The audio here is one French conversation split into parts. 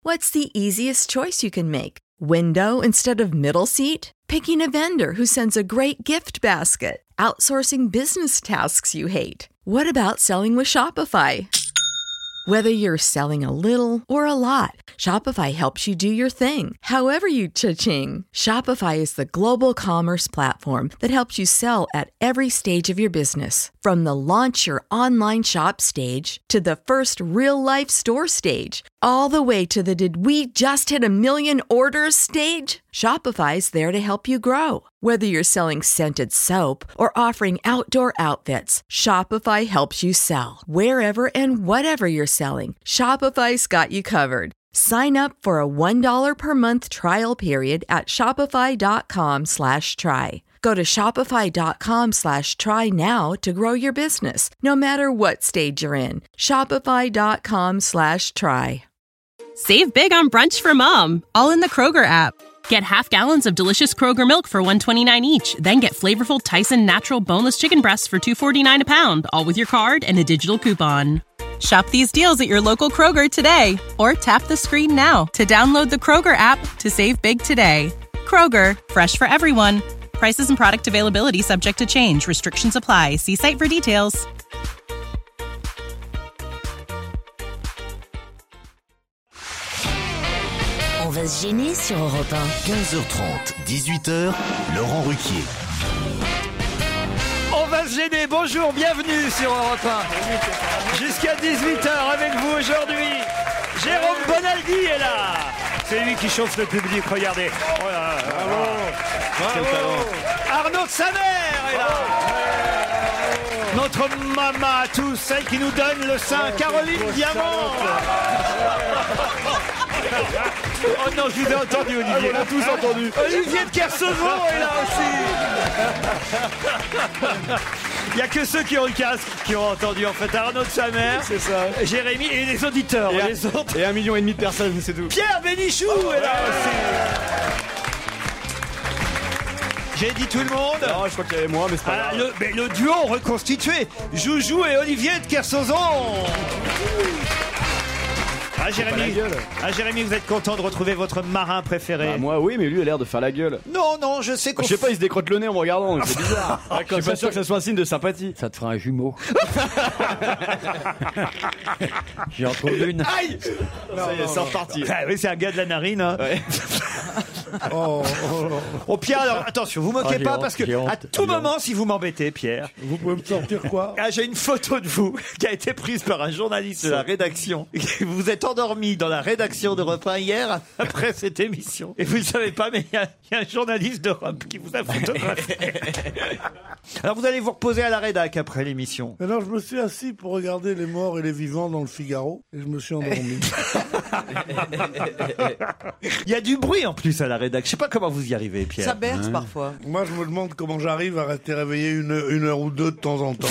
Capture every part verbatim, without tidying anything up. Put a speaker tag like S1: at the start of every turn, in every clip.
S1: What's the easiest choice you can make? Window instead of middle seat? Picking a vendor who sends a great gift basket? Outsourcing business tasks you hate? What about selling with Shopify? Whether you're selling a little or a lot, Shopify helps you do your thing, however you cha-ching. Shopify is the global commerce platform that helps you sell at every stage of your business. From the launch your online shop stage to the first real-life store stage, all the way to the did we just hit a million orders stage. Shopify's there to help you grow. Whether you're selling scented soap or offering outdoor outfits, Shopify helps you sell. Wherever and whatever you're selling, Shopify's got you covered. Sign up for a one dollar per month trial period at shopify.com slash try. Go to shopify.com slash try now to grow your business, no matter what stage you're in. Shopify.com slash try.
S2: Save big on brunch for mom, all in the Kroger app. Get half gallons of delicious Kroger milk for one dollar and twenty-nine cents each. Then get flavorful Tyson natural boneless chicken breasts for two dollars and forty-nine cents a pound, all with your card and a digital coupon. Shop these deals at your local Kroger today, or tap the screen now to download the Kroger app to save big today. Kroger, fresh for everyone. Prices and product availability subject to change. Restrictions apply. See site for details.
S3: On va se gêner sur Europe un.
S4: quinze heures trente, dix-huit heures, Laurent Ruquier.
S5: On va se gêner, bonjour, bienvenue sur Europe un. Jusqu'à dix-huit heures avec vous aujourd'hui. Jérôme Bonaldi est là. C'est lui qui chauffe le public, regardez. Oh là là, bravo. Quel talent. Arnaud de Samer est là. Notre maman à tous, celle qui nous donne le sein, Caroline Diamant. Oh non, je vous ai entendu, Olivier.
S6: Ah, on a tous entendu.
S5: Olivier de Kersauzon est là aussi. Il n'y a que ceux qui ont le casque qui ont entendu, en fait. Arnaud de Samer, c'est ça. Jérémy et les auditeurs.
S6: Et,
S5: les autres.
S6: Et un million et demi de personnes, c'est tout.
S5: Pierre Bénichou oh, est là aussi. J'ai dit tout le monde.
S6: Non, je crois qu'il y avait moi, mais c'est pas
S5: ah,
S6: grave.
S5: Le, mais le duo reconstitué. Joujou et Olivier de Kersauzon. Ah Jérémy, ah Jérémy, vous êtes content de retrouver votre marin préféré?
S6: Bah, moi oui, mais lui il a l'air de faire la gueule.
S5: Non, non, je sais qu'on...
S6: Je sais pas, il se décrotte le nez en me regardant, c'est bizarre. Je suis pas sûr que ça soit un signe de sympathie.
S7: Ça te fera un jumeau. J'ai en trouvé une.
S6: Aïe.
S5: Non, ça y est, c'est reparti. Ah oui, c'est un gars de la narine. Hein. Ouais.
S6: Oh, oh, oh.
S5: oh Pierre, alors attention, vous moquez
S7: oh,
S5: pas
S7: honte,
S5: parce que à tout moment, honte. Si vous m'embêtez, Pierre,
S6: vous pouvez me sortir quoi?
S5: Ah, j'ai une photo de vous qui a été prise par un journaliste de la rédaction. Vous vous êtes endormi dans la rédaction d'Europe un hier après cette émission. Et vous ne le savez pas, mais il y, y a un journaliste d'Europe qui vous a photographié. Alors vous allez vous reposer à la rédac après l'émission.
S8: Alors je me suis assis pour regarder les morts et les vivants dans le Figaro et je me suis endormi.
S5: Il y a du bruit en plus à la rédac. Je sais pas comment vous y arrivez, Pierre.
S9: Ça berce hein. Parfois.
S8: Moi je me demande comment j'arrive à rester réveillé une, une heure ou deux de temps en temps.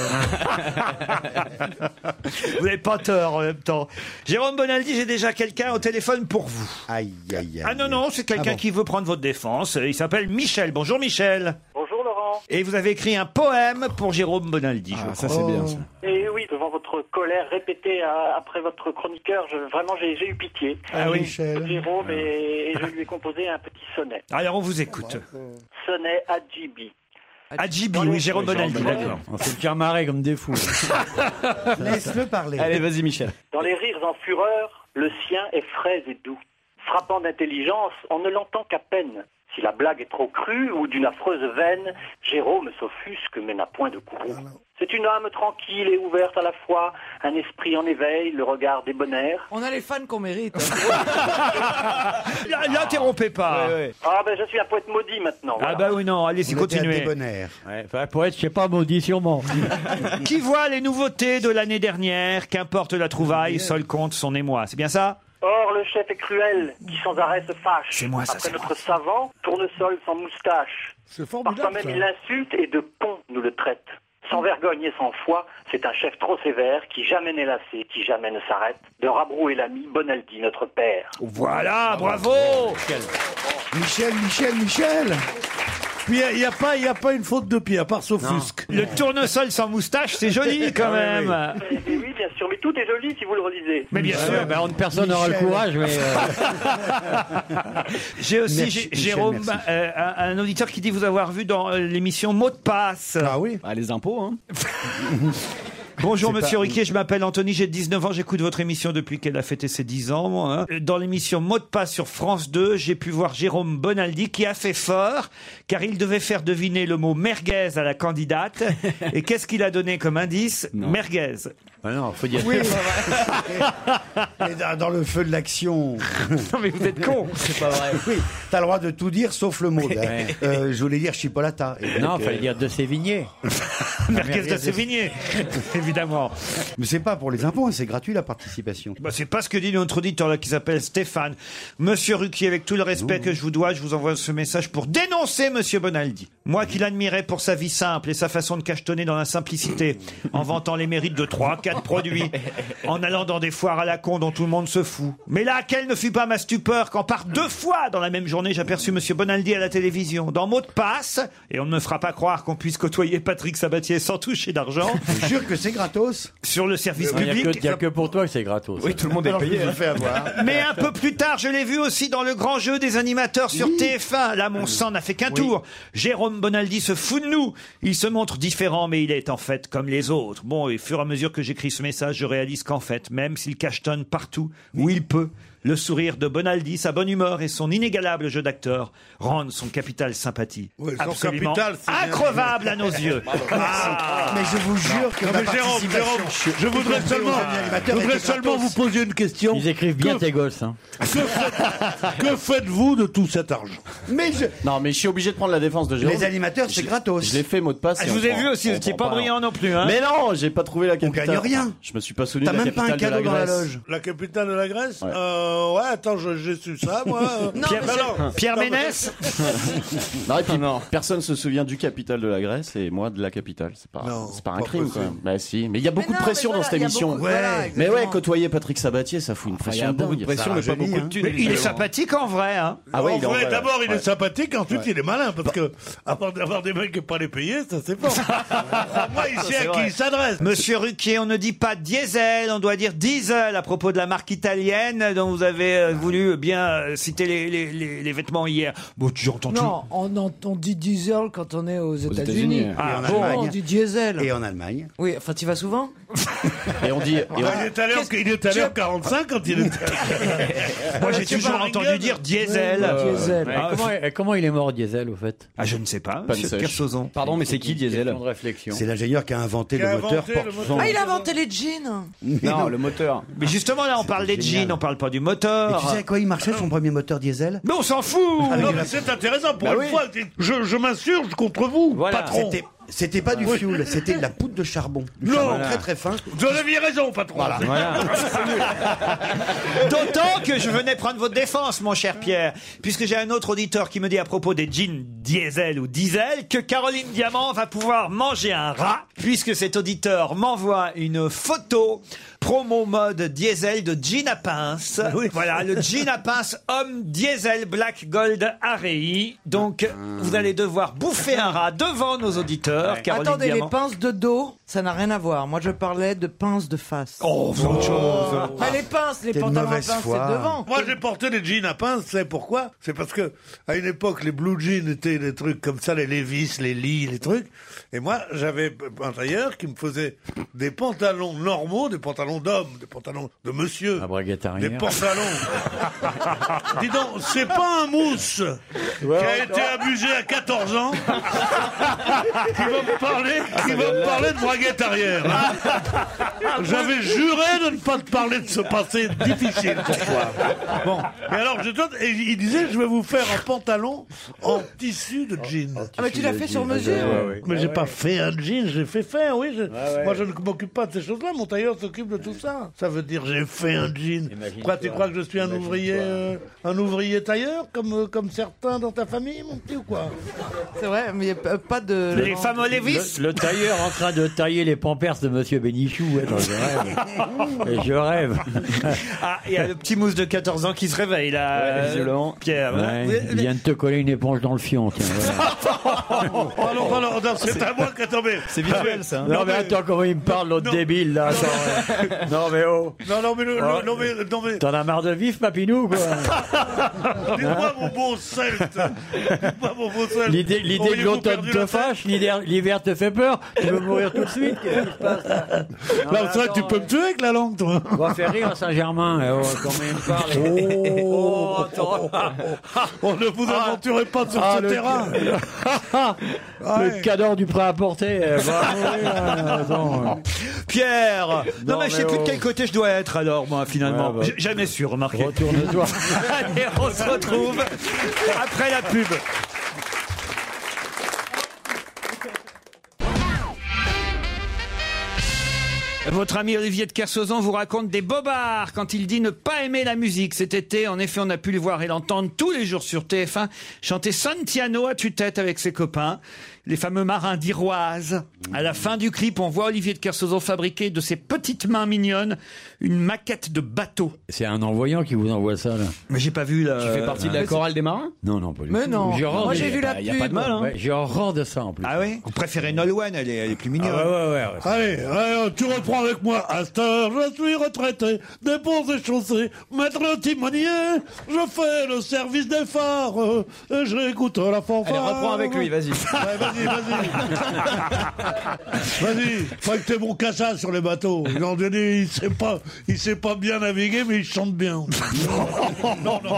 S5: Vous n'avez pas tort en même temps. Jérôme Bonaldi, j'ai déjà quelqu'un au téléphone pour vous.
S8: Aïe, aïe, aïe.
S5: Ah non, non, c'est quelqu'un ah bon. qui veut prendre votre défense. Il s'appelle Michel. Bonjour Michel.
S10: Bonjour Laurent.
S5: Et vous avez écrit un poème pour Jérôme Bonaldi.
S6: Ah, ça c'est bien ça.
S10: Et oui, devant votre colère répétée à, après votre chroniqueur, je, vraiment j'ai, j'ai eu pitié.
S5: Ah oui,
S8: Michel.
S10: Jérôme et, et je lui ai composé un petit sonnet.
S5: Alors on vous écoute.
S10: Sonnet à Djibi.
S5: Adjibi, oui, Jérôme Bonaldi, d'accord.
S7: On fait le carmaré comme des fous.
S8: Laisse-le parler.
S6: Allez, vas-y Michel.
S10: Dans les rires en fureur, le sien est frais et doux. Frappant d'intelligence, on ne l'entend qu'à peine. Si la blague est trop crue ou d'une affreuse veine, Jérôme s'offusque mais n'a point de courroux. C'est une âme tranquille et ouverte à la fois, un esprit en éveil, le regard débonnaire.
S9: On a les fans qu'on mérite.
S5: L'interrompez pas.
S10: Ouais, ouais. Ah ben je suis un poète maudit maintenant. Voilà.
S5: Ah bah oui non, allez-y, continuez.
S7: Ouais, enfin, poète, je sais pas, maudit sûrement.
S5: Qui voit les nouveautés de l'année dernière, qu'importe la trouvaille, seul compte son émoi. C'est bien ça?
S10: Or, le chef est cruel, qui sans arrêt se fâche.
S5: C'est moi, ça,
S10: Après
S5: c'est
S10: notre
S5: moi.
S10: savant, tournesol sans moustache.
S8: C'est formidable.
S10: Parfois même
S8: ça.
S10: il l'insulte et de con nous le traite. Sans vergogne et sans foi, c'est un chef trop sévère qui jamais n'est lassé, qui jamais ne s'arrête. De rabrouer l'ami Bonaldi, notre père.
S5: Voilà, bravo.
S8: Michel, Michel, Michel. Puis il n'y a, a, pas- y a pas une faute de pied, à part s'offusque.
S5: Le tournesol sans moustache, c'est joli quand même.
S10: Et, et oui, bien sûr, mais tout est joli si vous le relisez.
S5: Mais bien
S7: Ah
S5: sûr.
S7: ouais, ben, personne n'aura le courage, mais. euh,
S5: J'ai aussi
S11: Merci,
S5: G-
S11: Michel,
S5: Jérôme,
S11: merci.
S5: euh, un, un auditeur qui dit vous avoir vu dans euh, l'émission Mot de passe.
S8: Ah oui.
S6: Ah, les impôts, hein.
S5: Bonjour
S11: C'est
S5: Monsieur
S11: pas-
S5: Riquet, je m'appelle Anthony, j'ai dix-neuf ans, j'écoute votre émission depuis qu'elle a fêté ses dix ans. Moi, hein. Dans l'émission Mot de passe sur France deux, j'ai pu voir Jérôme Bonaldi qui a fait fort car il devait faire deviner le mot merguez à la candidate. Et qu'est-ce qu'il a donné comme indice?
S6: Non.
S5: Merguez.
S7: Ah non, faut dire.
S11: Oui, et dans, dans le feu de l'action.
S5: Non mais vous êtes con.
S11: C'est pas vrai. Oui, t'as le droit de tout dire sauf le mot.
S7: Ouais.
S11: Euh, je voulais dire chipolata. Et
S7: Non,
S11: donc,
S7: fallait
S11: euh,
S7: dire de Sévigné.
S5: Merguez de Sévigné, évidemment.
S11: Mais c'est pas pour les impôts, hein, c'est gratuit la participation.
S5: Bah, c'est pas ce que dit notre auditeur là qui s'appelle Stéphane. Monsieur Ruquier, avec tout le respect que je vous dois, je vous envoie ce message pour dénoncer Monsieur Bonaldi. Moi qui l'admirais pour sa vie simple et sa façon de cachetonner dans la simplicité, en vantant les mérites de trois, quatre produits, en allant dans des foires à la con dont tout le monde se fout. Mais là, quelle ne fut pas ma stupeur quand par deux fois dans la même journée j'aperçus Monsieur Bonaldi à la télévision, dans Mot de passe, et on ne me fera pas croire qu'on puisse côtoyer Patrick Sabatier sans toucher d'argent,
S11: Je vous jure que c'est gratos.
S5: sur le service
S7: Il n'y a,
S5: public.
S7: que- y a que pour toi que c'est gratos.
S6: Oui, tout le monde est
S11: Alors, je
S6: payé.
S11: me fais avoir.
S5: Mais un peu plus tard, je l'ai vu aussi dans le grand jeu des animateurs sur T F un. Là, mon sang n'a fait qu'un tour. Jérôme Bonaldi se fout de nous. Il se montre différent, mais il est en fait comme les autres. Bon, et au fur et à mesure que j'écris ce message, je réalise qu'en fait, même s'il cachetonne partout où il peut, le sourire de Bonaldi, sa bonne humeur et son inégalable jeu d'acteur rendent son capital sympathie
S8: Oui, son
S5: absolument
S8: capital, c'est bien.
S5: increvable à nos yeux. Ah.
S11: Mais je vous jure que
S8: Non,
S11: ma
S8: mais Jérôme,
S11: participation...
S8: Jérôme, je voudrais
S11: Aux
S8: seulement,
S11: animateurs
S8: je voudrais
S11: était
S8: seulement
S11: gratos.
S8: vous poser une question.
S7: Ils écrivent bien
S8: Que-
S7: tes gosses. Hein.
S8: Que, faites, que faites-vous de tout cet argent?
S11: Mais je...
S6: Non, mais je suis obligé de prendre la défense de Jérôme.
S11: les animateurs, c'est
S6: Je-
S11: gratos.
S6: Je l'ai fait mot de passe.
S5: Ah,
S6: et
S5: je
S6: on
S5: vous ai
S6: prend-
S5: vu aussi,
S6: on
S5: vous n'étiez
S6: prend
S5: pas brillant non plus. Hein.
S6: Mais non, j'ai pas trouvé la capitale.
S11: gagne rien.
S6: Je me suis pas souvenu
S11: T'as
S6: de la
S11: même pas un
S6: capitale de
S11: cadeau
S6: la
S11: dans la
S6: Grèce.
S11: loge.
S8: La capitale de la Grèce
S6: Ouais.
S8: euh, Ouais, attends, je- j'ai su ça, moi.
S1: Non,
S5: Pierre,
S1: mais
S8: alors,
S5: Pierre
S8: non, mais-
S5: Ménès.
S6: Non, et puis, personne se souvient du capital de la Grèce et moi de la capitale. C'est pas,
S8: Non,
S6: c'est pas un
S8: pas
S6: crime
S8: possible.
S6: quand même. Bah si, mais il y a beaucoup
S1: Mais
S6: de
S1: non,
S6: pression
S1: mais
S6: dans
S1: voilà,
S6: cette
S1: il y a
S6: émission.
S1: beaucoup- voilà,
S6: Mais ouais,
S1: exactement.
S6: côtoyer Patrick Sabatier, ça fout une
S7: Il y
S6: pression
S7: a
S6: de
S7: beaucoup de
S6: dingue.
S7: pression,
S11: Ça
S7: mais pas
S11: rajeunit,
S7: beaucoup de
S11: hein.
S7: thunes.
S5: Mais il est sympathique en vrai. Hein.
S6: Ah ouais,
S8: En
S6: il est en
S8: vrai,
S6: vrai,
S8: d'abord, il
S6: ouais.
S8: est sympathique, ensuite, il est malin, parce que, à part d'avoir des mecs et pas les payer, ça c'est fort. Moi, il sait à qui il s'adresse.
S5: Monsieur Ruquier, on ne dit pas diesel, on doit dire diesel à propos de la marque italienne dont vous avez euh, voulu bien euh, citer les, les, les, les vêtements hier. Bon, tu entends tout.
S9: Non, on, en- on dit diesel quand on est aux
S6: États-Unis.
S9: États-Unis.
S5: Ah,
S11: Et en
S9: Bon,
S11: Allemagne.
S9: on dit diesel.
S11: Et en Allemagne.
S9: Oui, enfin, tu vas souvent
S6: Et on dit. et on-
S8: Il est à l'heure il est à l'heure quarante-cinq quand il est.
S5: Moi, j'ai
S8: tu
S5: toujours
S8: parles
S5: entendu
S8: Ringen
S5: dire diesel.
S9: Oui, diesel.
S7: Ouais,
S5: Ah,
S7: comment, et comment il est mort, Diesel, au fait?
S5: Ah, je ne sais pas,
S6: Panne
S5: monsieur
S6: sèche.
S5: Kersozon.
S6: Pardon, mais c'est qui Diesel
S7: Question de réflexion.
S11: C'est l'ingénieur qui a inventé
S8: Qui
S11: le
S8: a
S11: moteur
S8: inventé le
S11: porte
S8: moteur.
S9: Ah, il a inventé les jeans.
S6: Non, le moteur.
S5: Mais justement, là, on parle des
S11: génial.
S5: jeans, on parle pas du
S11: Et
S5: moteur.
S11: tu sais à quoi il marchait son premier moteur diesel?
S5: Mais on s'en fout.
S8: Non, mais c'est intéressant. Pour
S6: Bah
S8: une
S6: oui.
S8: fois, je, je m'insurge contre vous,
S7: Voilà.
S8: patron.
S11: C'était, c'était pas du fioul, c'était de la poudre de charbon. Du
S8: Non.
S11: charbon
S8: Voilà.
S11: très très fin.
S8: Vous aviez raison, patron.
S7: Voilà.
S5: D'autant que je venais prendre votre défense, mon cher Pierre, puisque j'ai un autre auditeur qui me dit à propos des jeans diesel ou diesel que Caroline Diamant va pouvoir manger un rat, puisque cet auditeur m'envoie une photo promo mode diesel de jean à pince. Voilà, le jean à pince homme diesel black gold Arei. Donc, vous allez devoir bouffer un rat devant nos auditeurs, Caroline
S9: Attendez,
S5: Diamant.
S9: les pinces de dos, ça n'a rien à voir. Moi, je parlais de pinces de face.
S5: Oh, c'est autre chose.
S9: Ah, les pinces, les
S11: T'es de
S9: pantalons à
S11: mauvaise
S9: pinces,
S11: foi.
S9: c'est devant.
S8: Moi, j'ai porté des jeans à pince, c'est pourquoi? C'est parce que, à une époque, les blue jeans étaient des trucs comme ça, les Levi's, les Lee, les trucs. Et moi, j'avais un tailleur qui me faisait des pantalons normaux, des pantalons d'homme, des pantalons de monsieur.
S7: La braguette
S8: Des
S7: arrière.
S8: pantalons. Dis donc, c'est pas un mousse qui a été abusé à quatorze ans qui va me parler, qui va me parler de braguette arrière. hein. J'avais juré de ne pas te parler de ce passé difficile pour toi. Bon, et alors je dois- et il disait je vais vous faire un pantalon en tissu de jean.
S9: Ah, mais tu l'as fait sur mesure.
S8: Mais j'ai pas fait un jean, j'ai fait faire, oui. je- Moi je ne m'occupe pas de ces choses-là, mon tailleur s'occupe de tout tout ça. Ça veut dire j'ai fait un jean. Quoi, tu crois que je suis un ouvrier, euh, un ouvrier tailleur comme euh, comme certains dans ta famille, mon petit ou quoi?
S9: C'est vrai, mais il n'y a pas de...
S5: Les femmes au Lévis.
S7: Le, le tailleur en train de tailler les pampers de Monsieur Bénichou. Ouais, non, je rêve. Et je rêve.
S5: Ah, il y a le petit mousse de quatorze ans qui se réveille là.
S7: Ouais, violent.
S5: Pierre.
S7: Ouais,
S5: Vous-
S7: il vient de te coller une éponge dans le fion. Tiens, voilà.
S8: Pardon, pardon, non, c'est à moi que tombé.
S6: C'est visuel, ça. hein.
S7: Non, mais attends, comment il me parle, l'autre
S8: Non.
S7: débile, là. Attends, ouais. Non, mais oh.
S8: Non, non, mais, le-
S7: Oh.
S8: le- non, mais, non, mais,
S7: T'en as marre de vif, Papinou, quoi.
S8: dites-moi mon beau celte. Dites-moi mon beau celte.
S7: L'idée, l'idée de
S8: Auriez-vous
S7: l'automne
S8: perdu
S7: te
S8: la
S7: fâche, l'hiver, l'hiver te fait peur, tu veux mourir tout de suite, qu'est-ce qui se passe là? Non,
S8: tête?
S7: mais
S8: Là, c'est vrai que tu
S7: attends,
S8: peux me tuer avec la langue, toi.
S7: On va faire rire à Saint-Germain, eh, oh, comment il me parle. Oh, attends.
S8: On ne vous aventurez pas sur
S7: Ah,
S8: ce
S7: le-
S8: terrain.
S7: Le cador du prêt-à-porter, eh, va mourir, là, attends.
S5: Pierre. Non,
S7: Non,
S5: mais je sais
S7: mais
S5: plus de
S7: oh.
S5: quel côté je dois être alors moi finalement.
S7: Ouais, bah.
S5: J'ai jamais su remarquer.
S7: Retourne-toi.
S5: Allez, on se retrouve après la pub. Votre ami Olivier de Kersauzon vous raconte des bobards quand il dit ne pas aimer la musique. Cet été, en effet, on a pu le voir et l'entendre tous les jours sur T F un chanter Santiano à tue-tête avec ses copains, les fameux marins d'Iroise. À la fin du clip, on voit Olivier de Kersauzon fabriquer de ses petites mains mignonnes une maquette de bateau.
S7: C'est un envoyant qui vous envoie ça, là.
S5: Mais j'ai pas vu là.
S6: Tu fais partie de la chorale des marins?
S7: Non, non, pas du
S9: Mais
S7: tout.
S9: non,
S7: J'ai horreur
S9: moi
S7: de-
S9: j'ai vu la
S6: Bah, y a pas de
S9: pub.
S6: mal, hein.
S7: Ouais, j'ai horreur de ça, en plus.
S5: Ah oui? Vous préférez Nolwenn, elle est, elle est plus mignonne.
S7: Ah ouais, ouais, ouais, ouais.
S8: Allez, allez, tu reprends avec moi. À cette heure, je suis retraité, des ponts et chaussées, maître timonier, je fais le service des phares, euh, et j'écoute la fanfare.
S6: Allez, reprends avec lui, vas-y.
S8: Ouais, vas-y, vas-y. Vas-y, faut que t'aies mon cassa sur les bateaux. Ils ont donné, il sait pas, il sait pas bien naviguer, mais il chante bien. non, non, non.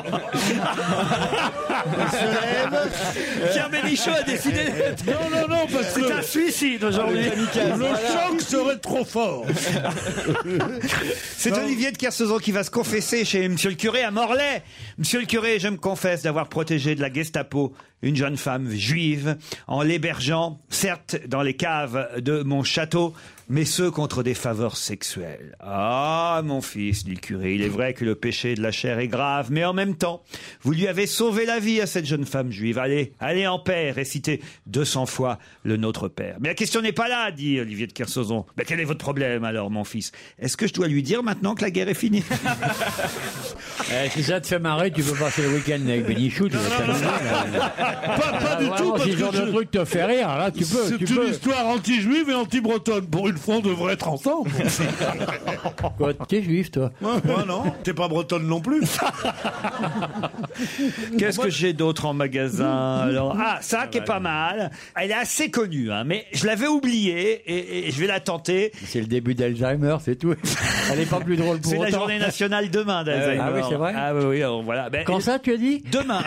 S8: Il se lève.
S5: Pierre Bénichou a décidé.
S8: Non, non, non, parce que
S5: C'est un suicide aujourd'hui.
S8: le choc serait trop fort.
S5: C'est Olivier de Kersauzon qui va se confesser chez Monsieur le curé à Morlaix. Monsieur le curé, je me confesse d'avoir protégé de la Gestapo une jeune femme juive en l'hébergeant, certes dans les caves de mon château, mais ce contre des faveurs sexuelles. Ah, mon fils, dit le curé, il est vrai que le péché de la chair est grave, mais en même temps, vous lui avez sauvé la vie à cette jeune femme juive. Allez, allez en paix, récitez deux cents fois le Notre Père. Mais la question n'est pas là, dit Olivier de Kersauzon. Ben, quel est votre problème alors, mon fils? Est-ce que je dois lui dire maintenant que la guerre est finie?
S7: Eh, si ça te fait marrer, tu peux passer le week-end avec Bénichou, tu vas t'amuser, là.
S8: Pas, pas du
S7: Vraiment,
S8: tout, parce
S7: si
S8: que
S7: ce genre
S8: je-
S7: de truc te fait rire, là, tu peux,
S8: c'est
S7: tu
S8: une
S7: peux.
S8: histoire anti-juive et anti-bretonne. Pour une fois, on devrait être ensemble.
S7: Quoi, t'es juif, toi?
S8: Ouais, moi, non. T'es pas bretonne non plus.
S5: Qu'est-ce que j'ai d'autre en magasin alors? Ah, ça qui est pas mal. Elle est assez connue, hein, mais je l'avais oubliée et, et je vais la tenter.
S7: C'est le début d'Alzheimer, c'est tout. Elle est pas plus drôle pour
S5: C'est
S7: autant.
S5: la journée nationale demain d'Alzheimer.
S7: Ah oui, c'est vrai.
S5: Ah oui, oui, alors, voilà. Ben,
S7: Quand ça, tu as dit?
S5: Demain.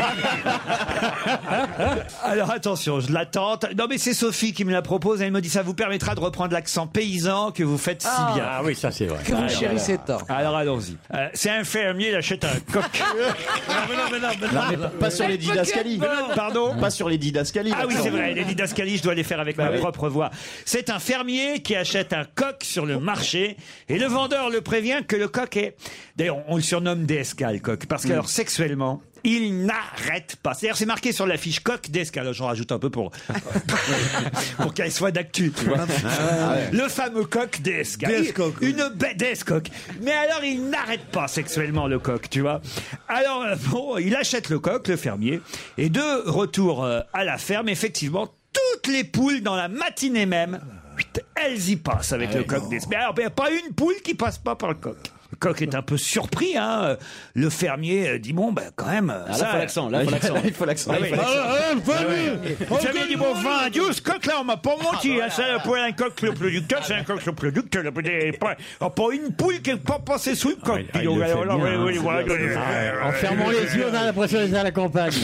S5: Alors attention, je la tente. Non mais c'est Sophie qui me la propose. Elle me dit ça vous permettra de reprendre l'accent paysan que vous faites si bien.
S7: Ah oui, ça c'est vrai.
S9: Que vous
S5: Alors,
S9: chérissez tant.
S5: Alors allons-y. Euh, c'est un fermier, il achète un coq.
S8: Non, mais non, mais non, mais non.
S6: Non, mais pas, pas sur les didascalies.
S5: Pardon.
S6: Pas sur les didascalies.
S5: Ah oui,
S6: l'accent.
S5: c'est vrai, les didascalies, je dois les faire avec ma propre voix. C'est un fermier qui achète un coq sur le marché et le vendeur le prévient que le coq est... D'ailleurs, on le surnomme D S K, le coq, parce que alors, sexuellement, il n'arrête pas. C'est-à-dire, c'est marqué sur l'affiche coq D S K. Alors, j'en rajoute un peu pour, pour qu'elle soit d'actu, tu vois. Le fameux coq D S K.
S8: D S coq, oui.
S5: Une bête D S coq. Mais alors, il n'arrête pas sexuellement le coq, tu vois. Alors, euh, bon, il achète le coq, le fermier, et de retour euh, à la ferme, effectivement, toutes les poules dans la matinée même, elles y passent avec le coq D S K. Mais alors, il n'y a pas une poule qui passe pas par le coq. Le coq est un peu surpris, hein. Le fermier euh, dit bon, ben quand même.
S6: Ah, là,
S5: ça,
S6: faut l'accent. Là, faut l'accent. Il faut l'accent.
S5: Ah oui.
S8: Ah, ah, le famille.
S5: Le fermier dit bon, vingt, douze coq là, on m'a pas menti. Hein, c'est pour un coq le producteur, c'est un coq le producteur. Le producteur, pas, oh, pas une poule qui n'est pas passée sous le coq.
S7: Ah, il le fait
S5: Alors,
S7: bien,
S5: oui,
S7: hein,
S5: oui,
S7: c'est
S5: voilà.
S7: bien, c'est bien. En fermant les yeux, on a l'impression d'être à la campagne.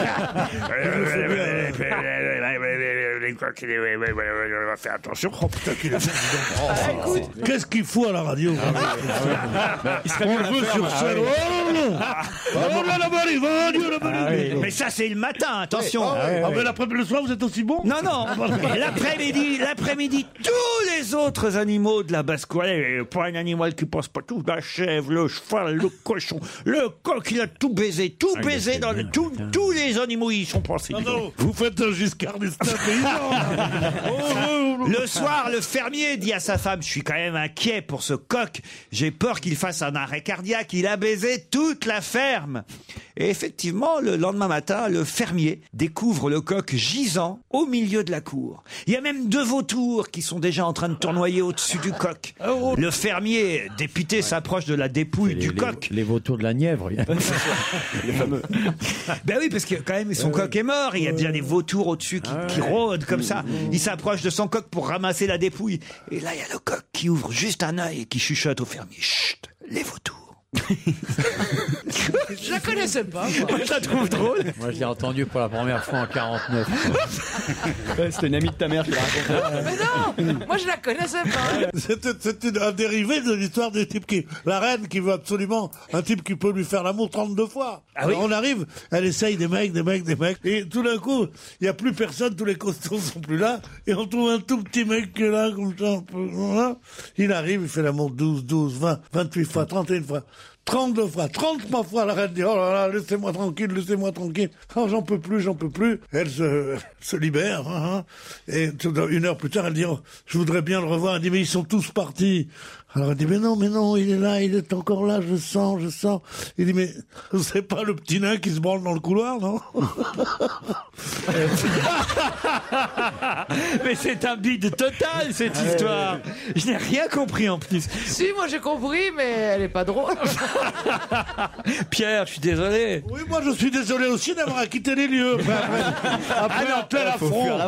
S5: Les coqs, on va faire attention. Oh putain, qu'il a
S8: Qu'est-ce qu'il faut à la radio? On le veut sur scène. Oh, non, non. Ah, là, là-bas, il va, Dieu, là-bas,
S5: Ah
S8: il va.
S5: oui. Mais ça, c'est le matin, attention.
S8: Ah, ouais. Ah, mais l'après- le soir, vous êtes aussi bon?
S5: Non, non. Et l'après-midi, l'après-midi, tous les autres animaux de la basse-cour, eh, pas un animal qui passe pas tout, la chèvre, le cheval, le cochon, le coq, il a tout baisé, tout
S7: Ah,
S5: baisé
S7: c'est
S5: dans le,
S7: bien,
S5: tout-
S7: putain.
S5: tous les animaux, ils sont passés.
S8: Non, non, vous faites un Giscard d'Estaing paysan.
S5: Le soir, le fermier dit à sa femme, je suis quand même inquiet pour ce coq, j'ai peur qu'il fasse un arrêt cardiaque, il a baisé toute la ferme. Et effectivement, le lendemain matin, le fermier découvre le coq gisant au milieu de la cour. Il y a même deux vautours qui sont déjà en train de tournoyer au-dessus du coq. Le fermier, dépité, s'approche de la dépouille
S7: Les-
S5: du
S7: les-
S5: coq.
S7: Les vautours de la Nièvre.
S6: Les fameux.
S5: Ben oui, parce que quand même, son coq est mort. Il y a bien des vautours au-dessus qui, qui rôdent comme ça. Il s'approche de son coq pour ramasser la dépouille. Et là, il y a le coq qui ouvre juste un œil et qui chuchote au fermier. Chut, les vautours.
S9: Je la connaissais pas. Moi.
S5: Je la trouve drôle.
S7: Moi, je l'ai entendu pour la première fois en quarante-neuf.
S6: Ouais, c'était une amie de ta mère qui l'a raconté.
S9: Mais non, moi je la connaissais pas.
S8: C'était c'était un dérivé de l'histoire des types qui... La reine qui veut absolument un type qui peut lui faire l'amour trente-deux fois.
S5: Ah oui.
S8: Alors on arrive, elle essaye des mecs, des mecs, des mecs, et tout d'un coup, il n'y a plus personne, tous les costauds sont plus là, et on trouve un tout petit mec qui est là, comme ça, un peu, voilà. Il arrive, il fait l'amour douze, douze, vingt, vingt-huit fois, trente et une fois. trente-deux fois, trente-trois fois, la reine dit, oh là là, laissez-moi tranquille, laissez-moi tranquille. Oh, j'en peux plus, j'en peux plus. Elle se, se libère, hein, hein. Et tout d'un- une heure plus tard, elle dit, oh, je voudrais bien le revoir. Elle dit, mais ils sont tous partis. Alors elle dit, mais non, mais non, il est là, il est encore là, je sens, je sens. Il dit, mais c'est pas le petit nain qui se branle dans le couloir, non?
S5: Mais c'est un bide total, cette histoire. Je n'ai rien compris en plus.
S9: Si, moi j'ai compris, mais elle est pas drôle.
S5: Pierre, je suis désolé.
S8: Oui, moi je suis désolé aussi d'avoir quitté les lieux. Après, après, après un tel affront.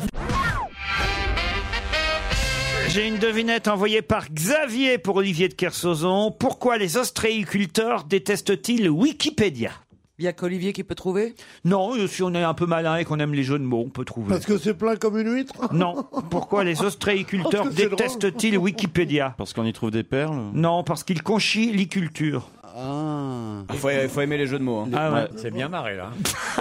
S5: J'ai une devinette envoyée par Xavier pour Olivier de Kersauzon. Pourquoi les ostréiculteurs détestent-ils Wikipédia?
S9: Il y a qu'Olivier qui peut trouver.
S5: Non, si on est un peu malin et qu'on aime les jeux de mots, on peut trouver.
S8: Parce que c'est plein comme une huître.
S5: Non. Pourquoi les ostréiculteurs
S8: Parce que c'est
S5: détestent-ils Wikipédia?
S6: Parce qu'on y trouve des perles.
S5: Non, parce qu'ils conchient l'iculture.
S6: Ah. Il faut, il faut aimer les jeux de mots. Hein.
S5: Ah ouais.
S7: C'est bien marré, là.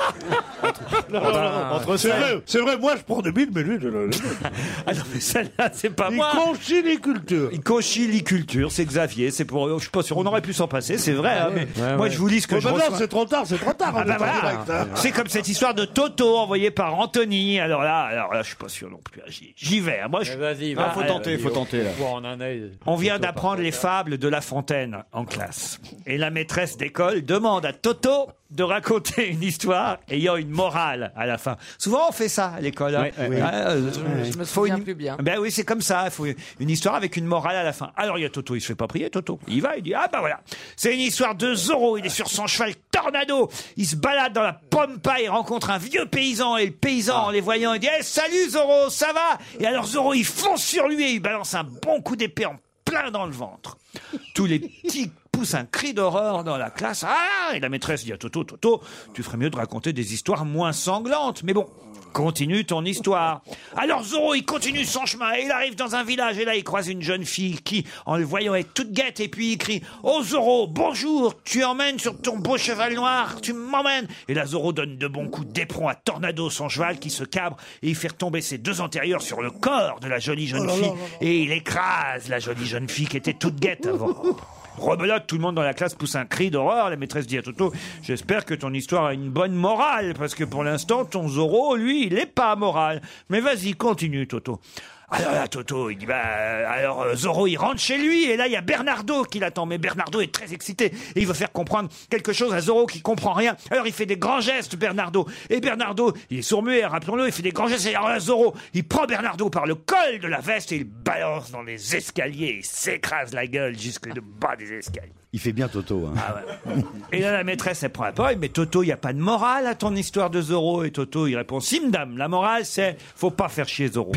S8: Non, non, non,
S6: entre
S8: c'est
S6: ça-
S8: vrai, c'est vrai, moi je prends des billes, mais lui, je le.
S5: Ah non, mais celle-là, c'est pas
S8: Il
S5: moi.
S8: conchyliculture.
S5: Il conchyliculture, c'est Xavier. C'est pour, je suis pas sûr, on aurait pu s'en passer, c'est vrai. hein, mais
S7: Ouais,
S5: moi,
S7: ouais.
S5: je vous lis ce que
S8: Bon,
S5: je
S8: maintenant,
S5: reçois.
S8: c'est trop tard, c'est trop tard.
S5: Ah
S8: on
S5: bah
S8: est pas
S5: voilà.
S8: direct, hein.
S5: C'est comme cette histoire de Toto envoyée par Anthony. Alors là, alors là, je suis pas sûr non plus. J'y, j'y vais. hein. Moi, je,
S7: Vas-y,
S6: Ah, faut
S7: va.
S6: tenter,
S7: Allez,
S6: faut
S7: vas-y,
S6: tenter, là.
S7: voir en un œil.
S5: on vient
S7: Toto
S5: d'apprendre
S7: par
S5: les
S7: terre.
S5: fables de La Fontaine en classe. Et la maîtresse d'école demande à Toto de raconter une histoire ayant une morale à la fin. Souvent, on fait ça à l'école. hein.
S6: Ouais, ouais, ouais.
S5: Ah, euh,
S9: Je me
S5: faut
S9: souviens
S5: une-
S9: plus bien.
S5: Ben oui, c'est comme ça. Il faut une histoire avec une morale à la fin. Alors, il y a Toto, il se fait pas prier, Toto. Il va, il dit, ah bah voilà. C'est une histoire de Zorro. Il est sur son cheval Tornado. Il se balade dans la pampa. Il rencontre un vieux paysan. Et le paysan, en les voyant, il dit, eh, salut Zorro, ça va? Et alors, Zorro, il fonce sur lui et il balance un bon coup d'épée en plein dans le ventre. Tous les petits poussent un cri d'horreur dans la classe. Ah! Et la maîtresse dit à Toto, Toto, tu ferais mieux de raconter des histoires moins sanglantes. Mais bon, continue ton histoire. Alors Zorro, il continue son chemin et il arrive dans un village et là, il croise une jeune fille qui, en le voyant, est toute guette et puis il crie « Oh Zorro, bonjour, tu emmènes sur ton beau cheval noir, tu m'emmènes !» Et là, Zorro donne de bons coups d'éperon à Tornado, son cheval, qui se cabre et il fait retomber ses deux antérieurs sur le corps de la jolie jeune fille et il écrase la jolie jeune fille qui était toute guette avant. Rebelote, tout le monde dans la classe pousse un cri d'horreur. La maîtresse dit à Toto, j'espère que ton histoire a une bonne morale, parce que pour l'instant, ton Zorro, lui, il est pas moral. Mais vas-y, continue, Toto. Alors là, Toto, il dit, bah, alors euh, Zorro, il rentre chez lui, et là, il y a Bernardo qui l'attend. Mais Bernardo est très excité, et il veut faire comprendre quelque chose à Zorro qui comprend rien. Alors, il fait des grands gestes, Bernardo. Et Bernardo, il est sourd-muet, rappelons-le, il fait des grands gestes. Et alors là, Zorro, il prend Bernardo par le col de la veste, et il balance dans les escaliers, il s'écrase la gueule jusque le bas des escaliers.
S12: Il fait bien Toto. Hein.
S5: Ah ouais. Et là, la maîtresse, elle prend la parole, mais Toto, il n'y a pas de morale à ton histoire de Zorro. Et Toto, il répond, si, madame, la morale, c'est, faut pas faire chier Zorro.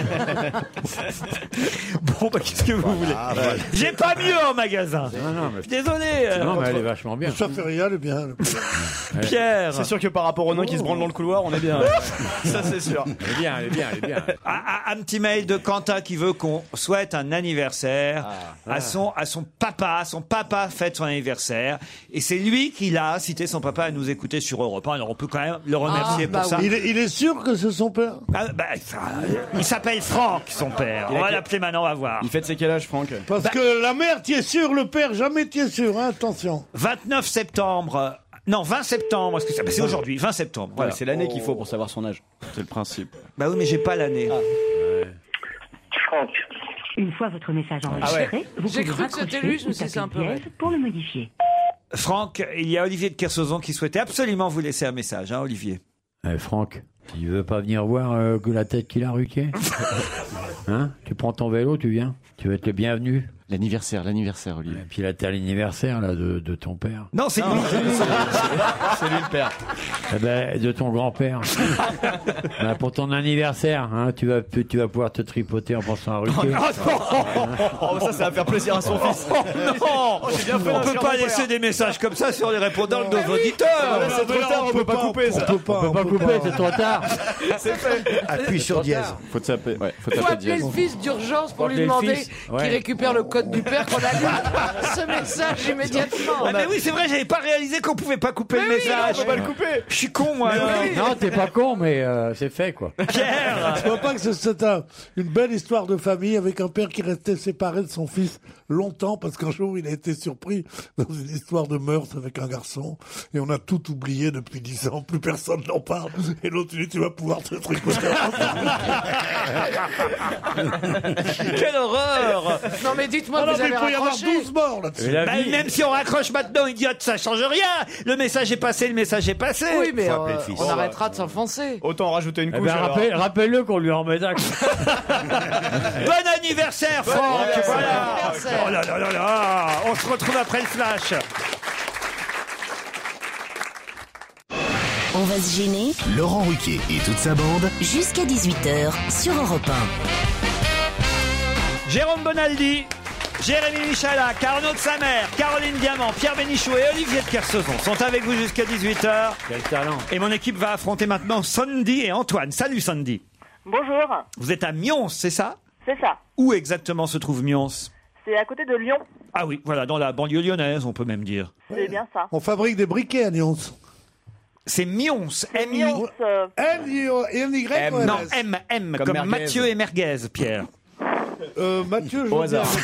S5: Bon, bah, qu'est-ce que vous voulez?
S12: voilà.
S5: J'ai pas mieux en magasin.
S7: Non, non, mais,
S5: Désolé. euh,
S7: non, mais elle est vachement bien.
S8: Ça fait rien, le bien.
S5: Pierre.
S6: C'est sûr que par rapport au nain qui se branle dans le couloir, on est bien. Ça, c'est sûr.
S7: Elle est bien, elle est bien, elle est bien.
S5: Ah, ah, un petit mail de Quentin qui veut qu'on souhaite un anniversaire
S6: Ah.
S5: à son à son papa. Son papa papa fête son anniversaire. Et c'est lui qui l'a cité son papa à nous écouter sur Europe un. Alors on peut quand même le remercier
S11: Ah, bah
S5: pour ça.
S11: oui. Il est- il est sûr que c'est son père
S5: Ah, bah, ça, il s'appelle Franck, son père.
S6: Il
S5: On
S6: a
S5: va
S6: quel-
S5: l'appeler maintenant, on va voir.
S6: Il fête ses quel âge, Franck?
S11: Parce
S5: Bah-
S11: que la mère, t'y es sûr, le père, jamais t'y es sûr, hein, attention.
S5: vingt-neuf septembre. Non, vingt septembre. Est-ce que c'est, bah, c'est aujourd'hui, vingt septembre. Voilà.
S6: Ouais, c'est l'année qu'il faut pour savoir son âge. C'est le principe.
S5: Bah oui, mais j'ai pas l'année.
S10: Franck.
S12: Une fois votre message enregistré,
S5: Ah ouais.
S12: vous
S9: J'ai
S12: pouvez
S9: cru que c'était
S12: raccrocher
S9: lui, je me
S12: ou
S9: suis dit, c'est
S12: taper
S9: un peu
S12: dièse
S9: vrai.
S12: pour le modifier.
S5: Franck, il y a Olivier de Kersauzon qui souhaitait absolument vous laisser un message, hein, Olivier.
S7: Eh, Franck, tu veux pas venir voir euh, que la tête qu'il a, Ruquier? Hein? Tu prends ton vélo, tu viens? Tu vas être le bienvenu.
S6: L'anniversaire, l'anniversaire, Olivier.
S7: Et puis là, t'as l'anniversaire là, de, de ton père.
S5: Non, c'est lui.
S6: C'est lui le père.
S7: Eh ben, de ton grand-père. Ben, pour ton anniversaire, hein, tu, vas, tu vas pouvoir te tripoter en pensant à Ruquier.
S6: Oh, ça, ça va faire plaisir à son fils.
S5: Non,
S6: j'ai bien fait
S5: on
S6: d'inscrire
S5: peut pas
S6: mon
S5: laisser
S6: père.
S5: des messages comme ça sur les répondants de nos
S6: Ah,
S5: auditeurs.
S6: là, c'est trop tard, on peut pas couper ça.
S11: On peut pas,
S7: On peut pas couper, c'est trop tard.
S6: C'est fait.
S11: Appuie sur dièse.
S6: Faut taper, ouais, faut
S9: Faut
S6: taper
S9: appeler
S6: dièse.
S9: le fils d'urgence pour
S7: Faut
S9: lui
S7: appeler le
S9: demander
S7: fils,
S9: qu'il
S7: ouais.
S9: récupère le code du père qu'on a lu ce message immédiatement.
S5: Ah, mais oui, c'est vrai, j'avais pas réalisé qu'on pouvait pas couper le message.
S6: Faut pas le couper.
S5: Je suis con, moi. alors.
S7: Non, t'es pas con, mais euh, c'est fait, quoi.
S5: Pierre.
S11: Tu vois pas que c'est- c'est un- une belle histoire de famille avec un père qui restait séparé de son fils longtemps parce qu'un jour il a été surpris dans une histoire de meurtre avec un garçon et on a tout oublié depuis dix ans, plus personne n'en parle et l'autre il dit tu vas pouvoir te tripoter.
S5: Quelle horreur.
S9: Non mais dites-moi,
S11: Alors
S9: vous
S11: mais il
S9: avez
S11: peut y avoir
S9: raccroché.
S11: douze morts là-dessus.
S7: Et la
S5: Bah,
S7: vie-
S5: même si on raccroche maintenant, idiote, ça change rien. Le message est passé, le message est passé.
S9: Oui, mais
S6: Faut
S9: euh,
S6: appeler le fils.
S9: on
S6: Bon,
S9: arrêtera de s'enfoncer.
S6: Autant en rajouter une
S7: Eh
S6: couche.
S7: ben,
S6: alors.
S7: rappelle- rappelle-le qu'on lui en met un.
S5: Bon anniversaire, Franck.
S6: anniversaire.
S5: Voilà.
S9: anniversaire.
S5: Oh là là là là. On se retrouve après le flash.
S3: On va se gêner
S4: Laurent Ruquier et toute sa bande.
S3: jusqu'à dix-huit heures sur Europe un.
S5: Jérôme Bonaldi, Jérémy Michalak, Arnaud de Samer, Caroline Diamant, Pierre Bénichou et Olivier de Kersauzon sont avec vous jusqu'à dix-huit heures.
S7: Quel talent.
S5: Et mon équipe va affronter maintenant Sandy et Antoine. Salut Sandy.
S13: Bonjour,
S5: Vous êtes à Mions, c'est ça?
S13: c'est ça.
S5: Où exactement se trouve Mions?
S13: C'est à côté de Lyon.
S5: Ah oui, voilà, dans la banlieue lyonnaise, on peut même dire.
S13: C'est bien ça.
S11: On fabrique des briquets à Nyons.
S5: C'est Mions, M I
S13: Mions, euh,
S11: N I O N Y
S6: M.
S11: O N S.
S5: Non, M, M, comme,
S6: Comme merguez.
S5: Mathieu et Merguez, Pierre.
S11: Euh, Mathieu, je
S6: Au
S11: veux bien.
S6: hasard.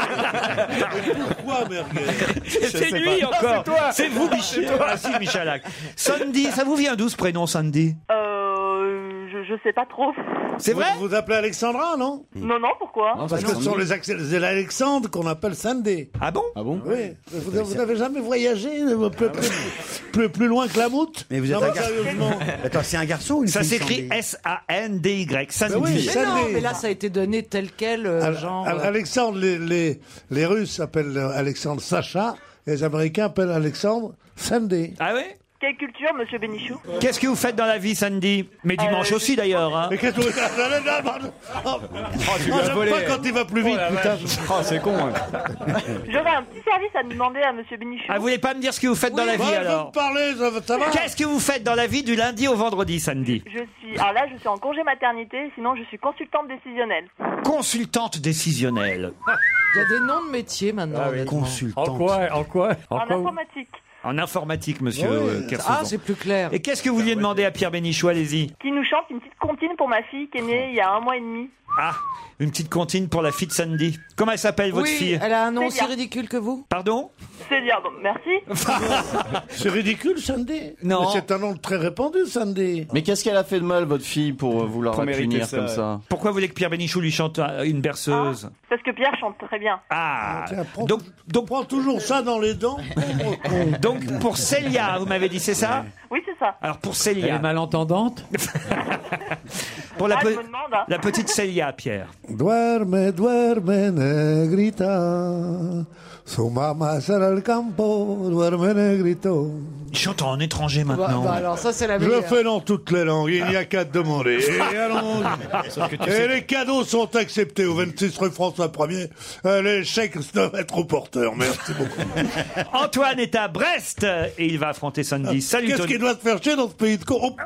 S11: Pourquoi merguez?
S5: C'est
S6: sais
S5: lui
S6: pas.
S5: encore.
S6: Ah, c'est toi.
S5: C'est vous, Michel. Ah si, Michalak. Sandy, ça vous vient d'où ce prénom, Sandy?
S13: euh, je, je sais pas trop.
S5: C'est
S11: Vous
S5: vrai?
S11: vous appelez Alexandra, non?
S13: Non, non, pourquoi?
S6: Non,
S11: Parce que ce sont les accès- c'est l'Alexandre qu'on appelle Sandy.
S5: Ah bon?
S6: Ah bon?
S11: Oui. Vous, vous n'avez jamais voyagé euh, plus, plus, plus, plus loin que la Moute?
S14: Mais vous êtes
S11: Non,
S14: un
S11: mais
S14: garçon.
S11: sérieusement.
S14: Attends, c'est un garçon ou une
S5: Ça
S14: fille,
S5: s'écrit
S14: Sandy
S5: S A N D Y. Sandy.
S11: Ben oui,
S9: Mais non,
S11: Sandy.
S9: mais là ça a été donné tel quel, euh,
S11: Al-
S9: genre.
S11: Al-
S9: euh,
S11: Alexandre, les, les, les Russes appellent euh, Alexandre Sacha, et les Américains appellent Alexandre Sandy.
S5: Ah oui?
S13: Quelle culture, monsieur Bénichou?
S5: Qu'est-ce que vous faites dans la vie, Sandy? Mais dimanche
S13: Euh,
S5: aussi, d'ailleurs. Hein.
S11: Mais qu'est-ce que vous... Oh,
S6: tu
S11: oh,
S6: l'as
S11: j'aime
S6: volé.
S11: pas quand il va plus vite, putain.
S6: Oh, c'est con. hein.
S13: J'aurais un petit service à demander à monsieur Bénichou.
S5: Ah, vous voulez pas me dire ce que vous faites dans la vie,
S11: Ouais,
S5: alors?
S11: vous me parlez, ça, va- ça va?
S5: Qu'est-ce que vous faites dans la vie du lundi au vendredi, Sandy?
S13: Je suis, alors là, je suis en congé maternité, sinon je suis consultante décisionnelle.
S5: Consultante décisionnelle.
S9: Il y a des noms de métiers maintenant. honnêtement.
S14: Consultante.
S7: En quoi? En quoi? En
S13: En
S7: quoi?
S13: informatique.
S5: En informatique, monsieur
S11: Oui.
S5: euh, Kersauzon.
S9: Ah, c'est plus clair.
S5: Et qu'est-ce que vous vouliez demander à Pierre Bénichou? Allez-y.
S13: Qui nous chante une petite comptine pour ma fille qui est née il y a un mois et demi.
S5: Ah, une petite comptine pour la fille de Sandy. Comment elle s'appelle, votre
S9: Oui,
S5: fille?
S9: elle a un nom
S13: C'est
S9: aussi
S13: bien.
S9: ridicule que vous.
S5: Pardon?
S13: C'est dire, bon, merci.
S11: C'est ridicule, Sandy.
S5: Non.
S11: Mais c'est un nom très répandu, Sandy.
S6: Mais qu'est-ce qu'elle a fait de mal, votre fille, pour euh, vouloir
S8: Pour
S6: la
S8: mériter
S6: punir
S8: ça,
S6: comme
S8: ouais.
S6: ça?
S5: Pourquoi vous voulez que Pierre Bénichou lui chante euh, une berceuse?
S13: Parce que Pierre chante très bien.
S5: Ah,
S11: Tiens, prends,
S5: donc, donc,
S11: prends toujours ça dans les dents. pauvre con.
S5: donc pour Célia, vous m'avez dit, c'est ça?
S13: Oui, c'est ça.
S5: Alors pour
S7: Elle
S5: Célia,
S7: est malentendante?
S5: pour la,
S13: Ah,
S5: pe-
S13: je me demande. hein.
S5: la petite Célia, Pierre.
S11: Duerme, duerme, negrita. Su mamá será el campo, duerme, negrito.
S5: Il chante en étranger maintenant.
S9: Bah, bah, alors ça, c'est la
S11: Je
S9: meilleure.
S11: fais dans toutes les langues, il n'y a qu'à te demander. Et allons. Et les cadeaux sont acceptés au vingt-six rue François premier. Euh, les chèques doivent être au porteur. Merci beaucoup.
S5: Antoine est à Brest et il va affronter Sandy. Salut
S11: Qu'est-ce
S5: Tony.
S11: qu'il doit se faire chier dans ce pays de con? Oh.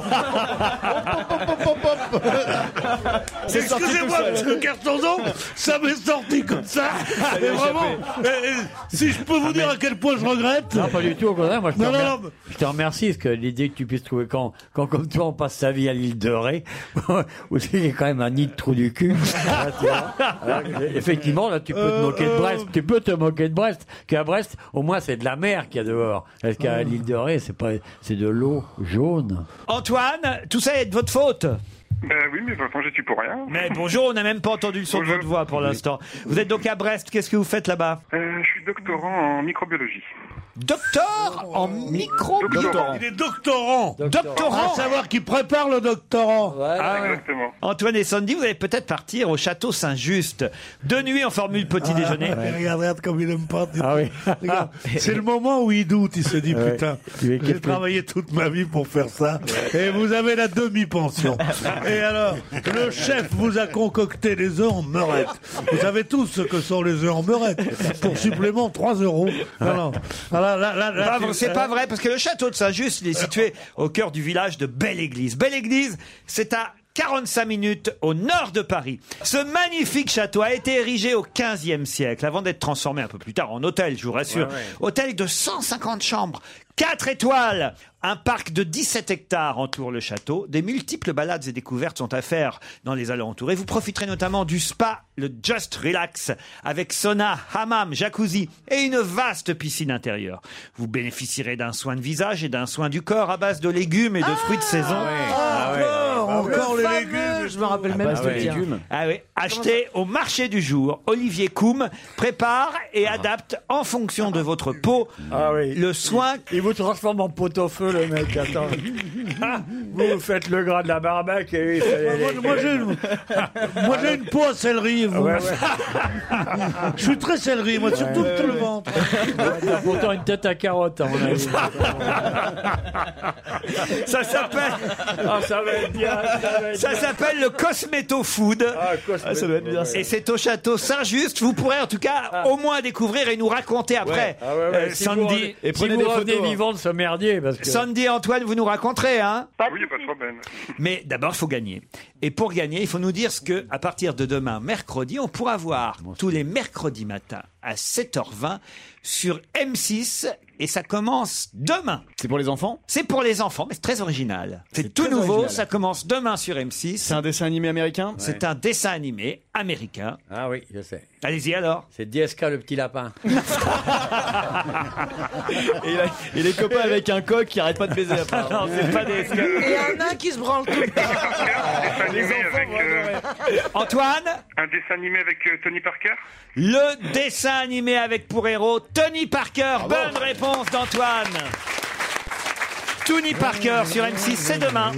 S11: Excusez-moi, monsieur Cartonzon, ça m'est sorti comme ça. Et vraiment, euh, euh, si je peux vous dire à quel point je regrette.
S7: Non, pas du tout, au contraire. Moi, je te,
S11: Non, non,
S7: remercie,
S11: non.
S7: je te remercie parce que l'idée que tu puisses trouver quand, quand comme toi, on passe sa vie à l'île de Ré, où c'est quand même un nid de trou du cul. Là, tu vois. Là, effectivement, là, tu peux te moquer de Brest. Tu peux te moquer de Brest. Qu'à Brest, au moins, c'est de la mer qu'il y a dehors. Parce qu'à l'île de Ré, c'est pas, c'est de l'eau jaune.
S5: Antoine, tout ça est de votre faute.
S14: Ben oui, mais de toute façon, j'y suis pour rien.
S5: Mais bonjour, on n'a même pas entendu le son de votre voix pour l'instant. Vous êtes donc à Brest, qu'est-ce que vous faites là-bas?
S14: Euh, je suis doctorant en microbiologie.
S5: Docteur en microbiologie.
S11: Il est doctorant.
S5: Doctorant.
S11: À savoir qui prépare le doctorant.
S5: Ah ouais.
S14: Exactement.
S5: Antoine et Sandy, vous allez peut-être partir au château Saint-Just. De nuit en formule petit déjeuner.
S11: Ah, regarde, regarde comme il aime pas.
S7: Ah oui.
S11: Regarde, c'est le moment où il doute. Il se dit
S7: Ouais.
S11: putain,
S7: Tu es
S11: j'ai
S7: quelque-
S11: travaillé toute ma vie pour faire ça. Et vous avez la demi-pension. Et alors, le chef vous a concocté des œufs en meurette. Vous savez tous ce que sont les œufs en meurette. Pour supplément, trois euros. Non, non. Là, là, là, là,
S5: Pas
S11: tu-
S5: vrai, c'est pas vrai, parce que le château de Saint-Just, il est situé au cœur du village de Belle-Église. Belle-Église, c'est à quarante-cinq minutes au nord de Paris. Ce magnifique château a été érigé au quinzième siècle, avant d'être transformé un peu plus tard en hôtel, je vous rassure.
S7: Ouais, ouais.
S5: Hôtel de cent cinquante chambres, quatre étoiles. Un parc de dix-sept hectares entoure le château. Des multiples balades et découvertes sont à faire dans les alentours. Et vous profiterez notamment du spa, le Just Relax, avec sauna, hammam, jacuzzi et une vaste piscine intérieure. Vous bénéficierez d'un soin de visage et d'un soin du corps à base de légumes et de fruits de saison.
S11: Ah, encore, encore les légumes.
S9: Je me rappelle même
S7: base
S9: de
S7: de
S9: tiens.
S7: légumes.
S5: Ah oui, acheté au marché du jour. Olivier Coum prépare et adapte en fonction de votre peau
S7: Ah oui.
S5: le soin.
S7: Il vous transforme en pot-au-feu, le mec. Attends. Vous faites le gras de la barbaque et il fait les-
S11: Moi, moi, j'ai une, moi, j'ai une peau à céleri, vous.
S7: Ouais, ouais.
S11: Je suis très céleri, moi, surtout tout le ventre.
S7: T'as pourtant une tête à carotte, à mon avis.
S5: Ça s'appelle,
S7: Ah, ça va être bien. Ça va être
S5: ça
S7: bien.
S5: s'appelle le Cosmeto Food.
S7: Ah, Cosmo-
S6: ça doit être bien, ça.
S5: Et c'est au château Saint-Just. Vous pourrez en tout cas au moins découvrir et nous raconter après.
S7: Ah ouais, ouais.
S5: Euh,
S7: Si vous
S5: Sandy,
S7: revenez-
S6: et
S7: si
S6: prenez
S7: vous
S6: des
S7: revenez
S6: photos, hein.
S7: vivant de ce merdier, parce que...
S5: Sandy et Antoine, vous nous raconterez, hein.
S14: Oui, il n'y a pas de problème.
S5: Mais d'abord, il faut gagner. Et pour gagner, il faut nous dire ce que, à partir de demain, mercredi, on pourra voir tous les mercredis matins à sept heures vingt sur M six. Et ça commence demain.
S6: C'est pour les enfants?
S5: C'est pour les enfants, mais c'est très original. C'est
S6: C'est
S5: tout
S6: très
S5: nouveau.
S6: original.
S5: Ça commence demain sur M six.
S6: C'est un dessin animé américain?
S5: C'est un dessin animé américain.
S7: Ah oui, je sais.
S5: Allez-y alors.
S7: C'est D S K, le petit lapin.
S6: Et il, a- il est copain avec un coq qui arrête pas de baiser après.
S5: Non, c'est pas des...
S9: Et un nain qui se branle tout le temps.
S14: Dessin animé avec, euh,
S5: Antoine,
S14: un dessin animé avec euh, Tony Parker.
S5: le dessin animé avec pour héros Tony Parker. Bonne réponse d'Antoine. Tony Parker sur M six, c'est demain.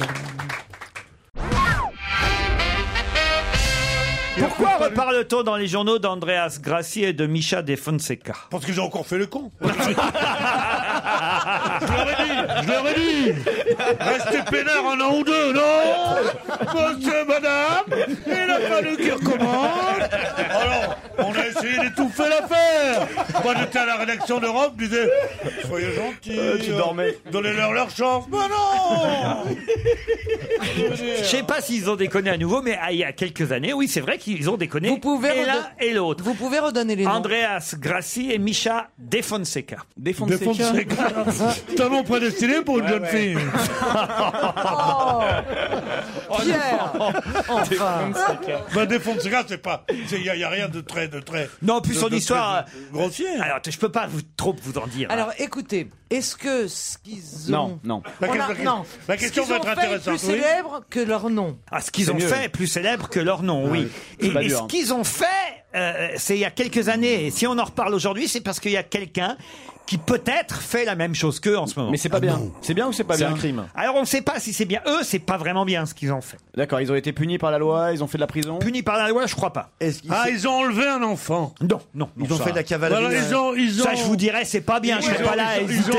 S5: Pourquoi reparle-t-on dans les journaux d'Andreas Grassi et de Misha De Fonseca?
S11: Parce que j'ai encore fait le con. Je leur ai dit, je leur ai dit. Restez peinard un an ou deux, non? Monsieur, madame, il a fallu qu'ils recommandent. Alors, on a essayé d'étouffer l'affaire. Moi, j'étais à la rédaction d'Europe, je disais, soyez gentils.
S6: Euh, tu dormais.
S11: Donnez-leur leur chance. Mais non!
S5: Je sais pas s'ils ont déconné à nouveau, mais ah, il y a quelques années, oui, c'est vrai qu'ils ont déconné.
S9: Vous pouvez
S5: et l'un
S9: redon-
S5: et l'autre.
S9: Vous pouvez redonner les noms.
S5: Andreas Grassi et Misha De Fonseca.
S6: Des fonds de
S11: Des fonds de
S6: séca.
S11: séca. C'est un nom prédestiné pour une jeune fille.
S9: Oh, Pierre. Enfin.
S11: Ben, des fonds de séca, c'est pas. Il n'y a, y a rien de très. De très
S5: Non, plus
S11: de-
S5: son
S11: de
S5: histoire.
S11: très grossier.
S5: Alors, je peux pas vous, trop vous en dire.
S9: Alors, écoutez, est-ce que ce qu'ils ont...
S6: Non, non.
S11: La,
S9: On a-
S11: question-
S9: non.
S11: la question
S9: Ce qu'ils
S11: va être
S9: ont fait est
S11: intéressante.
S9: plus
S11: oui.
S9: célèbre que leur nom.
S5: Ah, ce qu'ils ont
S6: mieux.
S5: fait est plus célèbre que leur nom, oui.
S6: C'est
S5: Et,
S6: pas
S5: et
S6: dur,
S5: ce
S6: hein.
S5: qu'ils ont fait, euh, c'est il y a quelques années. Et si on en reparle aujourd'hui, c'est parce qu'il y a quelqu'un qui peut-être fait la même chose qu'eux en ce moment.
S6: Mais c'est pas bien. C'est bien ou c'est pas
S5: C'est
S6: bien
S5: un
S6: un crime?
S5: Alors on ne sait pas si c'est bien. Eux, c'est pas vraiment bien ce qu'ils ont fait.
S6: D'accord, ils ont été punis par la loi, ils ont fait de la prison.
S5: Punis par la loi, je crois pas.
S11: Ah, ils ont enlevé un enfant.
S5: Non, non.
S15: Ils ont fait de la cavalerie.
S11: Voilà, ils ont, ils ont...
S5: Ça, je vous dirais, c'est pas bien. Je
S11: Ils
S5: serais
S11: ont-
S5: pas là à
S11: ils ont-
S5: hésiter.
S11: Ils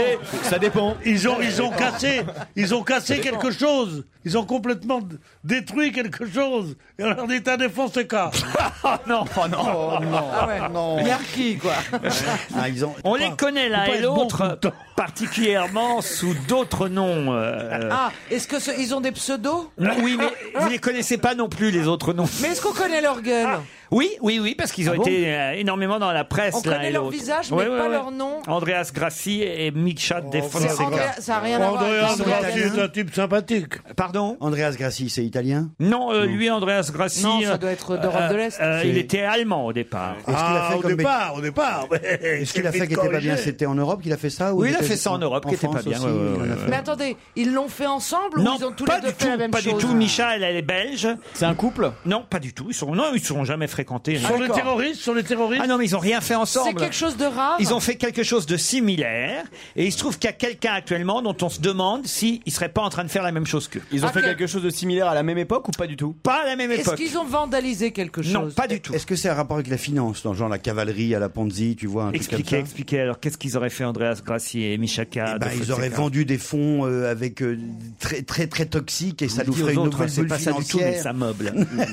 S8: cassé. Ça dépend. Ils ont, ils ont cassé, ils ont cassé quelque chose. Ils ont complètement d- détruit quelque chose. Et on leur dit t'as des Fonseca.
S5: Oh non, oh non,
S8: oh non.
S9: Ah ouais.
S8: Non.
S9: Merki, quoi.
S15: Ah, ils ont...
S5: On les connaît l'un
S8: faut pas
S5: et
S8: être bon
S5: l'autre,
S8: tout le temps.
S5: particulièrement sous d'autres noms. euh,
S9: Ah, est-ce que ce- ils ont des pseudos?
S5: Oui, mais vous les connaissez pas non plus, les autres noms.
S9: Mais est-ce qu'on connaît leur gueule?
S5: Oui, oui, oui, parce qu'ils ont
S9: Ah bon
S5: été euh, énormément dans la presse.
S9: On
S5: l'un
S9: connaît
S5: et
S9: leur
S5: l'autre.
S9: visage, mais
S5: Ouais, ouais,
S9: pas
S5: ouais.
S9: leur nom.
S5: Andreas Grassi et Misha De
S9: C'est
S5: Fonseca.
S9: Andrea- ça n'a rien à voir avec
S8: Andreas
S9: Andrea
S8: Grassi
S9: Grassi.
S8: est un type sympathique.
S5: Pardon?
S15: Andreas Grassi, c'est italien?
S5: Non, euh, lui, Andreas Grassi.
S9: Non, ça doit être d'Europe de l'Est.
S5: euh,
S15: C'est-
S5: il était allemand au départ.
S15: Est-ce qu'il a
S8: Ah,
S15: fait
S8: au
S15: comme
S8: départ, au départ.
S15: Est-ce qu'il a fait qui était pas bien? C'était en Europe qu'il a fait ça ou
S5: Oui, il a
S15: était-
S5: fait ça en Europe, qui était pas
S15: France
S5: bien.
S15: aussi,
S5: ouais, ouais,
S15: il en a
S5: ouais,
S15: fait.
S9: Mais attendez, ils l'ont fait ensemble
S5: Non,
S9: ou ils ont tous
S5: pas
S9: les deux
S5: du
S9: fait
S5: tout,
S9: la même
S5: pas
S9: chose?
S5: du tout. Micha, elle, elle est belge.
S6: C'est un couple?
S5: Non, pas du tout. Ils sont, non, ils sont jamais fréquentés.
S8: Sur les
S9: d'accord.
S8: terroristes, sur les terroristes.
S5: Ah non, mais ils ont rien fait ensemble.
S9: C'est quelque chose de rare.
S5: Ils ont fait quelque chose de similaire, et il se trouve qu'il y a quelqu'un actuellement dont on se demande s'il ne serait pas en train de faire la même chose qu'eux.
S6: Ils ont
S9: Ah,
S6: fait
S9: que-
S6: quelque chose de similaire à la même époque ou pas du tout?
S5: Pas à la même
S9: Est-ce
S5: époque.
S9: qu'ils ont vandalisé quelque chose?
S5: Non, pas du tout.
S15: Est-ce que c'est un rapport avec la finance, dans genre la cavalerie à la Ponzi, tu vois, un truc
S5: Expliquez,
S15: comme ça?
S5: expliquez. Alors, qu'est-ce qu'ils auraient fait, Andreas Grassi et Michaka
S15: Eh ben,
S5: de
S15: ils
S5: Fonseca
S15: auraient vendu des fonds euh, avec euh, très très très toxiques et ça
S5: Vous
S15: nous
S5: dites
S15: ferait
S5: aux
S15: une
S5: autres,
S15: nouvelle
S5: c'est
S15: bulle
S5: pas ça du tout, mais
S15: financière.
S5: ça meuble.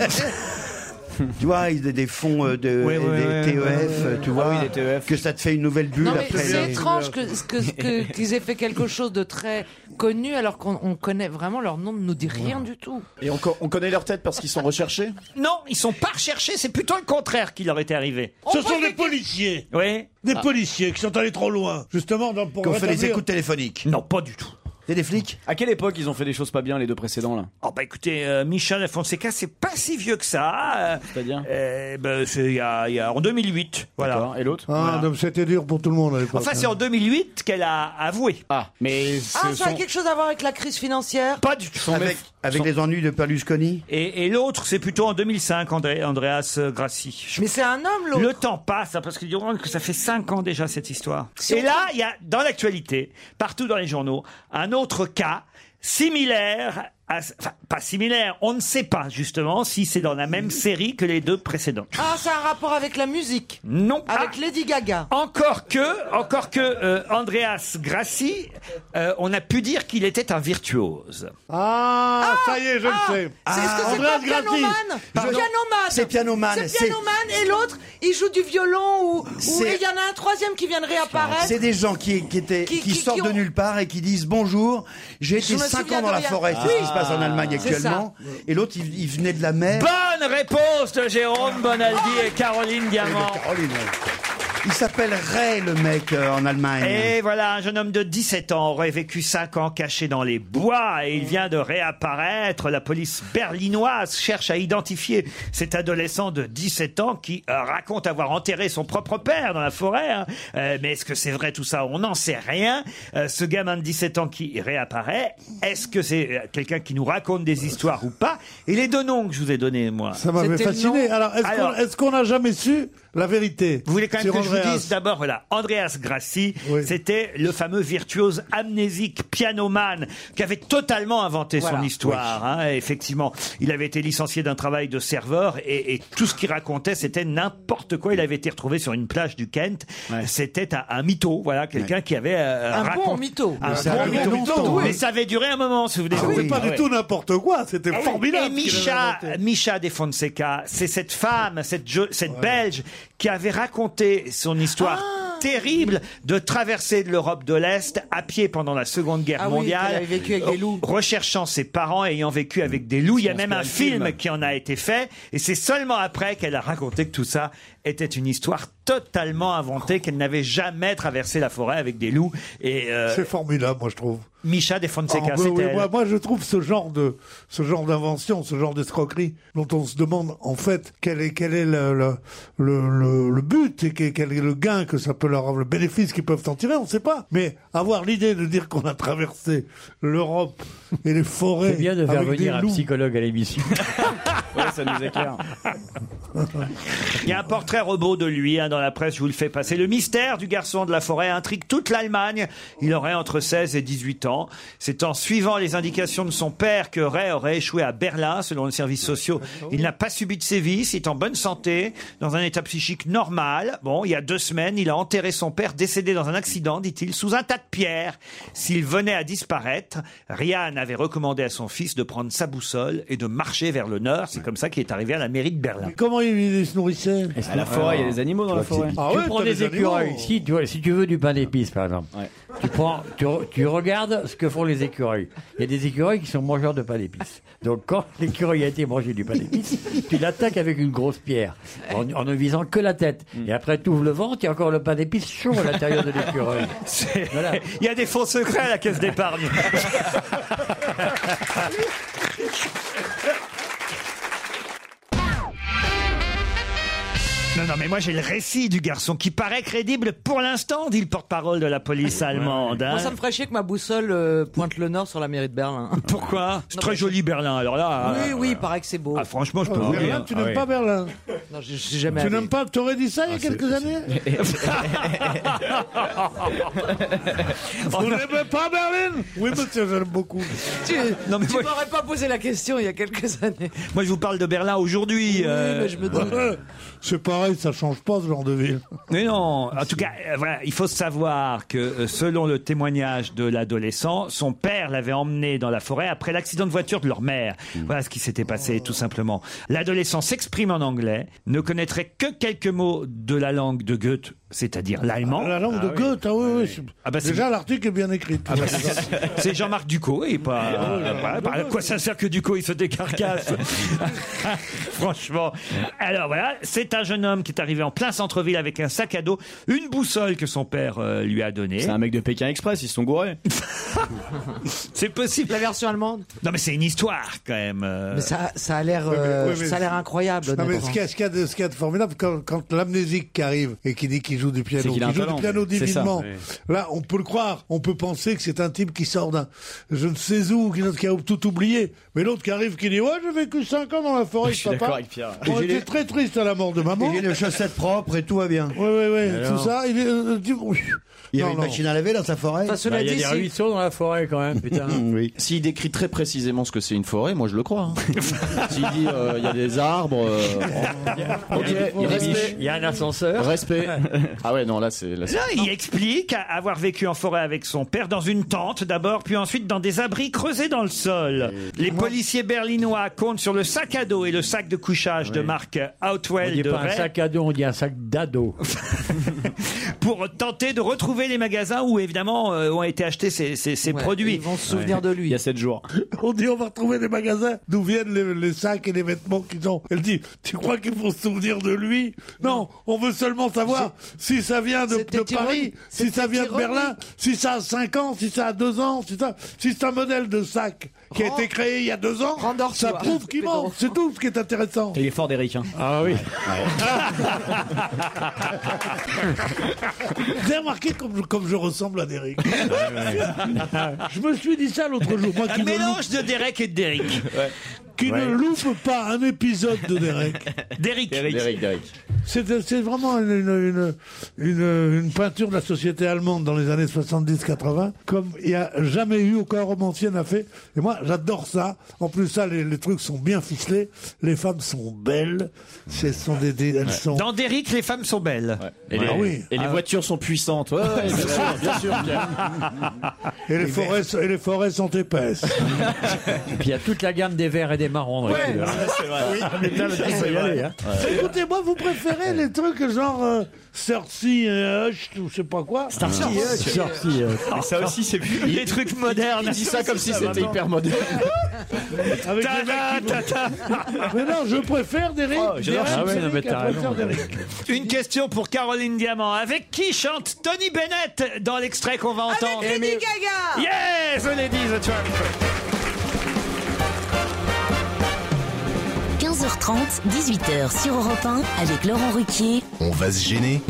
S15: Tu vois, ils des, des fonds euh, de
S5: Ouais, ouais,
S15: des
S5: ouais,
S15: T E F,
S5: ouais, ouais.
S15: tu vois,
S6: Ah oui, des T E F.
S15: que ça te fait une nouvelle bulle
S9: Non mais
S15: après.
S9: c'est
S15: les-
S9: étrange que, que, que- qu'ils aient fait quelque chose de très connu alors qu'on on connaît vraiment leur nom ne nous dit rien du tout.
S6: Et on, co- on connaît leur tête parce qu'ils sont recherchés?
S5: Non, ils sont pas recherchés, c'est plutôt le contraire qui leur était arrivé.
S8: Ce sont des policiers.
S5: Oui.
S8: Des policiers qui sont allés trop loin. Justement, dans, pour
S15: Qu'on fait les
S8: rétablir-
S15: écoutes téléphoniques.
S5: Non, pas du tout.
S15: C'est des flics?
S6: À quelle époque ils ont fait des choses pas bien, les deux précédents, là?
S5: Oh bah écoutez, euh, Michel Fonseca, c'est pas si vieux que ça. euh,
S6: C'est-à-dire?
S5: euh, ben, c'est il y a, il y a en deux mille huit, voilà.
S6: D'accord. Et l'autre?
S11: Ah, donc c'était dur pour tout le monde à l'époque.
S5: Enfin, c'est en deux mille huit qu'elle a avoué.
S6: Ah, mais
S9: Ah,
S6: ce
S9: ça a
S6: sont-
S9: quelque chose à voir avec la crise financière?
S5: Pas du tout.
S15: Avec, avec
S5: son-
S15: les ennuis de Berlusconi?
S5: Et, et l'autre, c'est plutôt en deux mille cinq, André, Andreas Grassi.
S9: Mais c'est un homme l'autre.
S5: Le temps passe, hein, parce que diront que ça fait cinq ans déjà cette histoire.
S9: Si
S5: Et
S9: on-
S5: là, il y a dans l'actualité, partout dans les journaux, un autre cas similaire, à, enfin pas similaire, on ne sait pas justement si c'est dans la même série que les deux précédents.
S9: Ah, c'est un rapport avec la musique.
S5: Non.
S9: Avec
S5: Ah,
S9: Lady Gaga.
S5: encore que, encore que euh, Andreas Grassi, euh, on a pu dire qu'il était un virtuose.
S11: Ah, ça y est, je
S9: Ah,
S11: le sais.
S9: c'est, est-ce que c'est
S11: Andreas
S9: pas
S11: Grassi.
S9: Pianoman?
S15: Pardon.
S9: Pianoman.
S15: C'est Pianoman,
S9: C'est
S15: c'est-
S9: Pianoman et l'autre, il joue du violon ou ou-
S15: C'est-
S9: et il y en a un troisième qui vient de réapparaître.
S15: C'est des gens qui, qui, étaient,
S9: Qui-
S15: qui,
S9: qui-
S15: sortent
S9: qui
S15: de
S9: ont-
S15: nulle part et qui disent bonjour, j'ai
S9: Je
S15: été
S9: me
S15: cinq
S9: souviens
S15: ans dans
S9: de
S15: la
S9: rien.
S15: forêt, c'est ce qui se passe en Allemagne
S9: C'est
S15: actuellement. Et l'autre, il, il venait de la mer.
S5: Bonne réponse de Jérôme Bonaldi et Caroline Diamant.
S15: Caroline, ouais. Il s'appelle Ray, le mec, euh, en Allemagne.
S5: Et voilà, un jeune homme de dix-sept ans aurait vécu cinq ans caché dans les bois et il vient de réapparaître. La police berlinoise cherche à identifier cet adolescent de dix-sept ans qui euh, raconte avoir enterré son propre père dans la forêt. hein. Euh, mais est-ce que c'est vrai tout ça? On n'en sait rien. Euh, ce gamin de dix-sept ans qui réapparaît, est-ce que c'est euh, quelqu'un qui nous raconte des histoires ou pas? Et les deux noms que je vous ai donnés, moi.
S11: Ça m'avait
S9: C'était le
S11: fasciné.
S9: nom.
S11: Alors, est-ce
S5: Alors-
S11: qu'on est-ce qu'on n'a jamais su la vérité?
S5: Vous voulez quand même
S11: sur
S5: que je vous
S11: Andreas
S5: dise d'abord, voilà, Andreas Grassi,
S11: Oui.
S5: c'était le fameux virtuose amnésique pianoman qui avait totalement inventé
S9: Voilà.
S5: son histoire. hein. Effectivement, il avait été licencié d'un travail de serveur et, et tout ce qu'il racontait, c'était n'importe quoi. Il avait été retrouvé sur une plage du Kent. C'était un, un mytho, voilà, quelqu'un qui avait euh,
S9: Un bon
S5: raconté-
S9: mytho.
S5: Un
S11: Mais ça
S5: bon
S11: a duré
S5: mytho.
S11: longtemps,
S5: Mais
S11: oui.
S5: ça avait duré un moment, si vous voulez.
S11: Ah, C'était pas du tout n'importe quoi, c'était formidable.
S5: Et
S11: ce qu'il avait
S5: Misha,
S11: inventé.
S5: Misha De Fonseca, c'est cette femme, cette, jo- cette Belge qui avait raconté son histoire
S9: Ah.
S5: terrible de traverser de l'Europe de l'Est à pied pendant la Seconde Guerre
S9: Ah oui,
S5: mondiale,
S9: qu'elle avait vécu avec des loups.
S5: euh, recherchant ses parents ayant vécu avec des loups. Il y a même un film,
S6: film.
S5: qui en a été fait, et c'est seulement après qu'elle a raconté que tout ça était une histoire totalement inventée, qu'elle n'avait jamais traversé la forêt avec des loups. Et euh,
S11: C'est formidable, moi, je trouve.
S5: Misha De Fonseca,
S11: Ah, bah,
S5: c'était
S11: oui,
S5: elle.
S11: moi, moi, je trouve ce genre de ce genre d'invention, ce genre d'escroquerie, dont on se demande en fait quel est quel est le le, le, le- le but et quel, quel est le gain que ça peut leur, le bénéfice qu'ils peuvent en tirer, on ne sait pas. Mais avoir l'idée de dire qu'on a traversé l'Europe et les forêts
S7: C'est bien de faire
S11: avec des
S7: venir un
S11: loups.
S7: psychologue à l'émission.
S6: Ouais, ça nous éclaire.
S5: Il y a un portrait robot de lui hein, dans la presse, je vous le fais passer. Le mystère du garçon de la forêt intrigue toute l'Allemagne. Il aurait entre seize et dix-huit ans. C'est en suivant les indications de son père que Ray aurait échoué à Berlin. Selon les services sociaux, il n'a pas subi de sévices, il est en bonne santé, dans un état psychique normal. Bon, il y a deux semaines, il a enterré son père décédé dans un accident, dit-il, sous un tas de pierres. S'il venait à disparaître, Ryan avait recommandé à son fils de prendre sa boussole et de marcher vers le nord. C'est comme ça qu'il est arrivé à la mairie de Berlin.
S11: Mais comment il, il se nourrissait?
S16: À la forêt, il y a des animaux dans la forêt.
S11: Ah
S7: tu
S11: ouais,
S7: prends
S11: t'as
S7: des
S11: des
S7: écureuils.
S11: animaux.
S7: Si tu, si tu veux du pain d'épices, par exemple,
S16: Ouais.
S7: tu, prends, tu, re- tu regardes ce que font les écureuils. Il y a des écureuils qui sont mangeurs de pain d'épices. Donc, quand l'écureuil a été mangé du pain d'épices, tu l'attaques avec une grosse pierre, en, en ne visant que la tête. Et après, tu ouvres le ventre, il y a encore le pain d'épices chaud à l'intérieur de l'écureuil.
S5: C'est-
S7: Voilà.
S5: Il y a des fonds secrets à la caisse d'épargne. Non, non, mais moi j'ai le récit du garçon qui paraît crédible pour l'instant, dit le porte-parole de la police allemande. hein.
S9: Moi, ça me ferait chier que ma boussole euh, pointe le nord sur la mairie de Berlin.
S5: Pourquoi? C'est
S9: Non,
S5: très
S9: mais-
S5: joli Berlin, alors là.
S9: Oui,
S5: euh,
S9: oui, il paraît que c'est beau.
S5: Ah, franchement, je peux
S11: Oh,
S5: vous
S11: Berlin,
S5: dire.
S11: tu n'aimes
S5: Ah oui.
S11: pas Berlin?
S9: Non, je je suis jamais
S11: Tu
S9: allé.
S11: n'aimes pas? T'aurais dit ça il y a
S5: Ah,
S11: quelques années? Vous n'aimez pas Berlin? Oui, monsieur, j'aime beaucoup.
S9: Tu,
S5: Non, mais
S9: tu
S5: moi-
S9: m'aurais pas posé la question il y a quelques années.
S5: Moi, je vous parle de Berlin aujourd'hui.
S9: Oui,
S5: euh,
S9: mais je me doute.
S11: Ouais, c'est pareil, ça change pas ce genre de ville.
S5: Mais non, en tout cas, euh, voilà, il faut savoir que euh, selon le témoignage de l'adolescent, son père l'avait emmené dans la forêt après l'accident de voiture de leur mère. Voilà ce qui s'était passé, tout simplement. L'adolescent s'exprime en anglais, ne connaîtrait que quelques mots de la langue de Goethe, c'est-à-dire l'allemand.
S11: La langue
S5: Ah
S11: de
S5: oui.
S11: Goethe, ah oui, oui. c'est-
S5: Ah bah, c'est-
S11: Déjà, l'article est bien écrit.
S5: Ah bah, c'est- c'est Jean-Marc Ducos et pas. euh, voilà, par- à quoi ça sert que Ducos il se décarcasse? Franchement. Alors voilà, c'est un jeune homme qui est arrivé en plein centre-ville avec un sac à dos, une boussole que son père euh, lui a donnée.
S16: C'est un mec de Pékin Express, ils se sont gourés.
S5: C'est possible.
S9: La version allemande.
S5: Non mais c'est une histoire quand même. euh.
S9: Mais ça, ça a l'air,
S11: Ouais, mais-
S9: euh,
S11: ouais, mais-
S9: ça a l'air incroyable.
S11: Non, mais
S9: honnêtement.
S11: ce qu'il y a, ce qu'il y a de, ce qu'il y a de formidable, quand, quand l'amnésique qui arrive et qui dit qu'il joue du piano,
S16: C'est qu'il a
S11: qu'il
S16: un
S11: joue
S16: talent.
S11: du piano
S16: C'est ça,
S11: divinement,
S16: oui.
S11: là, on peut le croire. On peut penser que c'est un type qui sort d'un, je ne sais où, qui, qui a tout oublié. Mais l'autre qui arrive, qui dit, ouais, j'ai vécu cinq ans dans la forêt
S16: Je suis
S11: avec
S16: d'accord
S11: papa.
S16: avec Pierre.
S11: On
S15: Et j'ai
S11: était
S15: les-
S11: très triste à la mort de maman.
S15: Il a les chaussettes propres et tout va bien.
S11: Oui, oui, oui,
S15: Alors
S11: tout ça. Il est, euh, tu- oui.
S15: Il y avait
S11: Non,
S15: une
S11: non.
S15: machine à laver dans sa forêt.
S9: Enfin, cela
S7: Bah, il y a
S9: dit,
S7: des
S9: si-
S7: ruisseaux dans la forêt quand même, putain.
S15: Oui.
S6: S'il décrit très précisément ce que c'est une forêt, moi je le crois. hein. S'il dit euh, il y a des arbres, euh, on, on dirait
S7: Il y a des
S6: respect.
S7: biches, il y a un ascenseur.
S6: Respect. Ah ouais, non, là c'est. Là, c'est-
S5: Là, il explique avoir vécu en forêt avec son père dans une tente d'abord, puis ensuite dans des abris creusés dans le sol. Les policiers berlinois comptent sur le sac à dos et le sac de couchage de marque
S7: On
S5: Outwell
S7: dit
S5: de
S7: pas un
S5: Ray
S7: sac à dos, on dit un sac d'ado.
S5: pour tenter de retrouver les magasins où évidemment euh, ont été achetés ces, ces, ces
S9: Ouais,
S5: produits.
S9: Ils vont se souvenir de lui.
S16: Il y a sept jours.
S11: On dit, on va retrouver des magasins d'où viennent les, les sacs et les vêtements qu'ils ont. Elle dit, tu crois qu'il faut se souvenir de lui? Non, on veut seulement savoir si ça vient de,
S9: C'était
S11: de Paris,
S9: ironique.
S11: si ça
S9: C'était
S11: vient de
S9: ironique.
S11: Berlin, si ça a cinq ans, si ça a deux ans, si, ça, si c'est un modèle de sac qui a
S9: Rends-
S11: été créé il y a deux ans,
S9: Rendors-toi.
S11: ça prouve qu'il
S9: Pedro.
S11: ment. C'est tout ce qui est intéressant.
S16: Et il est fort d'Eric. Hein.
S7: Ah oui.
S11: Vous avez remarqué comme je, comme je ressemble à Derek. Je me suis dit ça l'autre jour. Moi qui
S5: Un
S11: ne loupe,
S5: mélange de Derek et de Derrick.
S11: qui ne loupe pas un épisode de Derek.
S5: Derrick.
S6: Derrick, Derrick.
S11: C'est c'est vraiment une, une, une, une, une peinture de la société allemande dans les années soixante-dix quatre-vingts, comme il n'y a jamais eu, aucun romancier n'a fait. Et moi, j'adore ça. En plus, ça, les, les trucs sont bien ficelés. Les femmes sont belles. Ce sont des, des- elles sont...
S5: Dans Derrick, les femmes sont belles.
S6: Et,
S11: Ah
S6: les,
S11: oui.
S6: et les
S11: Ah.
S6: voitures sont puissantes. Ouais, ouais, bien sûr, bien sûr. Pierre.
S11: Et les, forêts, et les forêts sont épaisses.
S7: Et puis il y a toute la gamme des verts et des marrons. dans les couleurs.
S6: C'est vrai. Oui,
S7: Ça peut y aller, hein.
S11: Écoutez, moi, vous préférez les trucs genre euh, Cersei et Hush ou je sais pas quoi.
S7: Starcy, euh, Starcy, euh.
S16: Et ça aussi, c'est vu.
S5: Les trucs modernes.
S6: Il dit ça comme si c'était hyper moderne.
S11: Avec les mecs qui vont- Mais non, je préfère Derek.
S16: Oh, j'adore.
S11: Derek,
S7: Ah ouais,
S11: c'est
S7: non,
S11: lui
S7: mais
S11: qui
S7: t'as
S11: préfère
S7: raison.
S11: Derek.
S5: Une question pour Caroline Diamant. Avec qui chante Tony Bennett dans l'extrait qu'on va entendre?
S9: Lady Gaga.
S5: Yes, Lady the Trump.
S3: quinze heures trente, dix-huit heures sur Europe un avec Laurent Ruquier.
S4: On va se gêner.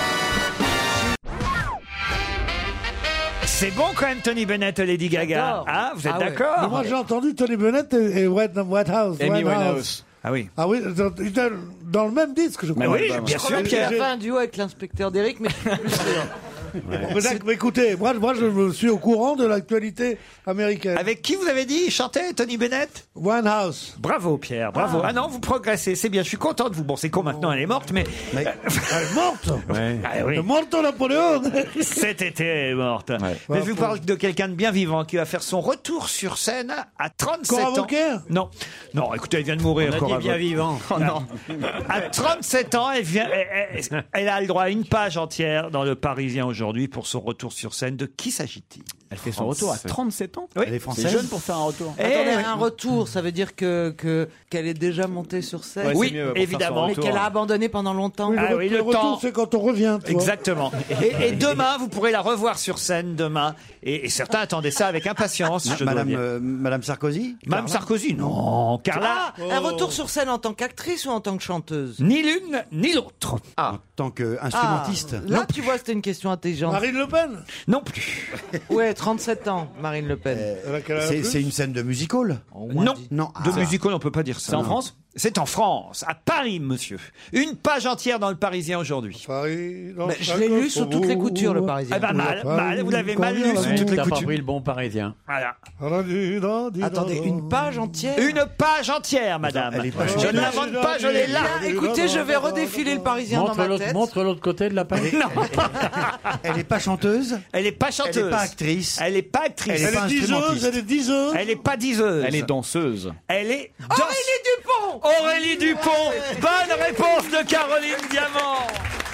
S5: C'est bon quand même Tony Bennett, Lady Gaga.
S9: J'adore.
S5: Ah, vous êtes
S9: Ah ouais.
S5: d'accord?
S11: Mais moi, j'ai entendu Tony Bennett et, et White, White House.
S6: Amy
S11: White House.
S6: Winehouse.
S5: Ah oui.
S11: Ah oui, dans, dans- dans le même disque, je crois.
S5: Mais oui, bien
S9: Je crois
S5: sûr,
S9: même qu'il
S5: Pierre.
S9: a fait un duo avec l'inspecteur d'Eric, mais je suis plus sûr.
S11: Bon, mais d'accord, mais écoutez, moi, moi, je me suis au courant de l'actualité américaine.
S5: Avec qui vous avez dit il chantait, Tony Bennett?
S11: Winehouse.
S5: Bravo Pierre, bravo. Ah. non, vous progressez, c'est bien, je suis content de vous. Bon, c'est con maintenant, elle est morte, mais...
S11: Elle est morte.
S5: Ah oui.
S11: Morto Napoléon.
S5: Cet été, elle est morte. Mais je vous parle de quelqu'un de bien vivant qui va faire son retour sur scène à trente-sept
S11: Cora
S5: ans.
S11: Walker?
S5: Non, non, écoutez, elle vient de mourir.
S7: On a
S5: Cora
S7: dit bien
S5: Walker.
S7: vivant.
S5: Oh non. À trente-sept ans, elle, vient, elle, elle- elle a le droit à une page entière dans Le Parisien aujourd'hui pour son retour sur scène. De qui s'agit-il?
S16: Elle fait son retour à trente-sept ans.
S5: Oui.
S15: Elle est
S16: C'est
S15: française.
S16: jeune pour faire un retour.
S5: Eh
S9: Attendez,
S5: oui.
S9: un retour, ça veut dire que que- qu'elle est déjà montée sur scène.
S16: Ouais, c'est
S5: Oui,
S16: mieux, pour faire
S5: évidemment.
S16: son
S9: Mais
S16: retour.
S9: qu'elle a abandonné pendant longtemps.
S11: Oui, le,
S5: Ah
S11: re-
S5: oui,
S11: le
S5: le
S11: retour,
S5: temps.
S11: c'est quand on revient. tu vois.
S5: Exactement. Et, et demain, vous pourrez la revoir sur scène demain. Et, et certains attendaient ça avec impatience. Je dois
S15: Madame,
S5: dire.
S15: euh, Madame Sarkozy.
S5: Madame Sarkozy, non. Carla,
S9: Ah, un retour sur scène en tant qu'actrice ou en tant que chanteuse?
S5: ni l'une ni l'autre.
S15: En tant qu'instrumentiste.
S9: Ah, là, tu vois, c'était une question intelligente.
S11: Marine Le Pen.
S5: Non plus.
S9: Ouais, trente-sept ans, Marine Le Pen.
S11: Elle a quel âge
S15: C'est
S11: plus
S15: c'est une scène de musical.
S5: Non.
S15: Non.
S5: De
S15: Ah.
S5: musical, on peut pas dire ça.
S16: C'est en France?
S5: C'est en France, à Paris, monsieur. Une page entière dans Le Parisien aujourd'hui.
S11: Paris, dans
S9: Mais je l'ai lu sous toutes les coutures, Le Parisien.
S5: Ah bah mal, mal, vous l'avez mal lu
S11: Combien,
S5: sous
S11: là,
S5: toutes les
S7: T'as pas
S5: coutures.
S7: pris le bon parisien.
S5: Voilà.
S9: Attendez, une page entière?
S5: Une page entière, madame.
S15: Elle est pas
S5: Je ne l'invente pas, je l'ai là.
S9: Bien, écoutez, je vais redéfiler Le Parisien dans
S7: Montre
S9: ma
S7: l'autre,
S9: tête.
S7: montre l'autre côté de la page.
S15: Elle n'est pas chanteuse.
S5: Elle n'est pas chanteuse.
S15: Elle n'est pas actrice.
S5: Elle n'est pas actrice.
S15: Elle est
S11: Elle
S15: pas
S11: est diseuse,
S15: instrumentiste.
S11: elle est diseuse.
S5: Elle n'est pas diseuse.
S16: Elle est danseuse.
S5: Elle est
S9: Aurélie
S5: danse-
S9: Dupont!
S5: Aurélie Dupont. Bonne réponse de Caroline Diamant.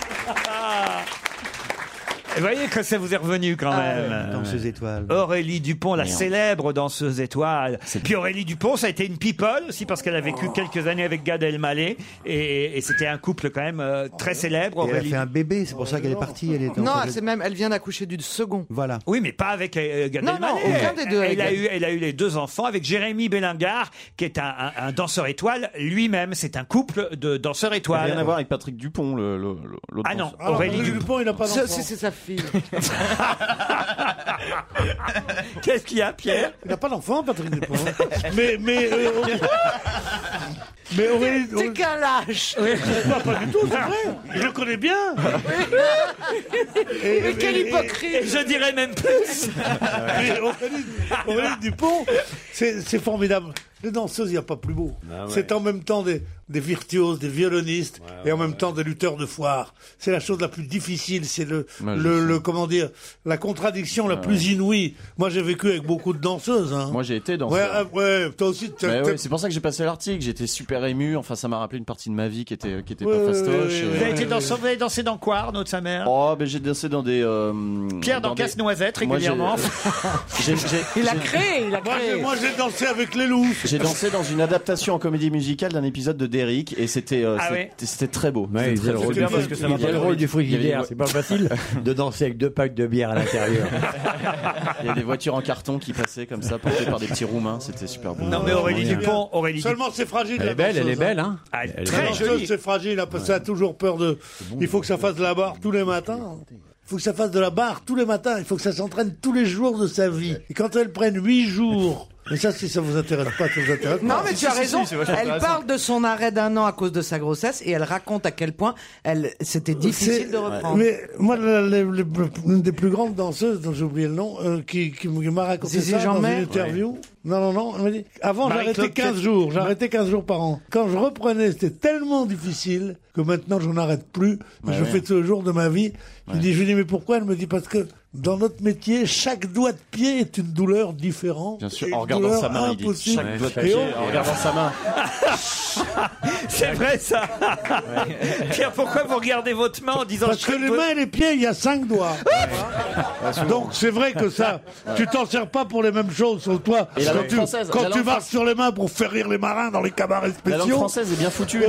S5: Ah. Vous voyez que ça vous est revenu quand même.
S15: Dans ses étoiles.
S5: Aurélie Dupont, la célèbre danseuse étoile. Puis Aurélie Dupont, ça a été une people aussi parce qu'elle a vécu quelques années avec Gad Elmaleh et, et c'était un couple quand même euh, très célèbre.
S15: Et elle a
S5: Aurélie.
S15: fait un bébé, c'est pour ça qu'elle est partie. Elle est en
S9: Non,
S15: congé-
S9: c'est même, elle vient d'accoucher du second.
S15: Voilà.
S5: Oui, mais pas avec euh, Gad
S9: Non,
S5: Elmaleh.
S9: non, aucun des deux avec
S5: Elle a
S9: Gad.
S5: eu, elle a eu les deux enfants avec Jérémy Bélingard, qui est un, un- un danseur étoile lui-même. C'est un couple de danseurs
S16: Ça n'a
S5: étoiles.
S16: rien à voir avec Patrick Dupont, le- le- le- l'autre.
S5: Ah non,
S16: danseur.
S11: Alors,
S5: Aurélie
S11: Aurélie
S5: Dupont.
S11: Dupont, il n'a pas
S9: Ça,
S11: d'enfant.
S9: C'est c'est sa fille.
S5: Qu'est-ce qu'il y a, Pierre?
S11: Il n'a pas d'enfant, Patrick Dupont. mais, mais, euh, mais Aurélie,
S9: T'es qu'un lâche.
S11: pas, pas du tout, c'est vrai. Je le connais bien. Et-
S9: Mais quelle
S11: et-
S9: hypocrisie.
S5: Et je dirais même plus.
S11: Mais Aurélie, Aurélie Dupont, c'est c'est formidable. Les danseuses, il n'y a pas plus beau. C'est en même temps des, des virtuoses, des violonistes, et en même temps des lutteurs de foire. C'est la chose la plus difficile, c'est le,
S16: Ouais, je
S11: le,
S16: sais.
S11: le, comment dire, la contradiction la plus inouïe. Moi, j'ai vécu avec beaucoup de danseuses. Hein.
S16: Moi, j'ai été
S11: Ouais,
S16: danseur.
S11: ah, ouais, toi aussi. t'as-
S16: Bah
S11: t'as-
S16: ouais, c'est pour ça que j'ai passé l'article. J'étais super ému. Enfin, ça m'a rappelé une partie de ma vie qui était qui était
S11: Ouais,
S16: pas
S11: ouais,
S16: fastoche.
S11: ouais,
S16: et-
S11: ouais,
S5: Vous avez été danseur, vous avez dansé dans quoi, Arnaud de sa mère?
S16: Oh, ben j'ai dansé dans des. euh,
S5: Pierre dans
S16: des-
S5: Casse-Noisette
S16: Moi, j'ai-
S5: régulièrement.
S16: j'ai- j'ai-
S9: Il a
S16: j'ai-
S9: créé, il a
S11: Moi,
S9: créé.
S11: j'ai- moi, j'ai dansé avec les loups.
S16: J'ai dansé dans une adaptation en comédie musicale d'un épisode de Derrick et c'était euh,
S5: Ah
S16: c'était-
S5: ouais.
S16: c'était très beau.
S7: Ouais,
S16: C'était
S7: il
S16: très
S7: faisait le
S16: beau.
S7: rôle
S16: C'était
S7: du,
S16: bien parce que ça
S7: il
S16: m'a
S7: faisait
S16: pas
S7: le rôle du
S16: Il y avait
S7: frigidaire.
S16: des-
S7: C'est pas facile de danser avec deux packs de bière à l'intérieur.
S16: Il y a des voitures en carton qui passaient comme ça, portées par des petits roumains. C'était super beau.
S5: Non mais Aurélie
S11: c'est
S5: Dupont, Aurélie Dupont.
S11: Seulement, c'est fragile.
S7: Elle
S11: la
S7: est belle, elle est
S11: danseuse,
S7: belle, hein.
S5: Ah, elle est
S7: Elle est
S5: très
S11: La
S7: belle.
S11: danseuse,
S5: jolie.
S11: c'est fragile, hein, parce que ça a toujours peur de. Il faut que ça fasse de la barre tous les matins. Il faut que ça fasse de la barre tous les matins. Il faut que ça s'entraîne tous les jours de sa vie. Et quand elle prenne huit jours. Mais ça, si ça vous intéresse pas, ça vous intéresse
S9: Non,
S11: pas.
S9: mais tu as raison. Elle parle de son arrêt d'un an à cause de sa grossesse et elle raconte à quel point elle, c'était difficile
S11: C'est-
S9: de reprendre.
S11: Mais moi, la- la- la- une des plus grandes danseuses, dont j'ai oublié le nom, euh, qui, qui m'a raconté
S9: Zizi
S11: ça dans
S9: Jeanmaire
S11: une interview. Non, non, non. Elle m'a dit, avant,
S5: Marie-Claude
S11: j'arrêtais quinze
S5: Kess-
S11: jours. J'arrêtais quinze jours par an. Quand je reprenais, c'était tellement difficile que maintenant, je n'arrête plus.
S16: Ouais,
S11: je
S16: ouais.
S11: fais tous les jours de ma vie. Je lui dis, je lui dis, mais pourquoi? Elle me dit, parce que dans notre métier, chaque doigt de pied est une douleur différente.
S16: Bien sûr,
S11: Et
S16: en
S11: une
S16: regardant
S11: douleur
S16: sa main, il dit.
S11: impossible.
S16: Chaque doigt de
S11: Et
S16: pied,
S11: on-
S16: en regardant sa main.
S5: C'est vrai ça. Pierre, pourquoi vous regardez votre main en disant
S11: Parce que
S5: chaque
S11: les
S5: doigt-
S11: mains et les pieds, il y a cinq doigts. Donc c'est vrai que ça, tu t'en sers pas pour les mêmes choses sur toi.
S16: Et la
S11: quand
S16: langue
S11: tu,
S16: française,
S11: quand
S16: la
S11: tu
S16: langue
S11: marches
S16: fran-
S11: sur les mains pour faire rire les marins dans les cabarets
S16: La langue
S11: spéciaux.
S16: française est bien foutue.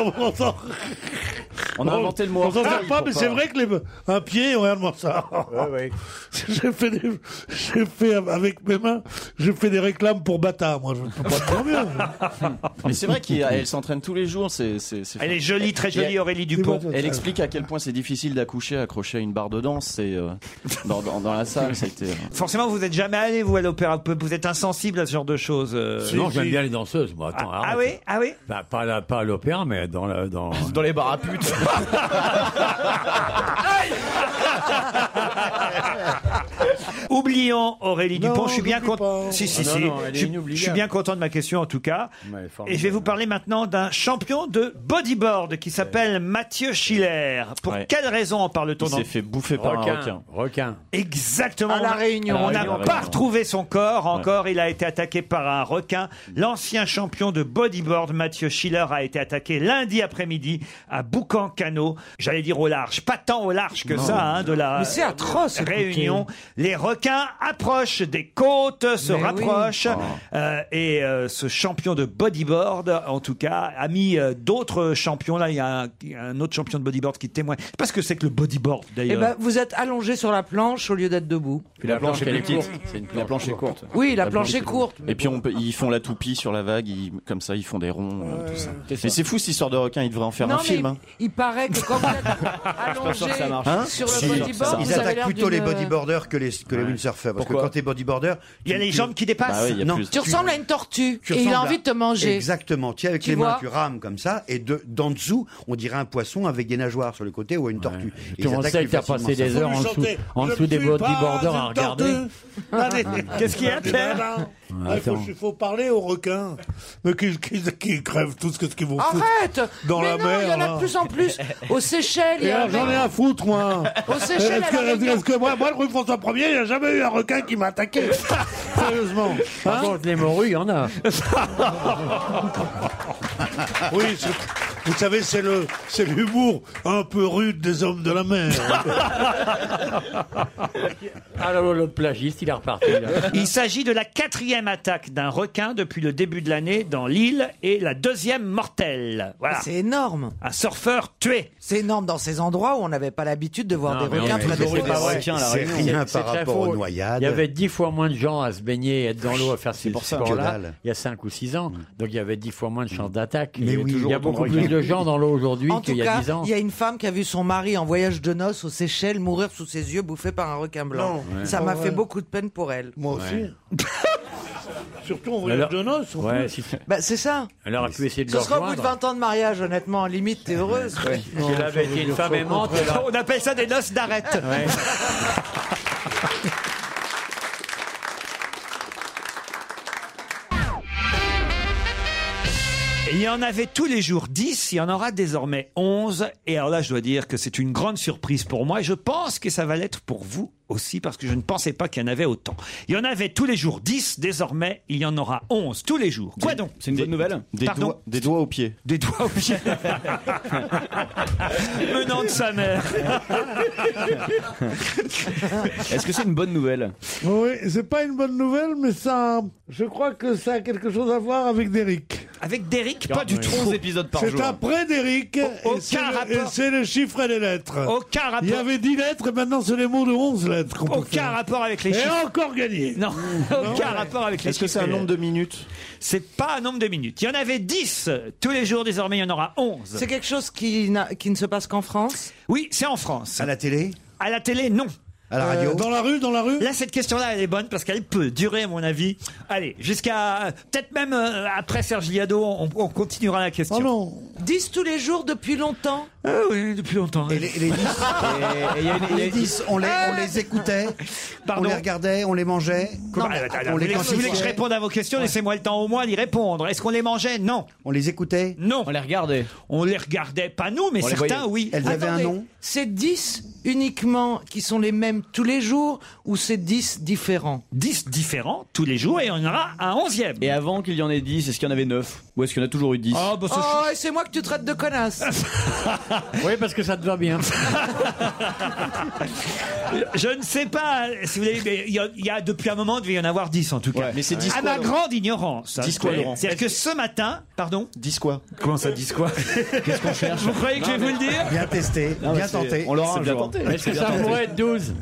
S16: On a inventé le mot
S11: On s'en sert
S16: orteil
S11: pas,
S16: pour
S11: mais
S16: pas-
S11: c'est vrai que les, un pied, regarde-moi ça. J'ai fait, des- j'ai fait avec mes mains je fais des réclames pour Bata, moi, je ne peux pas dire mieux.
S6: Mais c'est vrai qu'elle s'entraîne tous les jours. C'est, c'est, c'est
S5: Elle est jolie, très jolie,
S6: Et
S5: Aurélie Dupont.
S6: Elle explique à quel point c'est difficile d'accoucher accroché à une barre de danse. C'est euh, dans, dans, dans la salle, ça a été. euh,
S5: Forcément, vous n'êtes jamais allé, vous, à l'opéra. Vous êtes insensible à ce genre de choses. euh.
S7: Non, j'aime bien les danseuses, moi. Attends,
S5: Ah,
S7: arrête.
S5: ah oui, ah oui.
S7: Bah, pas, à la- pas à l'opéra, mais dans, la, dans...
S6: dans les bars à putes.
S5: Oublions Aurélie
S11: Non,
S5: Dupont. Je suis bien
S11: j'oublie
S5: content.
S11: pas.
S5: Si, si,
S7: Ah non,
S5: si.
S7: non, elle est
S5: je, suis-
S7: inoubliable.
S5: je suis bien content de ma question, en tout cas.
S7: Ouais, elle est formidable.
S5: Et je vais vous parler maintenant d'un champion de bodyboard qui s'appelle Mathieu Schiller. Pour
S6: Ouais.
S5: quelle raison en parle-t-on
S6: Il
S5: dans
S6: s'est fait bouffer par un
S7: Requin.
S6: requin.
S7: Requin.
S5: Exactement.
S9: À La
S5: On a-
S9: Réunion.
S5: On
S6: À La
S5: n'a
S6: Réunion,
S5: pas
S6: Réunion.
S5: retrouvé son corps encore. Il a été attaqué par un requin. L'ancien champion de bodyboard, Mathieu Schiller, a été attaqué lundi après-midi à Boucan-Cano. J'allais dire au large. Pas tant au large que ça, hein, de la
S9: Mais c'est atroce, écoutez.
S5: Réunion. Les requins approchent des côtes, se
S9: Mais oui.
S5: rapprochent. Euh, et euh, ce champion de bodyboard, en tout cas, a mis euh, d'autres champions. Là, il y, a un, il y a un autre champion de bodyboard qui témoigne. Parce que c'est que le bodyboard,
S9: Eh
S5: d'ailleurs.
S9: ben, vous êtes allongé sur la planche au lieu d'être debout.
S6: Puis la planche est
S7: elle est
S6: plus petite.
S7: courte. C'est une
S6: La planche est courte.
S9: Oui, la planche est courte.
S6: Et puis on peut, ils font la toupie sur la vague, ils- comme ça ils font des ronds, euh, tout ça. Mais c'est fou cette histoire de requin, ils devraient en faire
S9: Non,
S6: un
S9: mais
S6: film. hein.
S9: il, il paraît que quand vous êtes allongé
S6: que ça marche.
S15: Hein
S9: sur le
S15: Si,
S9: bodyboard,
S15: ils
S9: vous avez
S15: attaquent
S9: l'air
S15: plutôt les
S9: d'une-
S15: bodyboarders que les, que les windsurfers. Parce
S6: Pourquoi
S15: que quand t'es bodyboarder,
S5: Il y a
S15: tu-
S5: les
S15: tu-
S5: jambes qui dépassent.
S6: Bah oui, il y a
S15: Non.
S6: plus.
S9: Tu ressembles à une tortue
S15: tu
S9: et il a
S15: ressembles
S9: envie
S15: à-
S9: de te manger.
S15: Exactement. Tu sais, avec
S9: Tu
S15: les
S9: vois
S15: mains, tu rames comme ça, et de, d'en dessous, on dirait un poisson avec des nageoires sur le côté ou une tortue. Et
S7: Tout le
S15: ils
S7: monde
S15: attaquent
S7: sait que
S15: plus
S7: t'as
S15: facilement
S7: passé
S15: ça.
S7: des heures en
S11: Vous
S7: dessous,
S11: chantez,
S7: en
S11: je
S7: dessous des
S11: suis pas
S7: bodyboarders à
S11: une
S7: regarder.
S11: tortue. Allez.
S5: Qu'est-ce qu'il y a, Pierre
S11: Ah, il faut,
S7: Attends.
S11: il faut parler aux requins, mais qui, qui, qui crèvent tout ce que- ce qu'ils vont foutre.
S9: Arrête
S11: Dans
S9: Mais
S11: la
S9: non,
S11: mer,
S9: il y en a
S11: là.
S9: de plus en plus. Aux Seychelles, il y
S11: Et
S9: a
S11: alors, j'en ai à foutre, moi.
S9: Aux Seychelles,
S11: Est-ce que,
S9: à la
S11: est-ce
S9: Réunion.
S11: que moi, moi, le rue François Ier, il n'y a jamais eu un requin qui m'a attaqué. Sérieusement.
S7: Par
S11: Hein
S7: contre, les morues, il y en a.
S11: Oui, c'est- vous savez, c'est le, c'est l'humour un peu rude des hommes de la mer.
S7: Alors, l'autre plagiste, il est reparti. Là.
S5: Il s'agit de la quatrième attaque d'un requin depuis le début de l'année dans l'île et la deuxième mortelle. Voilà.
S9: C'est énorme.
S5: Un surfeur tué.
S9: C'est énorme dans ces endroits où on n'avait pas l'habitude de voir
S7: Non,
S9: des
S7: mais
S9: requins
S7: on a
S9: près des
S7: toujours eu des
S9: côtes.
S6: requins à la
S15: C'est
S6: Réunion.
S15: rien
S7: C'est
S15: par
S7: très
S15: rapport
S7: faux.
S15: aux noyades.
S7: Il y avait dix fois moins de gens à se baigner et être dans l'eau à faire ces
S15: pour ça. Que
S7: sports-là
S15: dalle.
S7: il y a cinq ou six ans. Donc il y avait dix fois moins de chances d'attaque.
S15: Mais
S7: Et
S15: oui.
S7: il y a
S6: autant de
S7: beaucoup
S6: requins.
S7: plus de gens dans l'eau aujourd'hui
S9: En
S7: qu'il
S9: tout
S7: y a
S9: cas,
S7: dix ans.
S9: il y a une femme qui a vu son mari en voyage de noces aux Seychelles mourir sous ses yeux bouffé par un requin blanc.
S11: Non.
S9: Ça
S11: Ouais.
S9: m'a
S11: Ah
S9: fait
S11: ouais.
S9: beaucoup de peine pour elle.
S11: Moi aussi. Surtout en voyage
S7: Alors-
S11: de noces. en
S7: Ouais,
S11: plus.
S7: si-
S9: Bah, c'est ça.
S7: elle aurait pu essayer de
S9: Ce
S7: le
S9: sera au bout de
S7: rejoindre.
S9: vingt ans de mariage, honnêtement. Limite, t'es heureuse.
S7: Ouais. Si elle avait été une femme aimante, elle aurait-
S5: On appelle ça des noces d'arrête.
S7: Ouais.
S5: Il y en avait tous les jours dix, il y en aura désormais onze. Et alors là, je dois dire que c'est une grande surprise pour moi. Et je pense que ça va l'être pour vous aussi, parce que je ne pensais pas qu'il y en avait autant. Il y en avait tous les jours dix, désormais, il y en aura onze tous les jours. Quoi donc?
S6: C'est une bonne nouvelle. Des
S5: Pardon
S6: doigts, des doigts aux pieds.
S5: Des doigts au pied. Menant de sa mère.
S6: Est-ce que c'est une bonne nouvelle?
S11: Oui, c'est pas une bonne nouvelle, mais ça, je crois que ça a quelque chose à voir avec Derrick.
S5: Avec Derrick, pas du tout.
S6: onze épisodes par
S11: C'est
S6: jour.
S11: après Derrick, et
S5: Aucun
S11: c'est le-
S5: rapport.
S11: et c'est le chiffre et les lettres.
S5: Aucun rapport.
S11: Il y avait dix lettres, et maintenant c'est les mots de onze lettres qu'on peut
S5: Aucun
S11: faire.
S5: rapport avec les
S11: Et
S5: chiffres.
S11: encore gagné.
S5: Non, aucun rapport avec les
S6: Est-ce que
S5: chiffres.
S6: c'est un nombre de minutes?
S5: C'est pas un nombre de minutes. Il y en avait dix tous les jours, désormais il y en aura onze.
S9: C'est quelque chose qui, n'a- qui ne se passe qu'en France.
S5: Oui, c'est en France.
S15: À la télé,
S5: À la télé, non.
S15: à la radio.
S11: Euh, Dans la rue, dans la rue.
S5: Là, cette question-là, elle est bonne parce qu'elle peut durer, à mon avis. Allez, jusqu'à peut-être même euh, après Serge Liado, on, on continuera la question.
S11: Oh non.
S9: dix tous les jours depuis longtemps.
S5: Ah oui, depuis longtemps.
S15: Et les, et les dix, et- et il y a une- les dix, on les, on les écoutait,
S5: Pardon.
S15: on les regardait, on les mangeait,
S5: Comment-
S15: on
S5: attends, attends, vous
S15: les
S5: voulez- si vous voulez que je
S15: quantifiait,
S5: réponde à vos questions, laissez-moi le temps au moins d'y répondre. Est-ce qu'on les mangeait? Non.
S15: on les écoutait.
S5: Non.
S6: On les regardait.
S5: On les regardait, pas nous, mais
S6: On les
S5: certains,
S6: voyait.
S5: oui.
S15: Elles avaient un
S9: Attendez,
S15: nom.
S9: C'est dix uniquement qui sont les mêmes tous les jours ou c'est dix différents?
S5: dix différents tous les jours et on en aura un onzième.
S6: Et avant qu'il y en ait dix, est-ce qu'il y en avait neuf? Ou est-ce qu'il y en a toujours eu dix?
S5: Oh, bah, c'est
S9: Oh, et c'est moi que tu traites de connasse.
S7: Oui, parce que ça te va bien.
S5: Je ne sais pas, si vous voulez, mais il y, a- il y a depuis un moment, il devait y en avoir dix en tout cas.
S6: Ouais, mais c'est dix
S5: À
S6: quoi,
S5: ma
S6: Laurent
S5: grande ignorance.
S6: dix quoi, Laurent
S5: C'est-à-dire que ce matin, pardon.
S6: dix quoi?
S5: Comment ça, dix quoi?
S6: Qu'est-ce qu'on cherche?
S5: Vous croyez que je vais vous le dire?
S15: Bien testé,
S6: Non, mais
S15: bien
S6: c'est-
S15: tenté.
S6: On l'aura
S16: C'est
S6: un
S16: bien
S6: jour.
S16: tenté.
S7: Est-ce que ça pourrait être douze?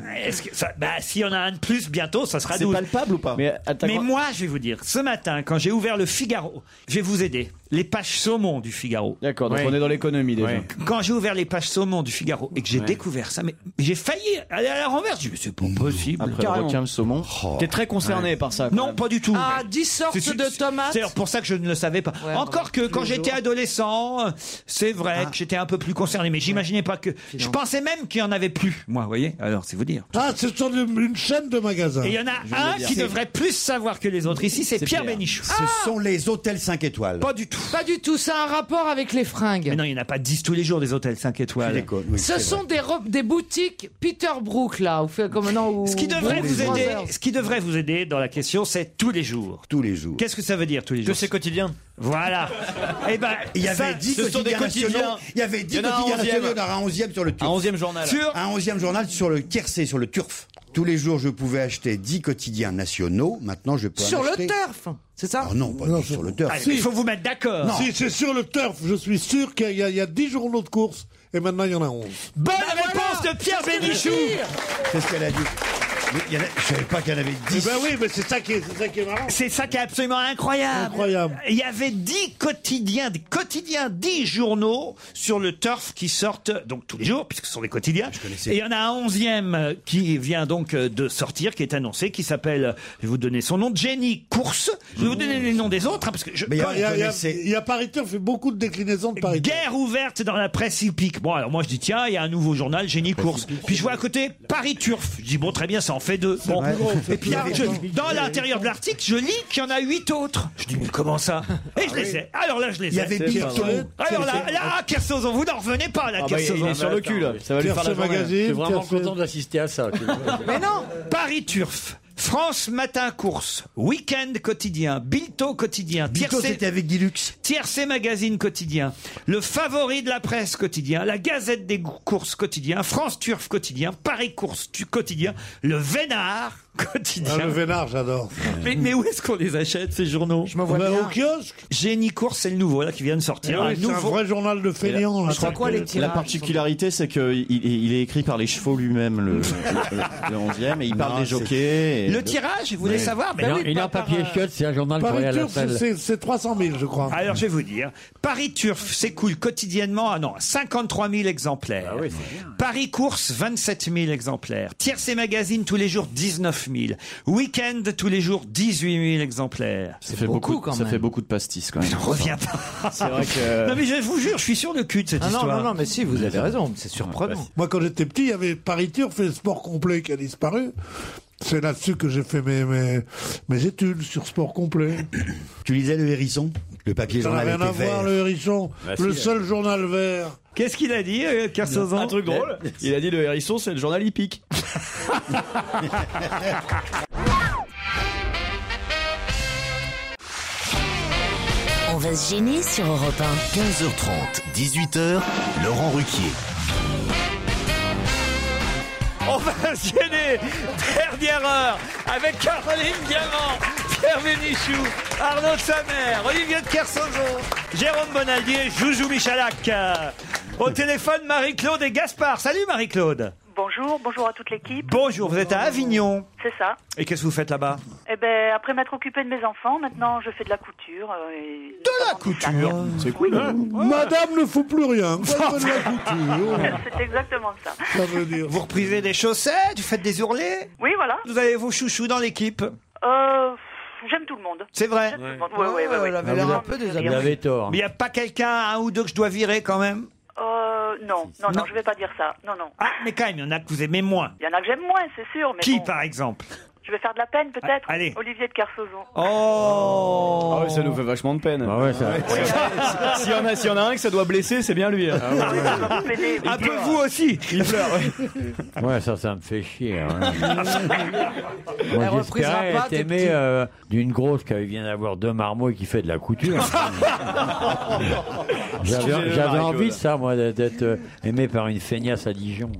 S5: Est-ce que ça, bah, s'il y en a un de plus bientôt, ça sera
S6: C'est
S5: douze.
S6: palpable ou pas?
S5: Mais,
S6: attends,
S5: mais
S6: quand-
S5: moi, je vais vous dire, ce matin, quand j'ai ouvert le Figaro, je vais vous aider. Les pages saumon du Figaro.
S6: D'accord, donc on est dans l'économie déjà.
S5: Quand j'ai ouvert les pages saumon du Figaro et que j'ai
S6: Ouais.
S5: découvert ça, mais j'ai failli aller à la renverse. Je me suis dit, c'est pas possible.
S6: Après le requin, le saumon. T'es très concerné par ça. quand
S5: Non,
S6: même.
S5: pas du tout.
S9: Ah, dix sortes
S5: C'est-
S9: de tomates.
S5: C'est pour ça que je ne le savais pas.
S9: Ouais,
S5: Encore
S9: bravo.
S5: que quand
S9: Le
S5: j'étais
S9: jour.
S5: adolescent, euh, c'est vrai que j'étais un peu plus concerné, mais j'imaginais pas que. Je pensais même qu'il y en avait plus, moi, vous voyez. Alors, c'est vous dire.
S11: Ah, c'est sur une, une chaîne de magasins.
S5: Et il y en a
S15: Je
S5: un
S15: veux dire.
S5: qui
S15: C'est-
S5: devrait plus savoir que les autres ici, c'est Pierre Bénichou.
S15: Ce sont les hôtels cinq étoiles.
S5: Pas du tout.
S9: Pas du tout, ça a un rapport avec les fringues.
S5: Mais non, il n'y en a pas dix tous les jours des hôtels cinq étoiles.
S9: Ce sont des, robes- des boutiques Peter Brook, là, où fait comme non, où-
S5: Ce qui devrait
S9: où-
S5: vous
S9: où-
S5: aider, ce qui devrait vous aider dans la question, c'est tous les jours.
S15: Tous les jours.
S5: Qu'est-ce que ça veut dire tous les jours?
S6: Que c'est quotidien.
S5: Voilà. Eh ben,
S15: Il y avait
S5: ça,
S15: dix
S6: ce sont des
S15: quotidiens
S6: quotidiens.
S15: nationaux. Il y avait dix
S6: Il y en a un
S15: quotidiens
S6: onzième.
S15: nationaux, il y en aura un onzième sur le turf.
S6: Un onzième journal.
S5: Sur-
S15: Un onzième journal sur le tiercé, sur le turf. Tous les jours, je pouvais acheter dix quotidiens nationaux. Maintenant, je peux en
S9: Sur le
S15: acheter...
S9: turf, c'est ça?
S15: Oh non, pas
S11: Non,
S15: sur le turf.
S5: Allez, il faut vous mettre d'accord.
S15: Non.
S11: Si, c'est sur le turf. Je suis sûr qu'il y, a- il y a dix journaux de course et maintenant il y en a onze.
S5: Bonne
S9: Bah
S5: réponse
S9: voilà.
S5: de Pierre
S9: C'est ce que je
S5: Bénichou.
S9: veux dire.
S15: C'est ce qu'elle a dit. Mais il y en a- je savais pas qu'il y en avait
S11: Eh
S15: dix.
S11: ben oui, mais c'est ça qui est, c'est ça qui est marrant.
S5: C'est ça qui est absolument incroyable.
S11: Incroyable.
S5: Il y avait dix quotidiens, des quotidiens, dix journaux sur le turf qui sortent donc tous les jours, puisque ce sont des quotidiens.
S15: connaissais.
S5: Et il y en a un onzième qui vient donc de sortir, qui est annoncé, qui s'appelle, je vais vous donner son nom, Jenny Course. Je vais vous donner les noms des autres, hein, parce que je,
S15: Mais il y a-
S11: Il y a, il y a-
S15: connaissez-
S11: il y a Paris Turf fait beaucoup de déclinaisons de Paris Turf.
S5: Guerre ouverte dans la presse hippique. Bon, alors moi je dis tiens, il y a un nouveau journal, Jenny Course. Puis je vois à côté Paris Turf. Je dis bon, très bien, ça en fait deux. Bon. Et puis là, je- dans l'intérieur de l'article, je lis qu'il y en a huit autres. Je dis mais comment ça? Et je les ai. Alors là, je les ai.
S15: Il y avait Birton.
S5: Alors là, là, ah, Kersozon, vous n'en revenez pas là,
S6: Ah bah, il
S5: Kersozon.
S6: est sur le cul là. Ça va lui faire la
S11: Tiercé
S6: journée.
S7: Je
S11: Magazine.
S7: suis vraiment
S11: Tiercé-
S7: content d'assister à ça.
S5: Mais non, Paris Turf. France Matin Course, Week-end Quotidien, Bilto Quotidien,
S15: Bito,
S5: Tiercé,
S15: c'était avec Guilux.
S5: Tiercé Magazine Quotidien, Le Favori de la Presse Quotidien, La Gazette des Courses Quotidien, France Turf Quotidien, Paris Course tu- Quotidien, Le Vénard Quotidien.
S11: Ah, le Vénard, j'adore.
S5: mais, mais où est-ce qu'on les achète ces journaux?
S9: Je me vois
S11: Ben,
S9: bien.
S11: au kiosque.
S5: Génie Course, c'est le nouveau là qui vient de
S11: Eh
S5: sortir.
S11: oui,
S5: un
S11: c'est un
S5: nouveau.
S11: vrai journal de feignants. là.
S9: C'est quoi les
S6: La
S9: tirages?
S6: particularité, c'est qu'il il est écrit par les chevaux lui-même, le, le, le onzième, et il parle
S15: Non,
S6: des
S15: c'est-
S6: jockeys. et-
S5: Le tirage, vous voulez savoir?
S7: Il
S5: Ben
S7: a,
S5: oui,
S7: il a un
S5: pas
S7: papier
S5: par, euh,
S7: chiotte, c'est un journal pour aller
S11: Paris
S7: à la
S11: Turf,
S7: salle.
S11: c'est- c'est c'est trois cent mille, je crois.
S5: Alors, je vais vous dire. Paris Turf s'écoule quotidiennement à non, cinquante-trois mille exemplaires. Paris Course, vingt-sept mille exemplaires. Tiercé Magazine, tous les jours, dix-neuf mille. Week-end, tous les jours, dix-huit mille exemplaires.
S6: Ça fait
S9: beaucoup,
S6: beaucoup,
S9: quand
S6: ça
S9: même.
S6: fait beaucoup de pastis quand même.
S5: Je reviens pas.
S6: C'est vrai que.
S5: Non, mais je vous jure, je suis sur le cul de cette
S9: Ah non,
S5: histoire.
S9: non, non, mais si, vous avez raison, c'est surprenant.
S11: Moi, quand j'étais petit, il y avait Paris Turf et Sport Complet qui a disparu. C'est là-dessus que j'ai fait mes, mes, mes études sur Sport Complet.
S15: Tu lisais le Hérisson? Le papier
S11: Ça n'a
S15: journal
S11: rien à
S15: était
S11: voir,
S15: vert.
S11: le Hérisson.
S6: Bah,
S11: le
S6: si,
S11: seul journal vert.
S5: Qu'est-ce qu'il a dit, euh, Kersozon?
S6: Un truc drôle. Il a dit le hérisson, c'est le journal hippique.
S3: On va se gêner sur Europe un.
S4: quinze heures trente, dix-huit heures, Laurent Ruquier.
S5: On va se gêner. Dernière heure avec Caroline Diamant, Pierre Bénichou, Arnaud de Samer, Olivier de Kersauzon, Jérôme Bonaldi et Joujou Michalak. Au téléphone, Marie-Claude et Gaspard. Salut Marie-Claude.
S13: Bonjour, bonjour à toute l'équipe.
S5: Bonjour, vous êtes à Avignon.
S13: C'est ça.
S5: Et qu'est-ce que vous faites là-bas?
S13: Eh ben, après m'être occupée de mes enfants, maintenant je fais de la couture. euh, et
S5: De la couture.
S6: C'est cool. hein.
S11: Madame ne fout plus rien. Quoi de la couture?
S13: C'est exactement ça.
S11: Ça veut dire.
S5: Vous reprisez des chaussettes, vous faites des ourlets.
S13: Oui, voilà.
S5: Vous avez vos chouchous dans l'équipe.
S13: Euh, j'aime tout le monde.
S5: C'est vrai.
S13: J'aime tout le monde. Oui, oui, oui.
S9: Elle avait l'air un peu
S7: Vous
S9: désagréable.
S7: avez tort.
S5: Mais il n'y a pas quelqu'un, un ou deux que je dois virer quand même?
S13: Euh, non, non, non,
S5: Non.
S13: je vais pas dire ça. Non, non.
S5: Ah, mais quand même, il y en a que vous aimez moins.
S13: Il y en a que j'aime moins, c'est sûr. Mais
S5: Qui,
S13: bon,
S5: par exemple?
S13: je vais faire de la peine, peut-être.
S5: Ah, allez.
S13: Olivier de Kersauzon.
S5: Oh,
S6: Ah ouais, ça nous fait vachement de peine.
S7: Ah ouais, ça...
S6: S'il y en a, s'il y en a un que ça doit blesser, c'est bien lui. hein.
S13: Ah oui, ça va vous plaider, oui.
S5: Un peu vous aussi.
S6: Il pleure. ouais.
S7: ouais, ça, ça me fait chier. hein.
S9: Elle
S7: Moi,
S9: reprisera
S7: j'espérais
S9: pas
S7: être
S9: tes
S7: aimé
S9: petits-
S7: euh, d'une grosse qui vient d'avoir deux marmots et qui fait de la couture. J'avais
S6: Excusez-le,
S7: j'avais
S6: Marie-Claude.
S7: envie de ça, moi, d'être- d'être euh, aimé par une feignasse à Dijon.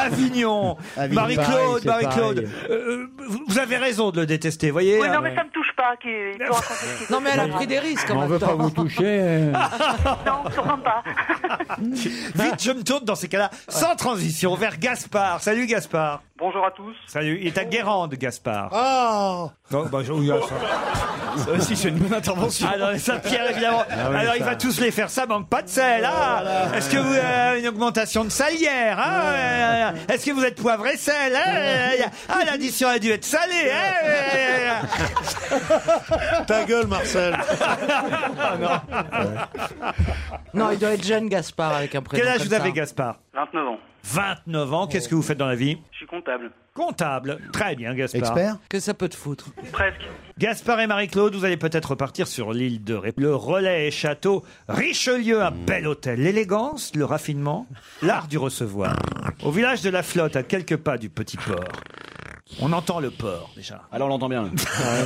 S5: Avignon.
S7: Avignon.
S5: Marie-Claude,
S7: Pareil, c'est
S5: Marie-Claude.
S7: pareil.
S5: Euh, vous- vous avez raison de le détester, voyez.
S13: Oui, non,
S5: hein.
S13: mais ça me touche pas, qu'il peut raconter ce qu'il
S9: Non,
S13: veut.
S9: mais elle a pris des risques en
S7: On
S9: même
S7: veut
S9: temps.
S7: pas vous toucher. euh.
S13: Non, sûrement pas.
S5: Vite, je me tourne dans ces cas-là, sans transition, vers Gaspard. Salut Gaspard.
S14: Bonjour à tous.
S5: Salut, il est à Guérande, Gaspard.
S11: Ah
S5: Non, bah, je- oui, ça.
S16: Ça aussi, c'est une bonne intervention.
S5: Ah non, mais ça, Pierre, évidemment.
S7: Ah oui,
S5: Alors,
S7: ça.
S5: il va tous les faire, ça manque pas de sel. Ah, est-ce que vous avez une augmentation de salière hein euh, Est-ce que vous êtes poivre et sel hein Ah, l'addition a dû être salée. Hein
S11: Ta gueule, Marcel.
S9: Non, il doit être jeune, Gaspard, avec un prénom
S5: Quel âge
S9: comme
S5: vous avez,
S9: ça.
S5: Gaspard
S14: vingt-neuf ans.
S5: vingt-neuf ans. Qu'est-ce que vous faites dans la vie?
S14: Je suis comptable.
S5: Comptable. Très bien, Gaspard.
S15: Expert.
S9: Que ça peut te foutre.
S14: Presque.
S5: Gaspard et Marie-Claude, vous allez peut-être repartir sur l'île de Ré. Le Relais et Château, Richelieu, un bel hôtel. L'élégance, le raffinement, l'art du recevoir. Au village de la Flotte, à quelques pas du petit port. On entend le port, déjà.
S16: Alors on l'entend bien. Là.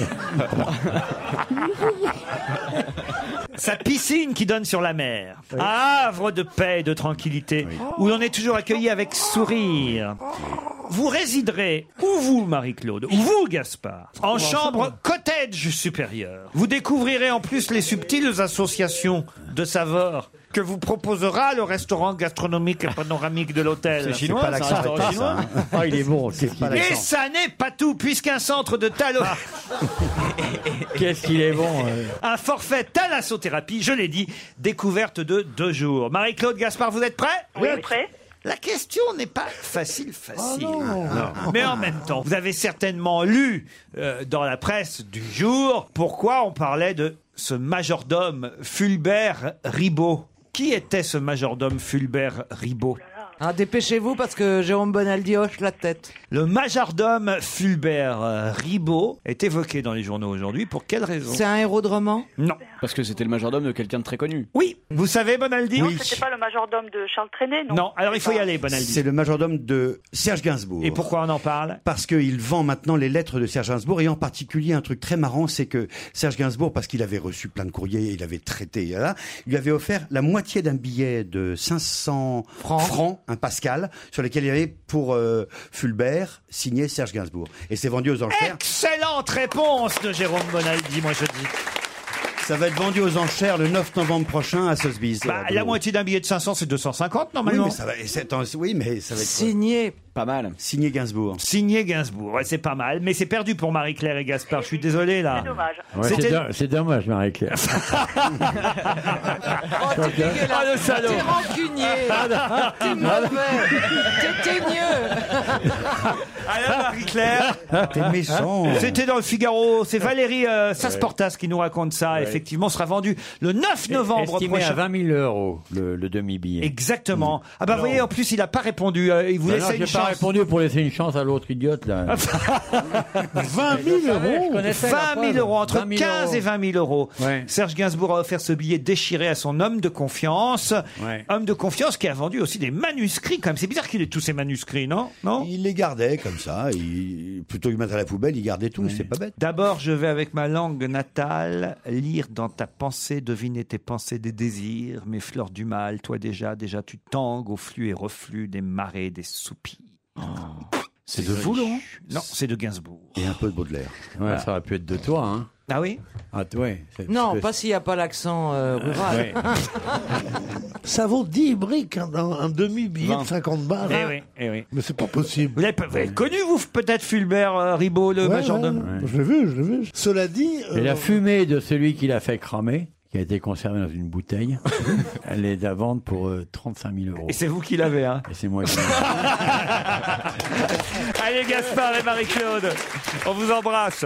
S5: Sa piscine qui donne sur la mer. Un havre de paix et de tranquillité, où l'on est toujours accueilli avec sourire. Vous résiderez, ou vous, Marie-Claude, ou vous, Gaspard, en chambre cottage supérieure. Vous découvrirez en plus les subtiles associations de saveurs que vous proposera le restaurant gastronomique et panoramique de l'hôtel.
S16: C'est chinois,
S15: pas
S16: c'est un
S15: l'accent
S16: restaurant
S15: répété,
S16: chinois.
S15: ça, hein.
S7: Ah, il est bon. Qu'est-ce qu'il
S15: pas
S7: est,
S5: Et ça n'est pas tout, puisqu'un centre de talo...
S7: qu'est-ce qu'il est bon. euh.
S5: Un forfait thalassothérapie, je l'ai dit, découverte de deux jours. Marie-Claude, Gaspard, vous êtes prêts?
S13: Oui, prêt.
S5: La question n'est pas facile, facile. Mais en même temps, vous avez certainement lu euh, dans la presse du jour pourquoi on parlait de ce majordome Fulbert Ribot. Qui était ce majordome Fulbert Ribot?
S9: Ah, dépêchez-vous parce que Jérôme Bonaldi hoche la tête.
S5: Le majordome Fulbert euh, Ribot est évoqué dans les journaux aujourd'hui. Pour quelle raison?
S9: C'est un héros de roman?
S5: Non.
S16: Parce que c'était le majordome de quelqu'un de très connu.
S5: Oui. Vous savez, Bonaldi?
S13: Non, c'était pas le majordome de Charles Trenet, non?
S5: Non. Alors il faut y aller, Bonaldi.
S15: C'est le majordome de Serge Gainsbourg.
S5: Et pourquoi on en parle?
S15: Parce qu'il vend maintenant les lettres de Serge Gainsbourg, et en particulier un truc très marrant, c'est que Serge Gainsbourg, parce qu'il avait reçu plein de courriers, il avait traité, là, il lui avait offert la moitié d'un billet de cinq cents francs, un Pascal, sur lequel il y avait pour euh, Fulbert signé Serge Gainsbourg. Et c'est vendu aux enchères.
S5: Excellente réponse de Jérôme Bonaldi, moi je dis.
S15: Ça va être vendu aux enchères le neuf novembre prochain à Sotheby's.
S5: Bah, la moitié d'un billet de cinq cents, c'est deux cent cinquante
S15: Oui,
S5: normalement.
S15: mais ça va, et c'est- oui, mais ça va être
S9: Signé.
S16: Pas mal.
S15: signé Gainsbourg.
S5: Signé Gainsbourg, ouais, c'est pas mal, mais c'est perdu pour Marie-Claire et Gaspard. Je suis désolé là.
S13: C'est dommage.
S7: Ouais,
S5: C'était-
S7: c'est, do- c'est dommage, Marie-Claire.
S9: Oh, t'es dégueulasse.
S5: Ah, le salaud.
S9: T'es rancunier. T'es mauvais. T'es teigneux.
S5: Alors Marie-Claire,
S15: T'es méchant.
S5: c'était dans le Figaro. C'est Valérie euh, Sasportas qui nous raconte ça. Effectivement, sera vendu le neuf novembre
S7: Estimé
S5: prochain.
S7: à vingt mille euros, le, le demi-billet.
S5: Exactement. Ah bah vous voyez, en plus il a pas répondu. Euh, il vous
S7: Non,
S5: laissait
S7: non,
S5: une
S7: j'ai pas
S5: chance.
S7: répondu pour laisser une chance à l'autre idiote, là.
S11: vingt mille euros.
S5: vingt mille euros, entre
S7: vingt mille
S5: quinze
S7: euros.
S5: et vingt mille euros.
S7: Ouais.
S5: Serge Gainsbourg a offert ce billet déchiré à son homme de confiance.
S7: Ouais.
S5: Homme de confiance qui a vendu aussi des manuscrits quand même. C'est bizarre qu'il ait tous ces manuscrits, non? Non?
S15: Il les gardait comme ça. Il, plutôt que de mettre à la poubelle, il gardait tout. C'est pas bête.
S5: D'abord, je vais avec ma langue natale lire dans ta pensée, deviner tes pensées, des désirs, mes fleurs du mal. Toi déjà, déjà tu tangues au flux et reflux des marées, des soupirs.
S15: C'est de vous, Laurent?
S5: Non, c'est de Gainsbourg.
S15: Et un peu de Baudelaire.
S7: Ouais, ça aurait pu être de toi, hein.
S5: Ah oui?
S7: Ah, t- ouais. c'est-
S9: Non,
S7: parce que-
S9: pas s'il n'y a pas l'accent euh, rural.
S7: Ouais.
S11: Ça vaut dix briques, un, un demi-billet de cinquante balles.
S5: Eh oui, eh oui.
S11: Mais c'est pas possible.
S5: Vous l'avez, vous avez connu, vous, peut-être Fulbert euh, Ribot, le
S11: Ouais,
S5: majordome?
S11: ouais, Je l'ai vu, je l'ai vu. Cela dit,
S7: Et
S11: euh,
S7: la fumée de celui qui l'a fait cramer, qui a été conservée dans une bouteille, elle est à vendre pour euh, trente-cinq mille euros.
S5: Et c'est vous qui l'avez, hein?
S7: Et c'est moi qui
S5: Allez, Gaspard et Marie-Claude, on vous embrasse.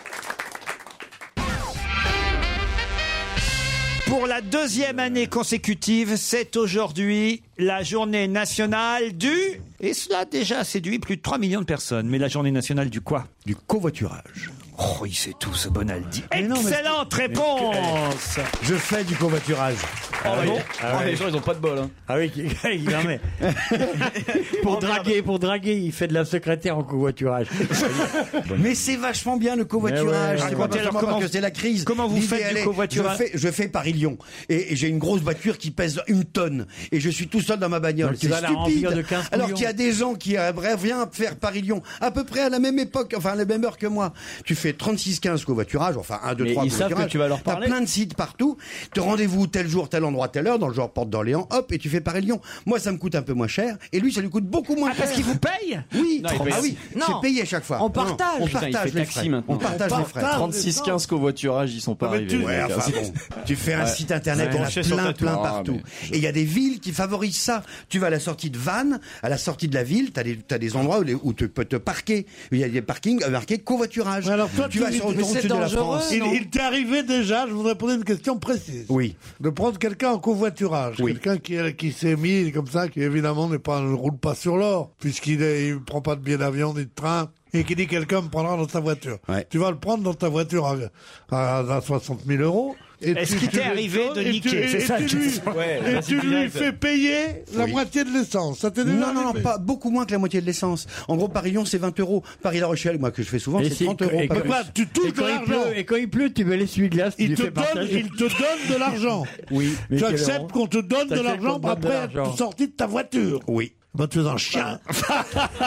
S5: Pour la deuxième année consécutive, c'est aujourd'hui la journée nationale du... Et cela a déjà séduit plus de trois millions de personnes. Mais la journée nationale du quoi?
S15: Du covoiturage.
S5: Oh, il sait tout, ce Bonaldi.
S15: Mais non, mais-
S5: Excellente réponse.
S15: Je fais du covoiturage.
S16: Ah,
S7: oui.
S16: bon
S7: Ah
S16: Ah,
S7: ouais.
S16: les gens, ils ont pas de bol. Hein.
S7: Ah oui, il en met. pour draguer, pour draguer, il fait de la secrétaire en covoiturage.
S15: Mais c'est vachement bien le covoiturage.
S7: Mais ouais.
S15: C'est pas
S5: Racontez alors
S15: seulement
S5: comment-
S15: parce que c'est la crise.
S5: comment vous faites du
S15: L'idée, elle est,
S5: covoiturage?
S15: Je fais, je fais Paris-Lyon. Et, et j'ai une grosse voiture qui pèse une tonne. Et je suis tout seul dans ma bagnole.
S7: Donc tu
S15: C'est
S7: vas la remplir
S15: stupide.
S7: de quinze
S15: Alors qu'il y a des gens qui aimeraient bien faire Paris-Lyon à peu près à la même époque, enfin à la même heure que moi. Tu fais fais trente-six quinze covoiturage, enfin un, deux,
S6: Mais
S15: trois
S6: ils savent
S15: covoiturage.
S6: que tu vas leur
S15: T'as
S6: parler.
S15: plein de sites partout. Te rendez-vous tel jour, tel endroit, telle heure, dans le genre Porte d'Orléans, hop, et tu fais Paris-Lyon. Moi, ça me coûte un peu moins cher, et lui, ça lui coûte beaucoup moins
S5: Ah,
S15: cher.
S5: parce qu'il vous paye
S15: Oui,
S6: Non, il paye
S15: ah
S6: aussi.
S15: oui,
S9: Non.
S15: c'est payé à chaque fois.
S9: On
S15: Non,
S9: partage.
S15: on
S6: Putain, il
S15: partage
S6: fait
S15: les
S6: taxi
S15: frais.
S6: maintenant.
S15: On partage les frais.
S6: trente-six quinze covoiturages, ils sont pas
S15: Ouais,
S6: arrivés.
S15: tu, ouais,
S6: les gars.
S15: enfin, bon, tu fais un
S6: Ouais.
S15: site internet,
S6: Ouais.
S15: il y en a
S6: Branché sur
S15: plein,
S6: ta
S15: plein
S6: tour.
S15: partout.
S6: Ah,
S15: Et il y a des villes qui favorisent ça. Tu vas à la sortie de Vannes, à la sortie de la ville, t'as des, t'as des endroits où, les- où tu peux te parquer. Il y a des parkings marqués covoiturage.
S11: Alors toi,
S15: tu vas sur l'autoroute sud de la France.
S11: Il, il t'est arrivé déjà, je voudrais poser une question précise.
S15: Oui.
S11: De prendre quelqu'un en covoiturage.
S15: Oui.
S11: Quelqu'un qui, est- qui s'est mis comme ça, qui évidemment n'est pas, ne roule pas sur l'or, puisqu'il est- il prend pas de billet d'avion ni de train, et qui dit quelqu'un me prendra dans ta voiture.
S15: Ouais.
S11: Tu vas le prendre dans ta voiture à, à, à soixante mille euros. Et
S5: Est-ce
S11: tu-
S5: qu'il
S11: tu
S5: t'est
S11: lui
S5: arrivé
S11: donnes-
S5: de
S11: et tu-
S5: niquer
S11: et
S5: C'est ça,
S11: tu
S5: la
S11: lui-
S5: question.
S6: Ouais,
S11: Et
S6: vas-y,
S11: tu lui
S6: direct.
S11: fais payer la
S15: Oui.
S11: moitié de l'essence. Ça t'est déjà
S15: Non, non, non,
S11: arrivé
S15: pas beaucoup moins que la moitié de l'essence. En gros, Paris-Lyon, c'est vingt euros. Paris-La Rochelle, moi, que je fais souvent,
S7: Et
S15: c'est
S7: si-
S15: trente euros.
S7: et
S15: pas
S7: quand-
S15: plus.
S11: Quoi, tu touches
S7: Et
S11: de
S7: quand, il
S11: l'argent.
S7: pleut, et quand il pleut, tu mets l'essuie-glace, tu
S11: Il
S7: lui
S11: te,
S7: fais
S11: donne,
S7: partager.
S11: il te donne de l'argent.
S7: Oui. mais
S11: Tu
S7: quel
S11: acceptes
S7: euro
S11: qu'on te donne de
S7: T'acceptes
S11: l'argent
S7: qu'on te donne de
S11: après
S7: l'argent.
S11: être sorti de ta voiture.
S15: Oui.
S11: Bah, tu es un chien. Ça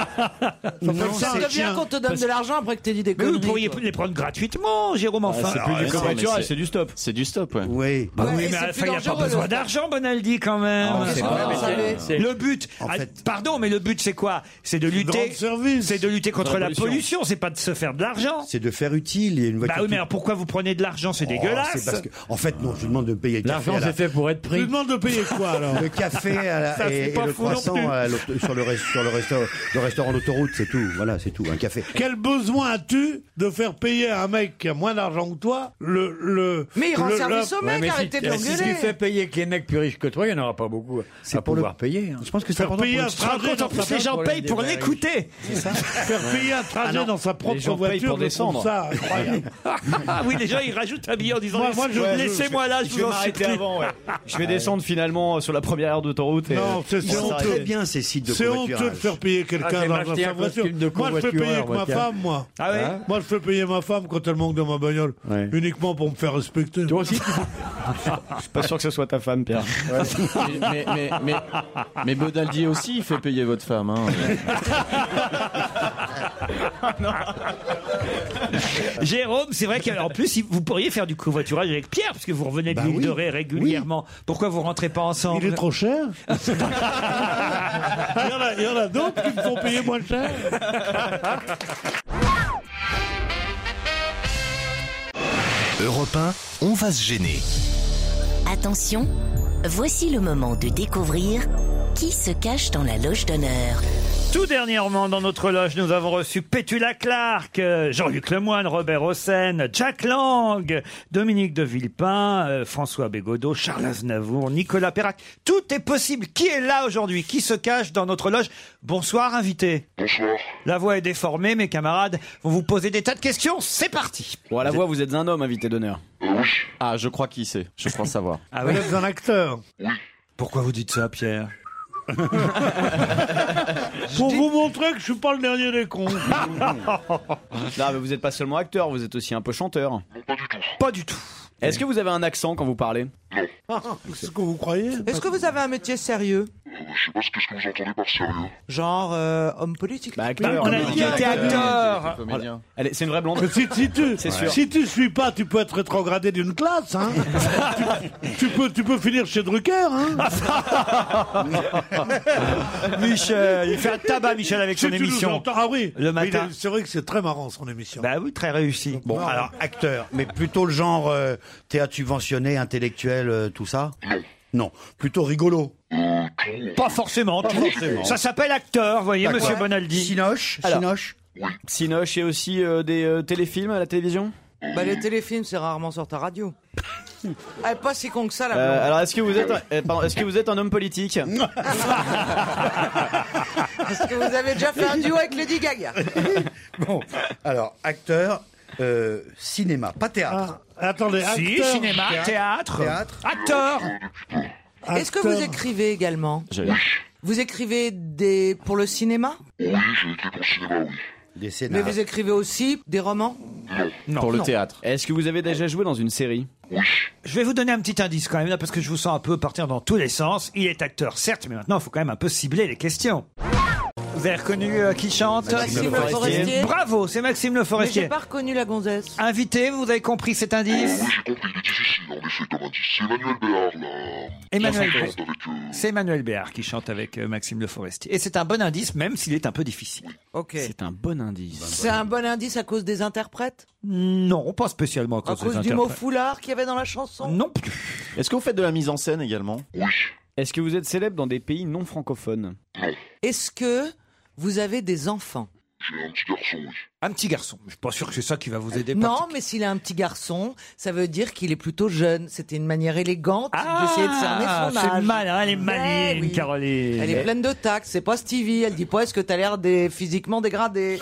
S15: Non,
S11: s'appelle ça, un
S9: C'est bien
S11: chien.
S9: qu'on te donne de l'argent après que t'aies dit des
S5: Mais
S9: conneries.
S5: vous pourriez
S9: toi.
S5: les prendre gratuitement, Jérôme, enfin.
S6: c'est plus
S5: Ah,
S6: du
S5: ouais,
S6: covoiturage,
S5: mais
S6: c'est du stop. C'est du stop, ouais.
S15: Oui.
S5: Bah
S9: Ouais,
S5: oui,
S9: et
S5: mais
S9: c'est
S5: enfin,
S9: plus
S5: il n'y a pas
S9: dangereux,
S5: besoin
S9: le-
S5: d'argent, Bonaldi, quand même.
S15: Oh, c'est
S9: Ah,
S15: vrai,
S9: vous
S15: mais
S9: savez.
S7: C'est-
S5: Le but,
S15: En
S5: ah,
S15: fait-
S5: pardon, mais le but c'est quoi? C'est de
S11: de
S5: lutter,
S11: rendre service.
S5: c'est de lutter contre
S6: la
S5: la
S6: pollution.
S5: pollution. C'est pas de se faire de l'argent.
S15: C'est de faire utile. Il y a une
S5: Bah
S15: voiture.
S5: oui, mais
S15: tout-
S5: alors pourquoi vous prenez de l'argent? C'est
S15: Oh,
S5: dégueulasse.
S15: c'est parce que, en fait, non, je lui demande de payer le café.
S7: L'argent,
S15: à la-
S7: c'est fait pour être
S11: Tu lui
S7: pris.
S11: demandes de payer quoi, alors?
S15: Le café à la-
S5: Ça, c'est
S15: et, et
S5: pas
S15: le
S5: fou non
S15: croissant
S5: plus.
S15: à l'auto- sur le, rest- sur le, resto- le restaurant d'autoroute, c'est tout. Voilà, c'est tout. Un café.
S11: Quel besoin as-tu de faire payer à un mec qui a moins d'argent que toi le... le
S9: Mais il rend
S11: le-
S9: service
S11: le-
S9: au mec,
S7: mais
S9: arrêtez de
S7: si, si tu
S9: l'engueuler.
S7: fais payer que les mecs plus riches que toi, il n'y en aura pas beaucoup à
S15: pour le-
S7: pouvoir payer. hein.
S15: Je pense que c'est
S11: Faire
S15: important
S11: payer
S15: pour
S11: un
S15: le-
S5: Tu te rends
S11: trajet
S5: compte, en
S11: dans sa
S5: plus, les gens
S7: propre
S5: payent pour
S7: des
S5: l'écouter.
S11: Faire payer un trajet
S6: Ah non,
S11: dans sa propre
S6: les gens payent
S11: voiture,
S6: pour
S11: je trouve
S6: descendre.
S11: ça incroyable.
S5: Ah oui, les gens, ils rajoutent un billet en disant
S11: Moi- moi, je-
S5: laissez- laissez-moi là, je
S6: Je
S5: vous
S6: vais
S5: en
S6: m'arrêter
S5: supplie.
S6: avant, ouais. Je vais descendre finalement sur la première aire d'autoroute. et-
S11: Non, c'est
S15: Ils
S11: c'est
S15: sont
S11: honteux.
S15: très bien ces sites de
S11: C'est honteux de
S15: covoiturage.
S11: faire payer
S7: Ah,
S11: quelqu'un
S7: j'ai
S11: dans
S7: m'acheté
S11: sa
S7: un
S11: voiture.
S7: costume de
S11: Moi, je fais payer
S7: covoitureur,
S11: avec
S7: moi,
S11: ma
S7: tiens.
S11: femme, moi.
S5: Ah ouais?
S7: Hein
S11: Moi, je fais payer ma femme quand elle manque dans ma bagnole.
S7: Ouais.
S11: Uniquement pour me faire respecter.
S7: Toi aussi, tu
S6: Je suis pas sûr que ce soit ta femme, Pierre. mais, mais, mais, mais Bodaldi aussi, il fait payer votre femme. Hein.
S5: Jérôme, c'est vrai qu'en plus, si- vous pourriez faire du covoiturage avec Pierre, parce que vous revenez de
S15: Bah
S5: l'île
S15: oui.
S5: de Ré régulièrement. Pourquoi vous rentrez pas ensemble?
S11: Il est trop cher. il y en a, il y en a d'autres qui me font payer moins cher.
S4: Europe un, on va se gêner.
S3: Attention, voici le moment de découvrir qui se cache dans la loge d'honneur.
S5: Tout dernièrement, dans notre loge, nous avons reçu Pétula Clark, euh, Jean-Luc Lemoyne, Robert Hossein, Jack Lang, Dominique de Villepin, euh, François Bégodeau, Charles Aznavour, Nicolas Perrac. Tout est possible. Qui est là aujourd'hui? Qui se cache dans notre loge? Bonsoir, invité.
S14: Bonsoir.
S5: La voix est déformée, mes camarades vont vous poser des tas de questions. C'est parti.
S6: Bon, à la voix, vous êtes un homme, invité d'honneur.
S14: oui.
S6: Ah, je crois qui c'est. Je crois savoir.
S5: Ah
S11: Vous êtes un acteur.
S5: Pourquoi vous dites ça, Pierre?
S11: Pour vous montrer que je suis pas le dernier des cons.
S6: Non, mais vous n'êtes pas seulement acteur, vous êtes aussi un peu chanteur.
S14: Non, pas du tout.
S5: Pas du tout.
S6: Est-ce que vous avez un accent quand vous parlez?
S11: C'est ce que vous croyez?
S9: Est-ce que vous avez un métier sérieux?
S14: Euh, je sais pas ce qu'est-ce que vous entendez par sérieux.
S9: Genre euh, homme politique?
S6: Bah, acteur.
S5: On a dit qu'il était acteur.
S6: Comédien. Elle est- C'est une vraie blonde.
S11: Mais si, si tu,
S6: C'est sûr.
S11: si tu suis pas, tu peux être rétrogradé d'une classe. Hein. tu, tu peux, tu peux finir chez Drucker. Hein.
S5: Michel, il fait un tabac, Michel, avec
S11: Si
S5: son
S11: tu nous
S5: émission.
S11: entends- ah oui.
S5: Le
S11: Mais il
S5: matin.
S11: est- C'est vrai que c'est très marrant son émission.
S5: Bah oui, très réussi.
S15: Bon, alors acteur, mais plutôt le genre euh, théâtre subventionné, intellectuel, euh, tout ça.
S14: Non.
S15: Non, plutôt rigolo.
S14: Euh, tout.
S5: Pas forcément. tout.
S6: forcément.
S5: Ça s'appelle acteur, voyez,
S15: D'accord.
S5: monsieur Bonaldi.
S15: Sinoche,
S6: Alors.
S15: Sinoche.
S6: Sinoche et aussi euh, des euh, téléfilms à la télévision.
S9: Bah les téléfilms, c'est rarement sur ta radio. Elle est pas si con que ça, la
S6: Euh,
S9: blonde.
S6: alors est-ce que vous êtes un, euh, pardon, est-ce que vous êtes un homme politique?
S9: Est-ce que vous avez déjà fait un duo avec Lady Gaga?
S15: Bon, alors acteur, euh, cinéma, pas théâtre.
S11: Ah, attendez,
S5: Si,
S11: acteur,
S5: cinéma, théâtre,
S15: Théâtre.
S5: acteur.
S9: Est-ce que vous écrivez également?
S6: J'avais-
S9: Vous écrivez des pour le cinéma?
S14: Oui, j'ai écrit pour le cinéma, oui.
S15: Des
S9: Mais
S15: scénarios.
S9: vous écrivez aussi des romans?
S5: Non.
S6: Pour le
S5: non.
S6: théâtre. Est-ce que vous avez déjà joué dans une série?
S5: Je vais vous donner un petit indice quand même, là, parce que je vous sens un peu partir dans tous les sens. Il est acteur, certes, mais maintenant, il faut quand même un peu cibler les questions. Vous avez reconnu euh, qui chante?
S9: Maxime Le Forestier.
S5: Bravo, c'est Maxime Le
S9: Mais
S5: Forestier.
S9: j'ai pas reconnu la gonzesse.
S5: Invité, vous avez compris cet indice?
S14: Oui, j'ai compris, il est difficile en effet comme indice. C'est Emmanuel Béard, là.
S5: Emmanuel
S14: Qui
S5: Béard.
S14: chante avec, euh,
S5: C'est Emmanuel Béard qui chante avec euh, Maxime Le Forestier. Et c'est un bon indice, même s'il est un peu difficile.
S9: Ok.
S16: C'est un bon indice.
S9: C'est un bon indice à cause des interprètes?
S5: Non, pas spécialement à
S9: À
S5: cause,
S9: cause
S5: des
S9: du mot
S5: interprètes.
S9: foulard qu'il y avait dans la chanson?
S5: Non plus.
S16: Est-ce que vous faites de la mise en scène également?
S14: Oui.
S17: Est-ce que vous êtes célèbre dans des pays non francophones?
S9: Est-ce que vous avez des enfants?
S14: J'ai un petit garçon, oui.
S5: Un petit garçon. Je suis pas sûr que c'est ça qui va vous aider.
S9: Non, mais s'il a un petit garçon, ça veut dire qu'il est plutôt jeune. C'était une manière élégante d'essayer de cerner son âge.
S5: C'est malin, elle est maligne,
S9: Eh oui.
S5: Caroline.
S9: Elle est pleine de tact. C'est pas Stevie. Elle dit pas est-ce que t'as l'air des... physiquement dégradé.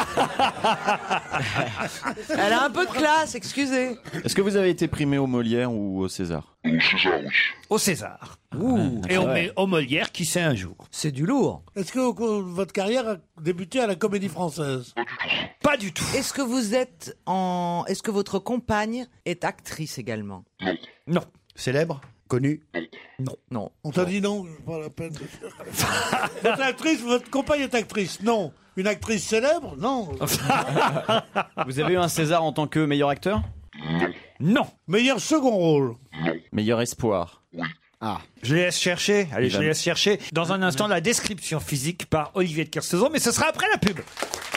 S9: Elle a un peu de classe, excusez.
S16: Est-ce que vous avez été primé au Molière ou au César?
S14: Au César, oui.
S5: Au César.
S9: Ouh.
S5: Et au,
S17: ouais.
S5: au Molière, qui sait un jour.
S9: C'est du lourd.
S11: Est-ce que au cours de votre carrière a débuté à la Comédie Française?
S5: Pas du tout.
S9: Est-ce que vous êtes en... Est-ce que votre compagne est actrice également?
S5: Non.
S15: Célèbre? Connu?
S5: Non.
S9: Non.
S11: On t'a dit non, pas la peine de faire. Votre actrice, votre compagne est actrice? Non. Une actrice célèbre? Non.
S17: Vous avez eu un César en tant que meilleur acteur?
S5: Non.
S11: Meilleur second rôle?
S16: Meilleur espoir?
S14: Oui.
S17: Ah.
S5: Je les laisse chercher. Allez,
S16: Il
S5: je
S16: va-
S5: les laisse chercher. Dans un instant, la description physique par Olivier de Kersauzon, mais ce sera après la pub.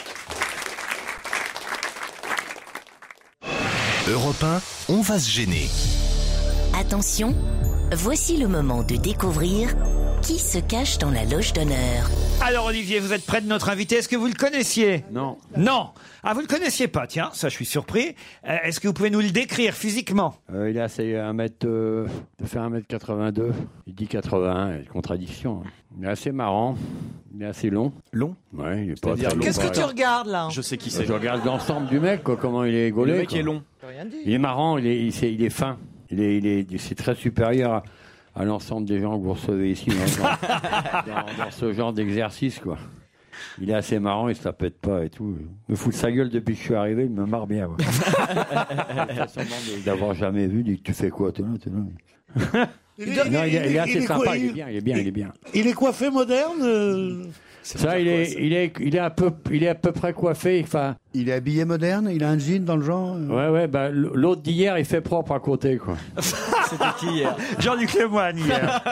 S4: Europe un, on va se gêner.
S3: Attention, voici le moment de découvrir qui se cache dans la loge d'honneur.
S5: Alors Olivier, vous êtes près de notre invité. Est-ce que vous le connaissiez?
S17: Non.
S5: Non. Ah, vous le connaissiez pas, tiens, ça je suis surpris. Euh, Est-ce que vous pouvez nous le décrire physiquement?
S7: Euh, il a essayé un mètre, euh, de faire un mètre quatre-vingt-deux. Il dit quatre-vingts, il y a contradiction. hein. Il est assez marrant. Il est assez long.
S16: Long?
S7: Ouais, il est pas
S16: C'est-à-dire
S7: très long.
S9: Qu'est-ce que tu regardes là?
S16: Je sais qui c'est.
S7: Je regarde l'ensemble du mec, quoi, comment il est gaulé.
S17: Le mec
S7: quoi.
S17: est long.
S9: J'ai rien dit.
S7: Il est marrant, il est, il, c'est- il est fin. Il est, il est, c'est très supérieur à, à l'ensemble des gens que vous recevez ici dans, dans- dans- dans ce genre d'exercice, quoi. Il est assez marrant, il se la pète pas et tout. Il me fout de sa gueule depuis que je suis arrivé, il me marre bien. Ouais. Il fait semblant de- d'avoir jamais vu, il dit tu fais quoi, t'es là, t'es là.
S11: Il
S7: Non, il est, il est assez
S11: il est
S7: sympa,
S11: quoi-
S7: il est bien, il est bien, il est bien.
S11: Il est coiffé moderne? euh,
S7: Ça, il est, il est, il est à peu, il est à peu près coiffé. Enfin,
S15: Il est habillé moderne? Il a un jean dans le genre?
S7: ouais, ouais. Bah, l'autre d'hier, il fait propre à côté, quoi.
S17: C'était qui hier?
S5: Jean-Luc Lemoyne hier.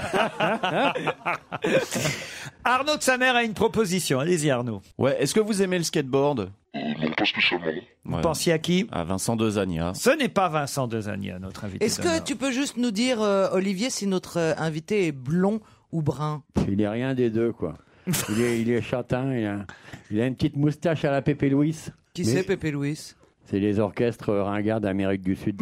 S5: Arnaud de sa mère a une proposition. Allez-y Arnaud.
S16: Ouais, est-ce que vous aimez le skateboard?
S14: Euh, non, pas spécialement.
S5: Vous
S16: Ouais.
S5: pensiez à qui?
S16: À Vincent Dezania.
S5: Ce n'est pas Vincent Dezania, notre invité.
S9: Est-ce que
S5: d'honneur.
S9: tu peux juste nous dire, euh, Olivier, si notre euh, invité est blond ou brun?
S7: Il est rien des deux, quoi. Il est, il est châtain, il a, il a une petite moustache à la Pépé Louis.
S9: Qui
S7: Mais
S9: c'est, Pépé Louis?
S7: C'est les orchestres ringards d'Amérique du Sud.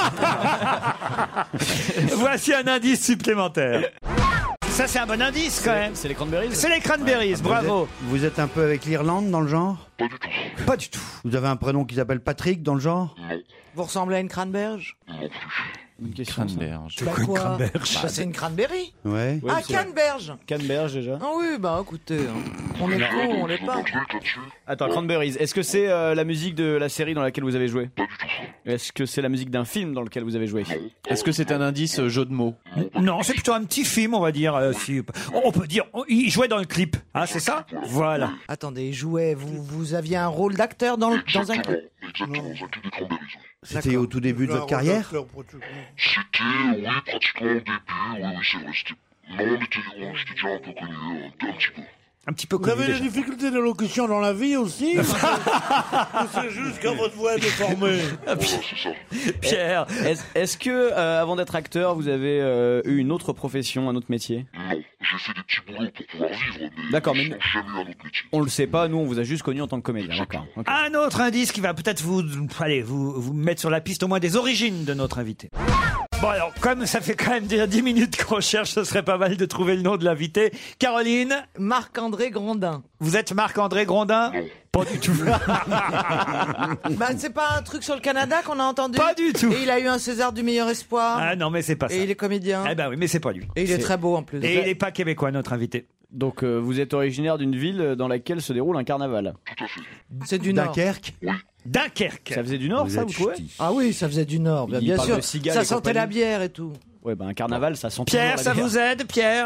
S5: Voici un indice supplémentaire. Ça, c'est un bon indice quand même.
S17: C'est les Cranberries?
S5: C'est les Cranberries, bravo.
S15: Vous êtes, vous êtes un peu avec l'Irlande dans le genre?
S14: Pas du tout.
S5: Pas du tout.
S15: Vous avez un prénom qui s'appelle Patrick dans le genre?
S14: Non.
S9: Vous ressemblez à une cranberge?
S14: Non plus.
S17: Une question. ça.
S16: Cranberge.
S9: Bah quoi? Bah, c'est une cranberry.
S15: Ouais.
S17: Ouais,
S9: Ah,
S17: c'est-
S9: canneberge.
S17: Canneberge déjà.
S9: Ah oui, bah écoutez, hein. on est con, on l'est pas.
S14: Un truc là-dessus?
S17: Attends, Cranberries. Est-ce que c'est euh, la musique de la série dans laquelle vous avez joué?
S14: Pas du tout.
S17: Est-ce que c'est la musique d'un film dans lequel vous avez joué?
S16: Est-ce que c'est un indice euh, jeu de mots?
S5: Non, c'est plutôt un petit film, on va dire. euh, si- On peut dire, on- il jouait dans le clip. Hein, c'est ça? Voilà.
S9: Attendez, jouez, vous, vous aviez un rôle d'acteur dans, le- dans un
S14: Exactement.
S9: clip?
S14: Exactement. Dans un clip des Cranberries. oui.
S15: C'était au tout début de votre carrière?
S14: C'était, oui, pratiquement au début. Oui, oui, c'est vrai. C'était... Non, on était, on était déjà un peu connus, un, un petit peu.
S5: Un petit peu
S11: Vous
S5: connu
S11: avez des
S5: déjà.
S11: difficultés d'élocution dans la vie aussi? Ou c'est juste quand votre voix est déformée?
S14: Voilà, c'est ça.
S5: Pierre.
S17: Est-ce est-ce que, euh, avant d'être acteur, vous avez euh, eu une autre profession, un autre métier?
S14: Non. J'ai fait des petits boulots pour pouvoir vivre, mais
S17: D'accord, mais-
S14: j'ai jamais eu un autre métier.
S17: On le sait pas, nous on vous a juste connu en tant que comédien. D'accord. Ok.
S5: Un autre indice qui va peut-être vous, allez, vous, vous mettre sur la piste au moins des origines de notre invité. Bon alors, comme ça fait quand même déjà dix minutes qu'on cherche, ce serait pas mal de trouver le nom de l'invité. Caroline,
S9: Marc-André Grondin.
S5: vous êtes Marc-André Grondin? Pas du tout.
S9: Bah, c'est pas un truc sur le Canada qu'on a entendu?
S5: Pas du tout.
S9: Et il a eu un César du meilleur espoir.
S5: Ah non, mais c'est pas ça.
S9: Et il est comédien.
S5: Eh ben oui, mais c'est pas lui.
S9: Et il est
S17: C'est-
S9: très beau en plus.
S5: Et il est pas québécois, notre invité.
S17: Donc euh, vous êtes originaire d'une ville dans laquelle se déroule un carnaval.
S14: Tout à fait.
S9: C'est du Nord.
S15: Dunkerque?
S5: Dunkerque.
S17: Ça faisait du Nord,
S15: Vous
S17: ça,
S15: êtes
S17: vous trouvez?
S15: ch'ti.
S9: Ah oui, ça faisait du Nord, bien,
S17: Il
S9: bien
S17: parle
S9: sûr.
S17: de cigales
S9: Ça
S17: et
S9: sentait
S17: compagnie.
S9: la bière et tout.
S17: Ouais, ben un carnaval, ça sent
S5: Pierre,
S17: toujours
S5: ça
S17: la bière.
S5: vous aide, Pierre?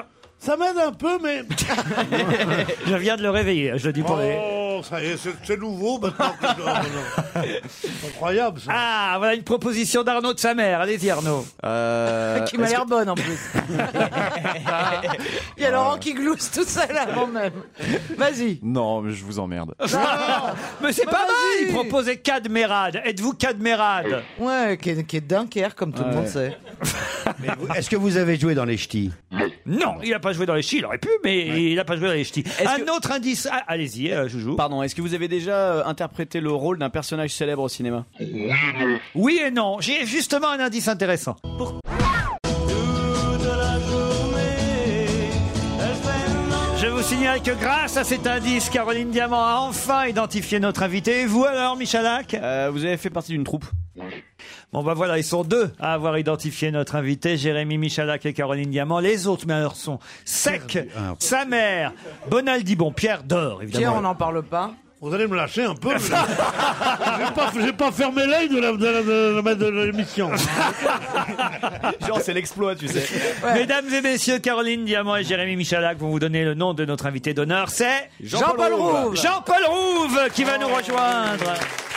S11: Ça m'aide un peu, mais...
S5: Je viens de le réveiller, je le dis pour les...
S11: Oh, ça y est, c'est, c'est nouveau maintenant. Que... non, non, non. C'est incroyable, ça.
S5: Ah, voilà une proposition d'Arnaud de sa mère. Allez-y, Arnaud.
S6: Euh,
S9: qui m'a
S6: est-ce
S9: l'air
S6: que-
S9: bonne en plus. Il y a Laurent qui glousse tout seul avant même. Vas-y.
S6: Non, mais je vous emmerde.
S5: Mais c'est
S9: Bah,
S5: pas mal.
S9: vas-y.
S5: Il proposait Cadmerade. Êtes-vous Cadmerade?
S9: Ouais, qui est, qui est Dunkerque, comme tout le monde sait.
S15: Mais vous- Est-ce que vous avez joué dans les ch'tis?
S5: Non, il n'a pas joué dans les ch'tis. Il aurait pu, mais il n'a pas joué dans les ch'tis.
S17: Est-ce
S5: Un
S17: que-
S5: autre indice. Ah, allez-y, euh, Joujou.
S17: Pardon, est-ce que vous avez déjà euh, interprété le rôle d'un personnage célèbre au cinéma?
S5: Oui et non. J'ai justement un indice intéressant. Je vous signale que grâce à cet indice, Caroline Diamant a enfin identifié notre invité. Et vous alors, Michalak?
S17: Euh, vous avez fait partie d'une troupe.
S5: Bon bah voilà, ils sont deux à avoir identifié notre invité, Jérémy Michalak et Caroline Diamant. Les autres, mais alors, sont Sec, sa mère, Bonaldibon, Pierre Dor, évidemment.
S9: Pierre, on n'en parle pas.
S11: Vous allez me lâcher un peu. mais- j'ai, pas, j'ai pas fermé l'œil de, la, de, la, de, la, de l'émission.
S17: Genre, c'est l'exploit, tu sais.
S5: Mesdames et messieurs, Caroline Diamant et Jérémy Michalak vont vous donner le nom de notre invité d'honneur. C'est
S9: Jean-Paul Jean-Paul Rouve. Rouve.
S5: Jean-Paul Rouve qui va nous rejoindre.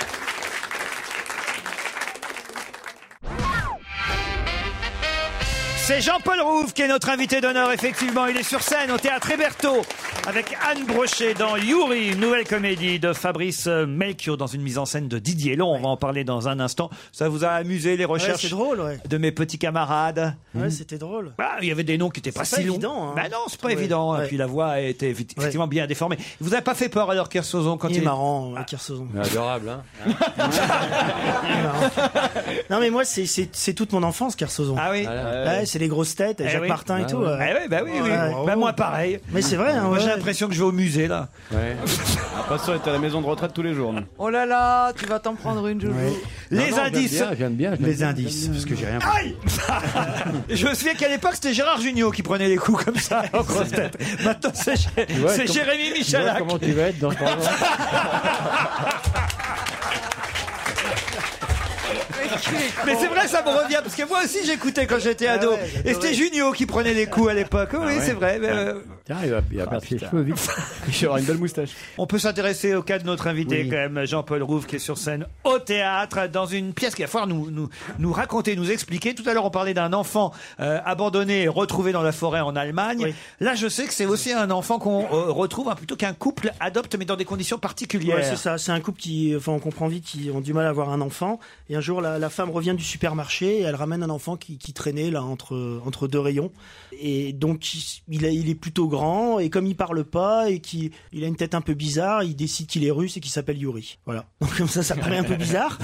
S5: C'est Jean-Paul Rouve qui est notre invité d'honneur, effectivement. Il est sur scène au Théâtre Hébertot avec Anne Brochet dans Yuri, une nouvelle comédie de Fabrice Melchior dans une mise en scène de Didier Long. On va en parler dans un instant. Ça vous a amusé les recherches
S18: c'est drôle, ouais.
S5: de mes petits camarades?
S18: Ouais, c'était drôle.
S5: Ah, il y avait des noms qui étaient pas
S18: C'est
S5: si
S18: pas
S5: longs.
S18: évident, hein.
S5: Bah non, c'est pas
S18: Ouais,
S5: évident.
S18: ouais.
S5: Et puis la voix était effe- effectivement bien déformée. Vous avez pas fait peur alors, Kersozon, quand
S18: Il
S5: il
S18: est marrant, euh, Kersozon.
S7: Adorable, hein.
S18: Non mais moi c'est c'est c'est toute mon enfance Kersozon.
S5: Ah oui.
S18: Ouais, c'est les grosses têtes,
S5: Eh
S18: Jacques
S5: oui.
S18: Martin et
S5: Ah
S18: tout.
S5: ouais.
S18: euh.
S5: Eh oui, bah oui, oui.
S18: Ouais.
S5: Bah moi pareil.
S18: Mais c'est vrai, hein,
S5: Moi
S18: ouais.
S5: j'ai l'impression que je vais au musée là.
S17: Ouais. Pas sûr, t'es à la maison de retraite tous les jours. nous.
S9: Oh là là, tu vas t'en prendre une, Joujou.
S5: Les
S7: Non, non,
S5: indices.
S7: J'aime bien, j'aime bien. j'aime
S15: Les
S7: bien,
S15: indices,
S7: j'aime bien.
S15: parce que j'ai rien compris.
S5: Aïe. Je me souviens qu'à l'époque c'était Gérard Jugnot qui prenait les coups comme ça en grosse tête. Maintenant c'est Gé-
S7: Tu vois
S5: c'est
S7: comment-
S5: Jérémy
S7: Tu vois
S5: Michalak.
S7: comment tu vas être dans ton
S5: Mais c'est vrai, ça me revient parce que moi aussi j'écoutais quand j'étais ado.
S18: ouais, j'adorais.
S5: Et c'était Junio qui prenait les coups à l'époque. Oui, oui, c'est vrai. Mais, euh,
S7: Tiens, il va, il va perdre ses cheveux vite.
S17: Il aura une belle moustache.
S5: on peut s'intéresser au cas de notre invité
S15: Oui.
S5: quand même, Jean-Paul Rouve, qui est sur scène au théâtre dans une pièce qui va falloir nous, nous, nous raconter, nous expliquer. Tout à l'heure on parlait d'un enfant euh, abandonné et retrouvé dans la forêt en Allemagne.
S18: Oui.
S5: Là je sais que c'est aussi un enfant qu'on euh, retrouve hein, plutôt qu'un couple adopte mais dans des conditions particulières.
S18: Ouais, c'est ça. C'est un couple qui, enfin, on comprend vite qu'ils ont du mal à avoir un enfant. Et un jour, la, la femme revient du supermarché et elle ramène un enfant qui, qui traînait là entre entre deux rayons. Et donc, il, il a- il est plutôt grand et comme il parle pas et qu'il il a une tête un peu bizarre, il décide qu'il est russe et qu'il s'appelle Yuri. Voilà. Donc comme ça, ça paraît un peu bizarre,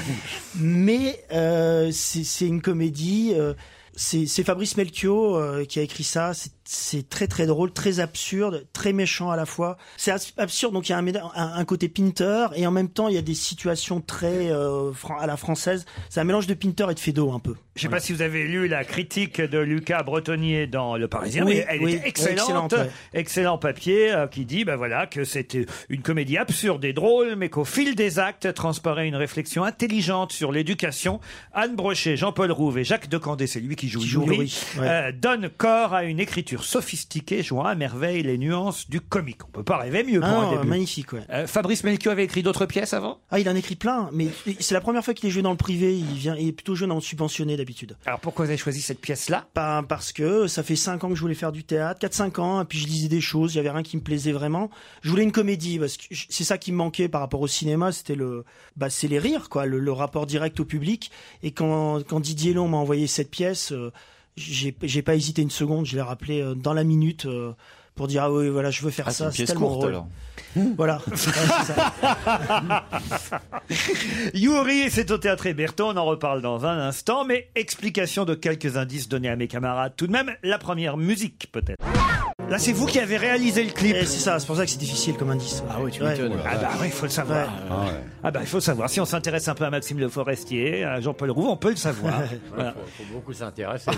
S18: mais euh, c'est c'est une comédie. euh, c'est c'est Fabrice Melchior euh, qui a écrit ça. C'est c'est très très drôle, très absurde, très méchant à la fois. C'est as- absurde, donc il y a un, méda- un, un côté Pinter et en même temps il y a des situations très euh, fran- à la française. C'est un mélange de Pinter et de Feydeau un peu.
S5: Je sais pas si vous avez lu la critique de Lucas Bretonnier dans Le Parisien,
S18: Oui,
S5: mais elle
S18: oui,
S5: était excellente,
S18: excellente, ouais.
S5: excellent papier euh, qui dit ben voilà que c'était une comédie absurde et drôle, mais qu'au fil des actes transparaît une réflexion intelligente sur l'éducation. Anne Brochet, Jean-Paul Rouve et Jacques Decandé, c'est lui qui joue
S18: Qui joue
S5: Yuri,
S18: Yuri, ouais.
S5: euh, donnent corps à une écriture sophistiquée, jouant à merveille les nuances du comique. On peut pas rêver mieux pour
S18: Ah,
S5: un début.
S18: magnifique, ouais.
S5: Euh, Fabrice Melchior avait écrit d'autres pièces avant.
S18: Ah, il en écrit plein, mais c'est la première fois qu'il est joué dans le privé. Il vient, il est plutôt joué dans le subventionné d'habitude.
S5: Alors pourquoi vous avez choisi cette pièce-là?
S18: Pas parce que ça fait cinq ans que je voulais faire du théâtre, quatre cinq ans, et puis je lisais des choses, il y avait rien qui me plaisait vraiment. Je voulais une comédie parce que je- c'est ça qui me manquait par rapport au cinéma, c'était le, bah c'est les rires quoi, le, le rapport direct au public. Et quand quand Didier Long m'a envoyé cette pièce, euh, j'ai j'ai pas hésité une seconde, je l'ai rappelé euh, dans la minute. euh, pour dire ah oui voilà je veux faire
S6: Ah, c'est
S18: ça
S6: une
S18: c'est
S6: pièce
S18: tellement
S6: courte,
S18: drôle.
S6: alors.
S18: Voilà. Ouais, c'est ça.
S5: Yuri, c'est au Théâtre Hébertot, on en reparle dans un instant, mais explication de quelques indices donnés à mes camarades. Tout de même, la première musique peut-être. Là, c'est vous qui avez réalisé le clip.
S18: Et c'est ça, c'est pour ça que c'est difficile comme indice.
S17: Ah oui, tu
S18: Ouais.
S17: m'étonnes.
S5: Ah bah oui, il faut le savoir.
S18: Ouais.
S5: Ah bah il faut le savoir. Si on s'intéresse un peu à Maxime Le Forestier, à Jean-Paul Rouve, on peut le savoir. Voilà.
S7: Faut, faut beaucoup s'intéresser.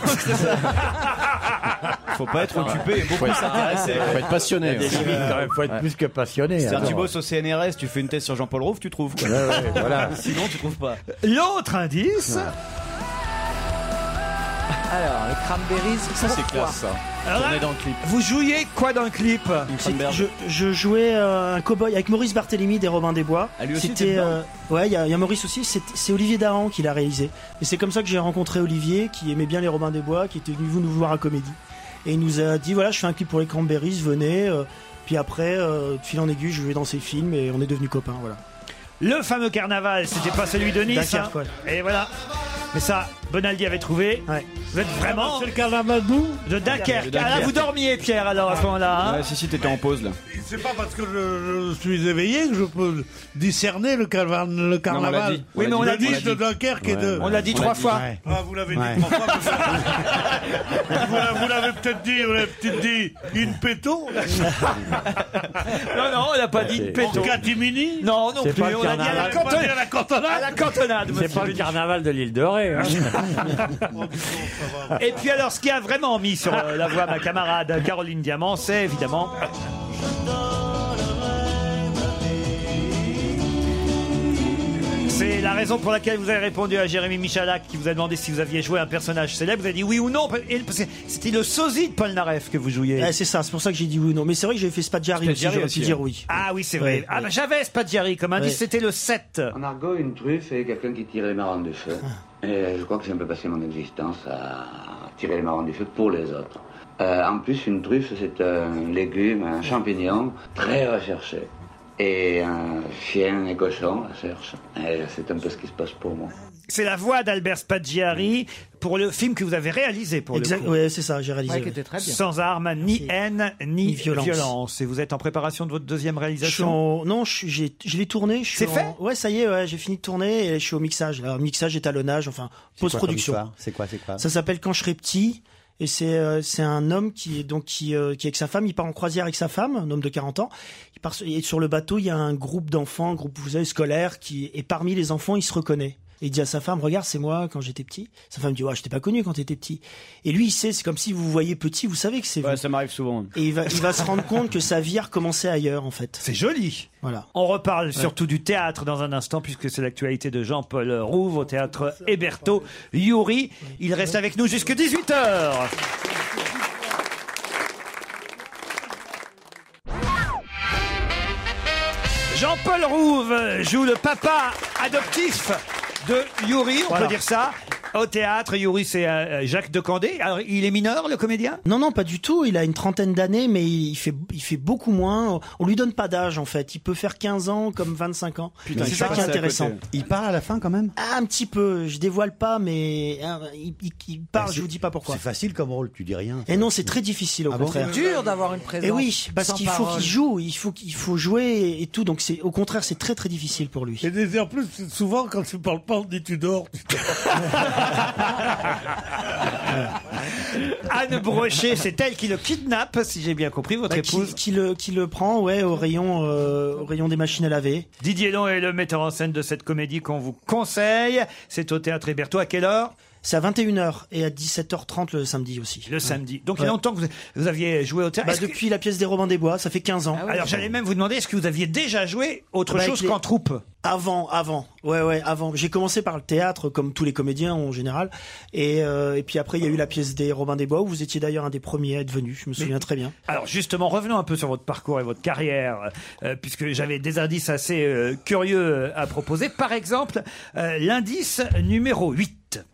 S17: Faut pas être occupé et beaucoup s'intéresser.
S6: Faut être passionné.
S7: Des limites, quand même, faut être plus que passionné.
S17: C'est-à-dire,
S7: alors.
S17: tu bosses au C N R S, tu fais une thèse sur Jean-Paul Rouve, tu trouves quoi.
S7: Ouais, ouais, voilà.
S17: Sinon, tu trouves pas.
S5: L'autre indice.
S9: Alors, les cranberries,
S6: Ça, c'est
S9: pourquoi
S6: classe, ça.
S5: Alors là,
S6: Tourné dans le clip.
S5: Vous jouiez quoi dans le clip?
S18: C'est- Je, je jouais euh, un cow-boy avec Maurice Barthélémy des Robins des Bois.
S17: Ah, lui aussi,
S18: C'était
S17: t'es dedans
S18: euh, ouais, il y, a- il y a Maurice aussi. C'est c'est Olivier Dahan qui l'a réalisé. Et c'est comme ça que j'ai rencontré Olivier, qui aimait bien les Robins des Bois, qui était venu nous voir à Comédie. Et il nous a dit voilà, je fais un clip pour les Cranberries, venez. euh, Puis après, euh, de fil en aiguille, je jouais dans ses films et on est devenus copains. Voilà.
S5: Le fameux carnaval, c'était pas celui de Nice.
S18: Dunkerque,
S5: hein. Et voilà. Mais ça, Bonaldi avait trouvé. Vous êtes vraiment.
S11: C'est le carnaval d'où?
S5: De Dunkerque.
S17: De
S5: Ah là,
S17: Dunkerque.
S5: vous dormiez, Pierre, alors à ce moment-là. hein
S17: Ouais, si, si, t'étais en pause là.
S11: C'est pas parce que je, je suis éveillé que je peux discerner le, carnaval, le carnaval.
S17: dit.
S5: Oui, mais on l'a dit.
S11: de Dunkerque et de...
S5: On l'a dit
S17: On
S5: trois
S17: l'a dit.
S5: fois.
S15: Ouais.
S11: Ah, vous l'avez
S15: Ouais.
S11: dit trois fois. mais ça- vous l'avez- vous l'avez peut-être dit, vous l'avez peut-être dit une péto.
S5: Non, non, on l'a pas dit de
S11: Pour
S5: péto.
S11: catimini.
S5: Non, non
S7: C'est
S5: plus.
S7: pas le
S5: On l'a dit à la
S7: carnaval.
S11: Vous l'avez pas dit
S5: cantonade.
S11: à la cantonade.
S5: À la cantonade,
S7: C'est
S5: monsieur
S7: pas le
S5: Denis.
S7: carnaval de l'île de Ré. hein.
S11: Oh, dis donc, ça va.
S5: Et puis alors, ce qui a vraiment mis sur euh, la voie ma camarade Caroline Diamant, c'est évidemment... C'est la raison pour laquelle vous avez répondu à Jérémy Michalak qui vous a demandé si vous aviez joué un personnage célèbre. Vous avez dit oui ou non. Et parce que c'était le sosie de Paul Naref que vous jouiez.
S18: Ouais, c'est ça, c'est pour ça que j'ai dit oui ou non. Mais c'est vrai que j'ai fait Spadjari aussi,
S17: Spadjari
S18: j'aurais
S17: aussi,
S18: pu dire oui.
S5: Ah oui, c'est vrai.
S18: Ouais,
S5: ah
S18: ouais.
S5: bah j'avais Spadjari comme indice,
S18: Ouais.
S5: c'était le sept.
S19: En argot, une truffe est quelqu'un qui tire les marrons du feu. Et je crois que j'ai un peu passé mon existence à tirer les marrons du feu pour les autres. Euh, en plus, une truffe, c'est un légume, un champignon très recherché. Et un chien et cochon la cherche. Et c'est un peu ce qui se passe pour moi.
S5: C'est la voix d'Albert Spadjari pour le film que vous avez réalisé pour
S18: Exact,
S5: le coup.
S18: ouais, c'est ça, j'ai réalisé.
S9: Ouais,
S18: ouais.
S9: qui était très bien.
S5: Sans armes, ni haine, ni,
S18: Ni violence.
S5: violence. Et vous êtes en préparation de votre deuxième
S18: Je suis
S5: réalisation.
S18: en- Non, je, suis- j'ai- je l'ai tourné. je suis
S5: C'est
S18: en-
S5: fait
S18: Ouais, ça y est, ouais, j'ai fini de tourner et je suis au mixage. Alors, mixage, étalonnage, enfin, post-production.
S15: C'est quoi, c'est quoi
S18: Ça s'appelle Quand je serai petit. Et c'est euh, c'est un homme qui est donc qui euh, qui est avec sa femme, il part en croisière avec sa femme, un homme de quarante ans. Il part et sur le bateau, il y a un groupe d'enfants, un groupe vous savez scolaire qui et parmi les enfants, il se reconnaît. Et il dit à sa femme, regarde, c'est moi quand j'étais petit. Sa femme dit, ouais, je t'ai pas connu quand t'étais petit. Et lui, il sait, c'est comme si vous vous voyez petit, vous savez que c'est vous.
S17: Ouais, ça m'arrive souvent.
S18: Et il va, il va se rendre compte que sa vie a recommencé ailleurs, en fait.
S5: C'est joli.
S18: Voilà.
S5: On reparle surtout du théâtre dans un instant, puisque c'est l'actualité de Jean-Paul Rouve au théâtre Héberto Youri. Il reste avec nous jusqu'à dix-huit heures. Jean-Paul Rouve joue le papa adoptif de Youri, on
S18: Voilà.
S5: peut dire ça. Au théâtre, Youri, c'est euh, Jacques Decandé. Alors, il est mineur, le comédien?
S18: Non, non, pas du tout. Il a une trentaine d'années, mais il fait, il fait beaucoup moins. On lui donne pas d'âge, en fait. Il peut faire quinze ans comme vingt-cinq ans.
S15: Putain,
S18: c'est
S15: il
S18: ça
S15: passe
S18: qui est
S15: à
S18: intéressant.
S15: côté. Il parle à la fin quand même.
S18: Ah, un petit peu. Je dévoile pas, mais hein, il, il- il parle.
S15: Ben,
S18: Je vous dis pas pourquoi.
S15: C'est facile comme rôle, tu dis rien.
S18: Et non, c'est très difficile au
S15: Ah bon
S18: contraire.
S9: C'est dur d'avoir une présence.
S18: Et oui, parce
S9: sans
S18: qu'il faut
S9: parole.
S18: qu'il joue, il faut qu'il faut jouer et, et tout. Donc c'est au contraire, c'est très très difficile pour lui.
S11: Et des- en plus, souvent, quand tu parles pas, on dit tu dors. Tu dors.
S5: Anne Brochet, c'est elle qui le kidnappe, si j'ai bien compris, votre
S18: Bah, qui,
S5: épouse.
S18: qui le qui le prend, ouais, au rayon euh, au rayon des machines à laver.
S5: Didier Long est le metteur en scène de cette comédie qu'on vous conseille. C'est au Théâtre Héberto. À quelle heure?
S18: C'est à vingt et une heures et à dix-sept heures trente le samedi aussi.
S5: Le samedi. Donc il y
S18: Ouais.
S5: a longtemps que vous, vous aviez joué au théâtre.
S18: Bah,
S5: Est-ce que-
S18: depuis la pièce des Robins des Bois, ça fait quinze ans.
S5: Alors j'allais même vous demander, est-ce que vous aviez déjà joué autre
S18: Bah, avec
S5: chose
S18: les-
S5: qu'en troupe?
S18: Avant, avant, ouais, ouais, avant. J'ai commencé par le théâtre, comme tous les comédiens en général, et, euh, et puis après il y a eu la pièce des Robins des Bois où vous étiez d'ailleurs un des premiers à être venu. Je me souviens très bien.
S5: Alors justement, revenons un peu sur votre parcours et votre carrière, euh, puisque j'avais des indices assez euh, curieux euh, à proposer. Par exemple, euh, l'indice numéro huit.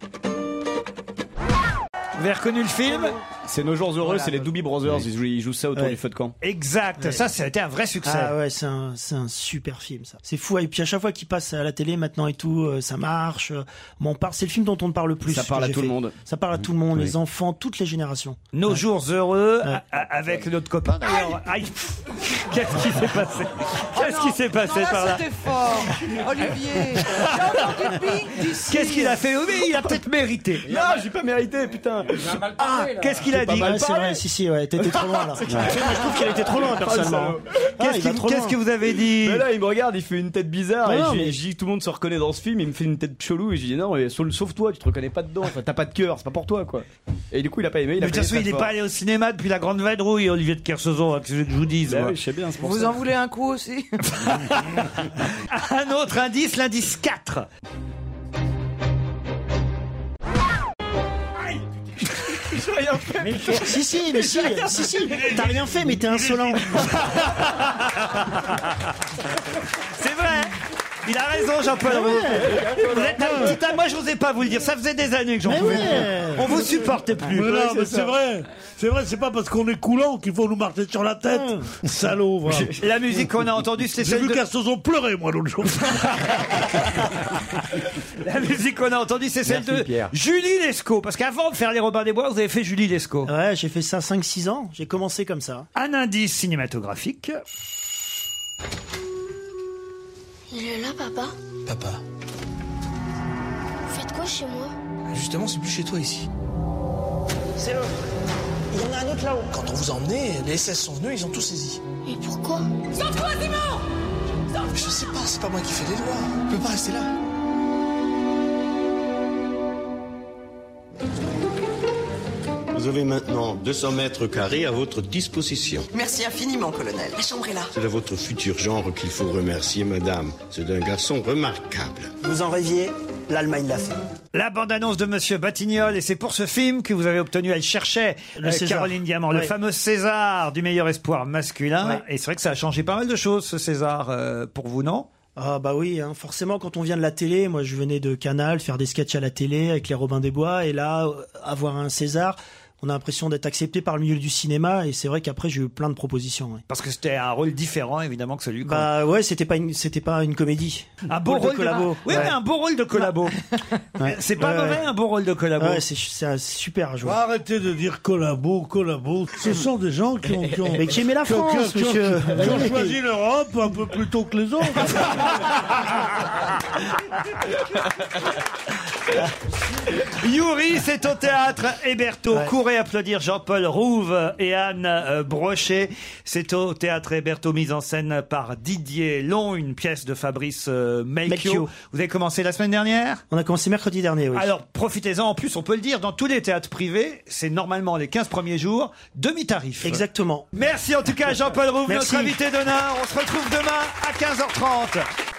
S5: Vous avez reconnu le film?
S17: C'est Nos Jours Heureux, c'est les Doobie Brothers, ils jouent, ils jouent ça autour
S18: Ouais.
S17: du feu de camp.
S5: Exact,
S18: Ouais.
S5: ça, ça a été un vrai succès.
S18: Ah ouais, c'est un, c'est un super film ça. C'est fou. Et puis à chaque fois qu'il passe à la télé maintenant et tout, euh, ça marche. Euh, bon, on parle, c'est le film dont on ne parle le plus.
S17: Ça
S18: que
S17: parle à
S18: j'ai
S17: tout le
S18: fait.
S17: monde.
S18: Ça parle à tout le monde,
S15: Oui.
S18: les enfants, toutes les générations.
S5: Nos
S18: Ouais.
S5: jours heureux,
S18: Ouais.
S5: a- a- avec l'autre copain d'ailleurs. Aïe. Qu'est-ce qui s'est passé? Qu'est-ce qui s'est passé
S9: Non,
S5: par
S9: là,
S5: là?
S9: c'était fort. Olivier, j'ai entendu ping d'ici.
S5: Qu'est-ce qu'il a fait? Oui, il a peut-être mérité.
S17: Non, j'ai pas mérité, putain.
S5: Ah, qu'est-ce qu'il a dit?
S18: Ouais, c'est vrai, si, si, ouais, t'étais trop loin là. Ouais. Moi, je trouve qu'il a été trop loin personnellement. Ah,
S5: Qu'est-ce
S18: il
S5: qui-
S18: va trop
S5: qu'est-ce
S18: loin.
S5: que vous avez dit?
S17: Mais là, il me regarde, il fait une tête bizarre,
S18: Non,
S17: et
S18: non,
S17: je
S18: mais-
S17: je dis tout le monde se reconnaît dans ce film, il me fait une tête chelou, et je dis non, mais sauf, sauf toi, tu te reconnais pas dedans, enfin, t'as pas de cœur, c'est pas pour toi, quoi. Et du coup, il a pas aimé, il
S5: Mais
S17: a
S5: de toute façon, il n'est pas allé au cinéma depuis la Grande Vadrouille, Olivier de Kersauzon, hein, que je vous dise.
S17: Bah
S5: moi.
S17: oui, je sais bien, c'est pour
S9: Vous
S17: ça.
S9: en voulez un coup aussi?
S5: Un autre indice, l'indice quatre.
S18: J'ai rien fait. Mais, si, si, mais si, si, si, t'as rien fait, mais t'es insolent.
S5: C'est vrai. Il a raison, Jean-Paul Rouve. Vous êtes un petit âme. Moi, je n'osais pas vous le dire. Ça faisait des années que j'en
S11: Mais
S5: pouvais
S11: ouais.
S5: plus. On vous supportait plus.
S11: Mais
S5: Ouais,
S11: non, mais
S5: ça.
S11: c'est vrai. C'est vrai, c'est pas parce qu'on est coulant qu'il faut nous marcher sur la tête. Salaud, voilà.
S5: La musique qu'on a entendue, c'était
S11: J'ai
S5: celle
S11: vu
S5: de...
S11: Kersozon pleurer, moi, l'autre jour.
S5: La musique qu'on a entendue, c'est celle
S18: Merci,
S5: de
S18: Pierre.
S5: Julie Lescaut. Parce qu'avant de faire les Robins des Bois, vous avez fait Julie Lescaut.
S18: Ouais, j'ai fait ça cinq six ans. J'ai commencé comme ça.
S5: Un indice cinématographique.
S20: Il est là, papa.
S21: Papa,
S20: Vous faites quoi chez moi?
S21: justement, c'est plus chez toi ici.
S20: C'est eux. Il y en a un autre là-haut.
S21: Quand on vous a emmené, les S S sont venus, ils ont tout saisi.
S20: Et pourquoi? Sauve-toi, Simon!
S21: Je sais pas, c'est pas moi qui fais les lois. On peut pas rester là.
S22: Vous avez maintenant deux cents mètres carrés à votre disposition.
S23: Merci infiniment, colonel. La chambre est là.
S22: C'est de votre futur genre qu'il faut remercier, madame. C'est un garçon remarquable.
S18: Vous en rêviez? L'Allemagne l'a fait.
S5: La bande-annonce de Monsieur Batignolles, et c'est pour ce film que vous avez obtenu, elle cherchait,
S18: Le
S5: euh,
S18: César.
S5: Caroline Diamant, le
S18: Ouais.
S5: fameux César du meilleur espoir masculin.
S18: Ouais.
S5: Et c'est vrai que ça a changé pas mal de choses, ce César, euh, pour vous, non?
S18: Ah bah oui, hein. Forcément quand on vient de la télé, moi je venais de Canal, faire des sketchs à la télé avec les Robins des Bois, et là, euh, avoir un César, on a l'impression d'être accepté par le milieu du cinéma, et c'est vrai qu'après j'ai eu plein de propositions. Ouais.
S5: Parce que c'était un rôle différent, évidemment, que celui qu'on...
S18: Bah ouais, c'était pas une, c'était pas une comédie.
S5: Un beau rôle de
S18: collabo.
S5: Oui,
S18: Ouais.
S5: mais un beau rôle de collabo.
S18: Ouais.
S5: C'est pas
S18: Ouais,
S5: mauvais,
S18: ouais.
S5: un beau rôle de collabo.
S18: Ouais, c'est, c'est super à jouer.
S11: Arrêtez de dire collabo, collabo. Ce sont des gens qui ont, qui ont,
S18: Mais qui aimaient la
S11: qui ont-
S18: France,
S11: qui ont-
S18: monsieur.
S11: qui ont choisi l'Europe un peu plus tôt que les autres.
S5: Yuri, c'est au théâtre Héberto.
S18: Ouais.
S5: Courez applaudir Jean-Paul Rouve et Anne euh, Brochet. C'est au théâtre Héberto, mise en scène par Didier Long, une pièce de Fabrice euh, Melchior.
S18: Melchior.
S5: Vous avez commencé la semaine dernière?
S18: On a commencé mercredi dernier, oui.
S5: Alors, profitez-en. En plus, on peut le dire, dans tous les théâtres privés, c'est normalement les quinze premiers jours, demi-tarif.
S18: Exactement.
S5: Merci en tout cas à Jean-Paul Rouve,
S18: Merci.
S5: notre invité d'honneur. On se retrouve demain à quinze heures trente.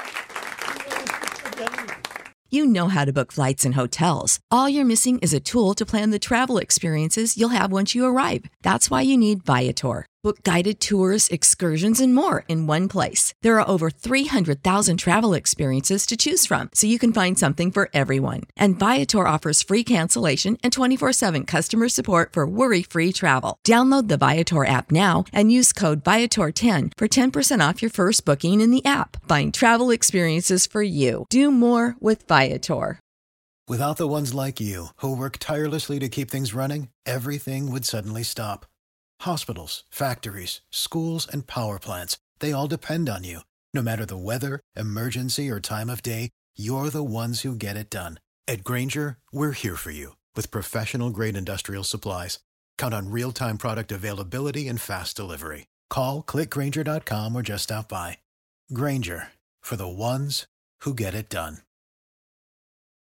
S1: You know how to book flights and hotels. All you're missing is a tool to plan the travel experiences you'll have once you arrive. That's why you need Viator. Book guided tours, excursions, and more in one place. There are over three hundred thousand travel experiences to choose from, so you can find something for everyone. And Viator offers free cancellation and twenty-four seven customer support for worry-free travel. Download the Viator app now and use code Viator ten for ten percent off your first booking in the app. Find travel experiences for you. Do more with Viator.
S24: Without the ones like you, who work tirelessly to keep things running, everything would suddenly stop. Hospitals, factories, schools, and power plants, they all depend on you. No matter the weather, emergency, or time of day, you're the ones who get it done. At Grainger, we're here for you with professional-grade industrial supplies. Count on real-time product availability and fast delivery. Call, click Grainger dot com, or just stop by. Grainger, for the ones who get it done.